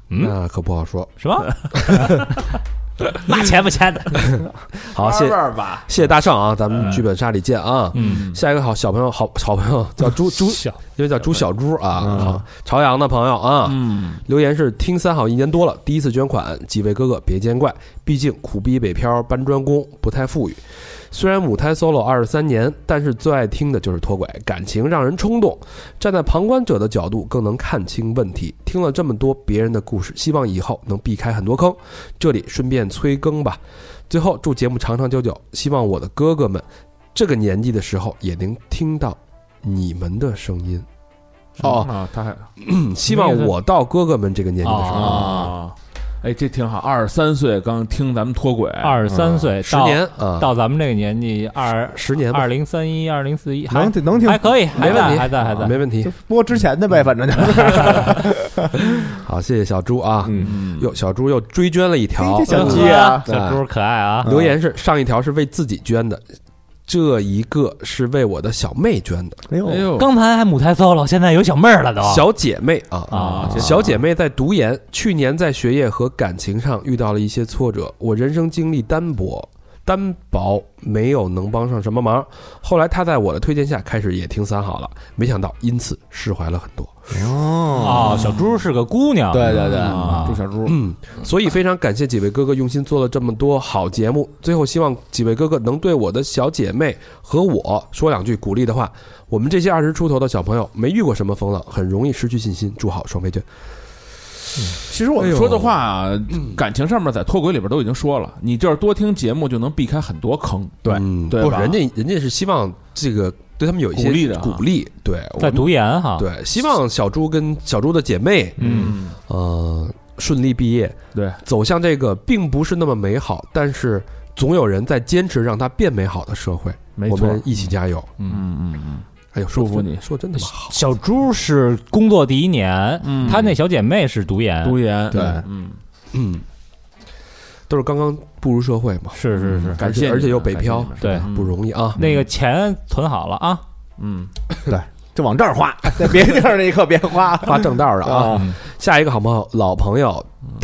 嗯， 那可不好说。 什么？那签不签的？ 好，谢谢吧， 谢谢大圣啊，咱们剧本杀里见啊。 嗯， 下一个好小朋友，好好朋友叫朱朱，因为叫朱小猪啊， 嗯、 朝阳的朋友啊， 嗯， 留言是听三好一年多了，第一次捐款，几位哥哥别见怪，毕竟苦逼北漂搬砖工不太富裕。虽然母胎 solo 二十三年，但是最爱听的就是脱轨，感情让人冲动，站在旁观者的角度更能看清问题。听了这么多别人的故事，希望以后能避开很多坑。这里顺便催更吧。最后祝节目长长久久，希望我的哥哥们这个年纪的时候也能听到你们的声音。 哦，啊、他还、 嗯、希望我到哥哥们这个年纪的时候。 啊哎，这挺好。二十三岁刚听咱们脱轨， 二十三岁， 十年啊， 到咱们这个年纪，二十年， 二零三一，二零四一， 能能听， 还可以， 没问题， 还在，还在， 没问题。 播之前的呗，反正就。 好，谢谢小猪啊。 嗯， 又小猪又追捐了一条， 小鸡啊， 小猪可爱啊。 留言是上一条是为自己捐的。这一个是为我的小妹捐的。 哎呦， 哎呦， 刚才还母胎 solo， 现在有小妹儿了都。 小姐妹啊啊， 小姐妹在读研，去年在学业和感情上遇到了一些挫折，我人生经历单薄。单薄没有能帮上什么忙，后来她在我的推荐下开始也听三好了，没想到因此释怀了很多。 哦，小猪是个姑娘， 对对对， 啊，猪小猪， 嗯，所以非常感谢几位哥哥用心做了这么多好节目。最后希望几位哥哥能对我的小姐妹和我说两句鼓励的话。我们这些二十出头的小朋友没遇过什么风浪，很容易失去信心。祝好双飞娟。 其实我们说的话啊，感情上面在脱轨里边都已经说了，你就是多听节目就能避开很多坑。 对， 嗯、 对吧， 不，人家人家是希望这个对他们有一些鼓励的鼓励。对， 在读研哈， 对，希望小猪跟小猪的姐妹， 嗯， 呃，顺利毕业， 对， 走向这个并不是那么美好，但是总有人在坚持让它变美好的社会。 没错， 我们一起加油。 嗯嗯嗯。 哎呦， 祝福你， 说真的好。 小猪是工作第一年， 嗯， 他那小姐妹是读研， 读研， 对， 嗯嗯，都是刚刚步入社会嘛， 是是是， 感谢，而且又北漂， 对， 不容易啊。 那个钱存好了啊， 嗯， 对，就往这儿花，在别地儿那可别花， 花正道的啊。下一个好朋友，老朋友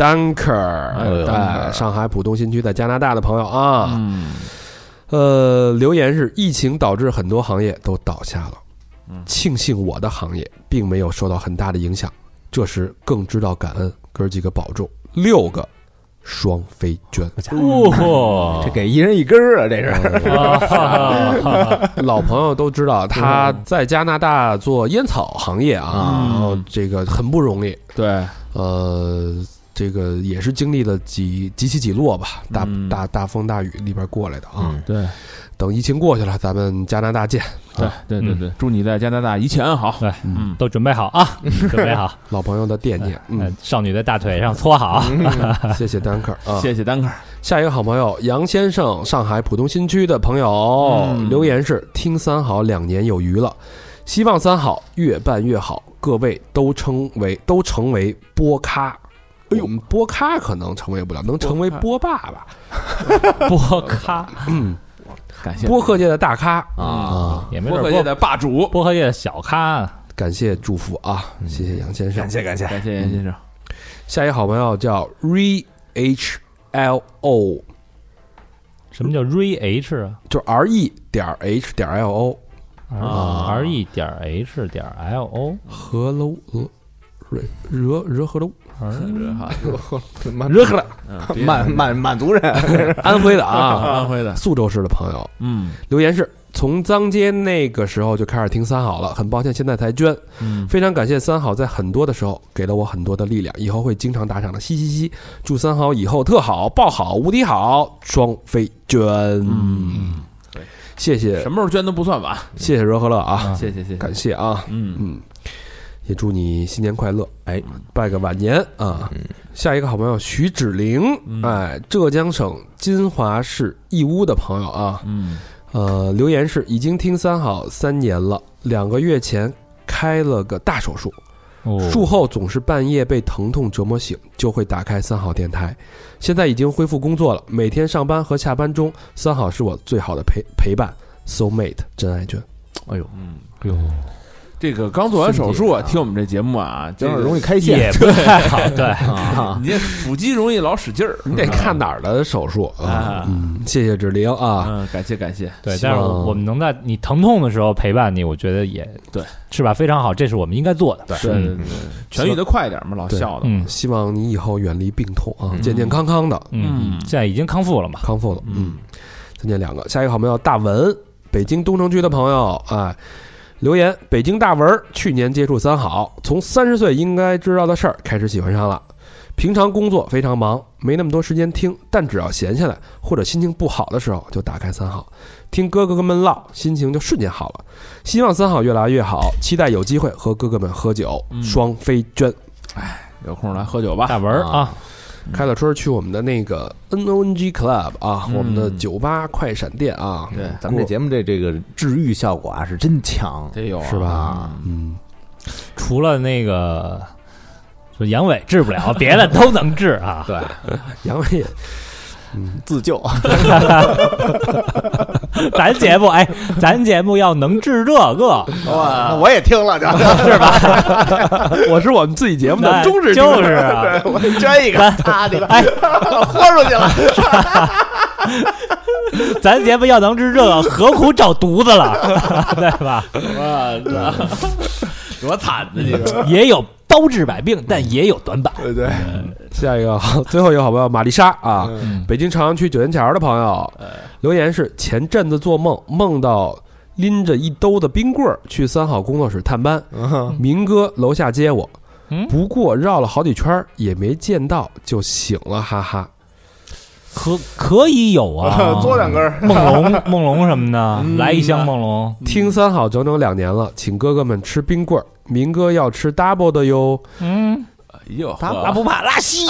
Dunker， 哎，上海浦东新区在加拿大的朋友啊， 嗯， 呃，留言是疫情导致很多行业都倒下了。庆幸我的行业并没有受到很大的影响，这时更知道感恩，哥几个保重。六个双飞娟， 哇， 这给一人一根儿啊！这是老朋友都知道他在加拿大做烟草行业啊，然后这个很不容易， 对， 呃，这个也是经历了几几起几落吧，大嗯大大风大雨里边过来的啊。 嗯对， 等疫情过去了，咱们加拿大见。 对对对对，祝你在加拿大一切安好。 对， 嗯， 都准备好啊，准备好， 老朋友的惦念，嗯， 少女的大腿上搓好。 谢谢丹克啊， 谢谢丹克。 下一个好朋友杨先生，上海浦东新区的朋友，留言是听三好两年有余了，希望三好越办越好，各位都称为都成为播咖。哎呦，播咖可能成为不了，能成为播霸吧？ 播咖， 嗯， 感谢播客界的大咖啊，也没播客界的霸主， 播客界的小咖。 感谢祝福啊，谢谢杨先生， 感谢感谢感谢杨先生。 下一个好朋友叫 Re H L O， 什么叫 Re H 啊？ 就 R E 点 H 点 L O 啊 ，R E 点 H 点 L O， 和楼呃，惹惹和楼。 热呵了，满满满族人， 安徽的啊， 安徽的宿州市的朋友， 嗯， 留言是从脏街那个时候就开始听三好了，很抱歉现在才捐， 嗯， 非常感谢三好在很多的时候给了我很多的力量，以后会经常打赏的，嘻嘻嘻，祝三好以后特好，爆好，无敌好，双飞捐， 嗯，对， 谢谢， 什么时候捐都不算晚， 谢谢热和乐啊， 谢谢谢谢， 感谢啊， 嗯嗯。也祝你新年快乐， 哎， 拜个晚年啊！ 嗯、 下一个好朋友徐芷玲， 嗯、 哎，浙江省金华市义乌的朋友啊， 嗯， 呃，留言是已经听三好三年了，两个月前开了个大手术， 哦、 术后总是半夜被疼痛折磨醒，就会打开三好电台，现在已经恢复工作了，每天上班和下班中，三好是我最好的陪陪伴 ，soul mate 真爱娟， 哎呦， 嗯， 哟。 这个刚做完手术啊，听我们这节目啊，这个容易开线， 也不太好。对， 你这腹肌容易老使劲儿， 你得看哪儿的手术啊。嗯，谢谢志玲啊， 嗯，感谢感谢。 对，但是我们能在你疼痛的时候陪伴你，我觉得也对， 是吧？非常好，这是我们应该做的。 对对对，痊愈的快点嘛，老笑的。 嗯， 希望你以后远离病痛啊，健健康康的。 嗯，现在已经康复了嘛？ 康复了。嗯，再见两个，下一个好朋友大文，北京东城区的朋友啊。留言：北京大文去年接触三好，从三十岁应该知道的事儿开始喜欢上了。平常工作非常忙，没那么多时间听，但只要闲下来或者心情不好的时候，就打开三好，听哥哥们唠，心情就瞬间好了。希望三好越来越好，期待有机会和哥哥们喝酒。嗯、双飞娟， 哎，有空来喝酒吧， 大文啊。啊开了春去我们的那个 N O N G Club 啊，嗯、我们的酒吧快闪店啊， 对，咱们这节目这这个治愈效果啊是真强， 这有、啊、 是吧？嗯， 除了那个就阳痿治不了，别的都能治啊。 对， 阳痿也。 嗯，自救。 咱节目哎，咱节目要能治这个， 哇，那我也听了， 是吧？ 我是我们自己节目的忠实听众，就是啊， 我捐一个，擦你们，哎，豁出去了。 咱节目要能治这个，何苦找犊子了，对吧？ 哇，多惨呢！这个也有包治百病，但也有短板。 对对。 下一个，最后一个好朋友玛丽莎啊，嗯、北京朝阳区九元桥的朋友、嗯、留言是：前阵子做梦，梦到拎着一兜的冰棍儿去三好工作室探班，嗯、明哥楼下接我，嗯、不过绕了好几圈也没见到，就醒了，哈哈。 可可以有啊， 嘬两根梦龙梦龙什么的，嗯、来一箱梦龙。 听三好整整两年了，请哥哥们吃冰棍儿，明哥要吃 double 的哟。 嗯。 哟， 他不怕拉稀，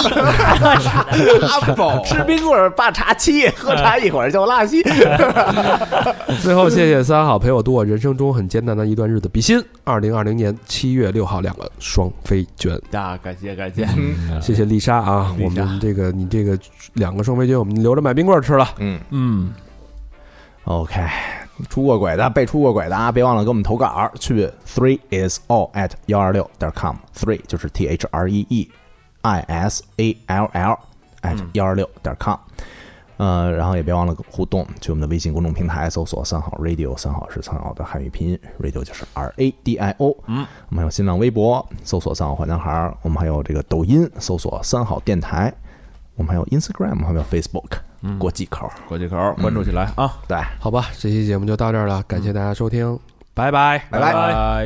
吃冰棍霸茶七，喝茶一会儿就拉稀。 最后谢谢三好陪我度过人生中很艰难的一段日子，比心。二零二零年七月六号，两个双飞娟啊，感谢感谢， 嗯、谢谢丽莎啊，我们这个你这个两个双飞娟，我们留着买冰棍吃了。 嗯嗯 ，OK。出过轨的被出过轨的啊，别忘了给我们投稿，去 three is all at 一二六点 com， three 就是 T H R E E I S A L L at 一二六点 com，呃，然后也别忘了互动，去我们的微信公众平台搜索三好 radio， 三好是三好的汉语拼音 ，radio 就是 R A D I O， 嗯，我们还有新浪微博搜索三好坏男孩，我们还有这个抖音搜索三好电台，我们还有 Instagram， 还有 Facebook。嗯，国际口， 国际口，关注起来、嗯、啊！ 对， 好吧，这期节目就到这儿了，感谢大家收听，嗯、拜拜， 拜拜。 拜拜。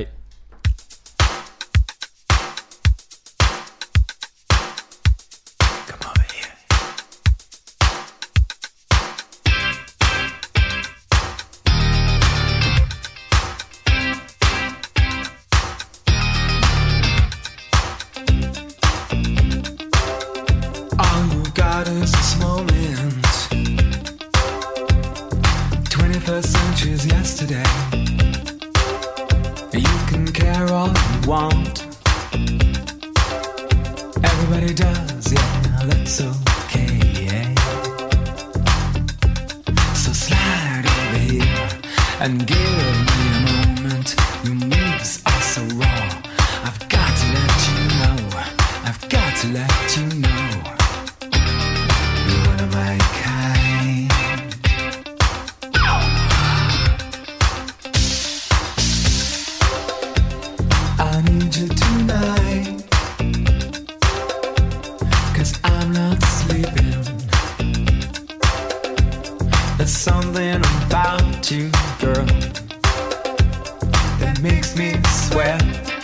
Everybody does, yeah, that's okay. So slide over here and give me a moment. Your moves are so raw. I've got to let you know. I've got to let you know. You're one of my kind. I need you tonight. I'm not sleeping. There's something about you, girl, that makes me sweat.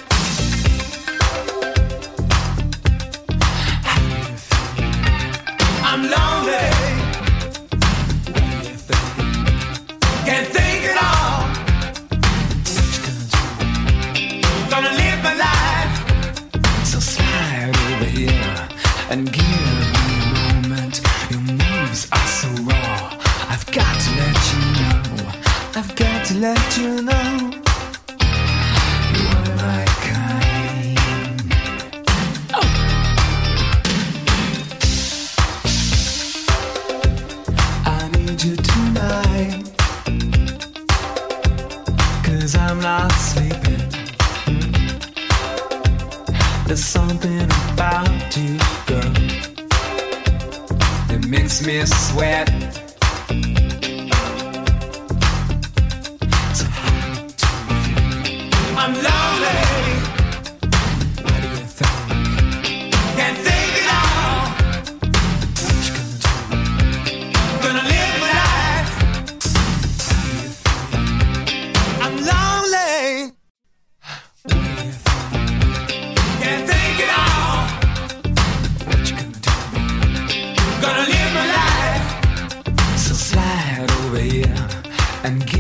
How do you feel? I'm lonely. What do you think? Can't think at all. What you gonna do? Gonna live my life. So slide over here and give me a moment. Your moves are so raw. I've got to let you know. I've got to let you know. You're one of my kind. Oh. I need you tonight, 'cause I'm not sleeping. There's something about you, girl, that makes me sweat. So how do you feel? I'm lonely. What do you think? Can't think it all. What you gonna do? Gonna live my life. How do you feel? I'm lonely. What do you think? Can't think it all. What you gonna do? Gonna live my life. So slide over here and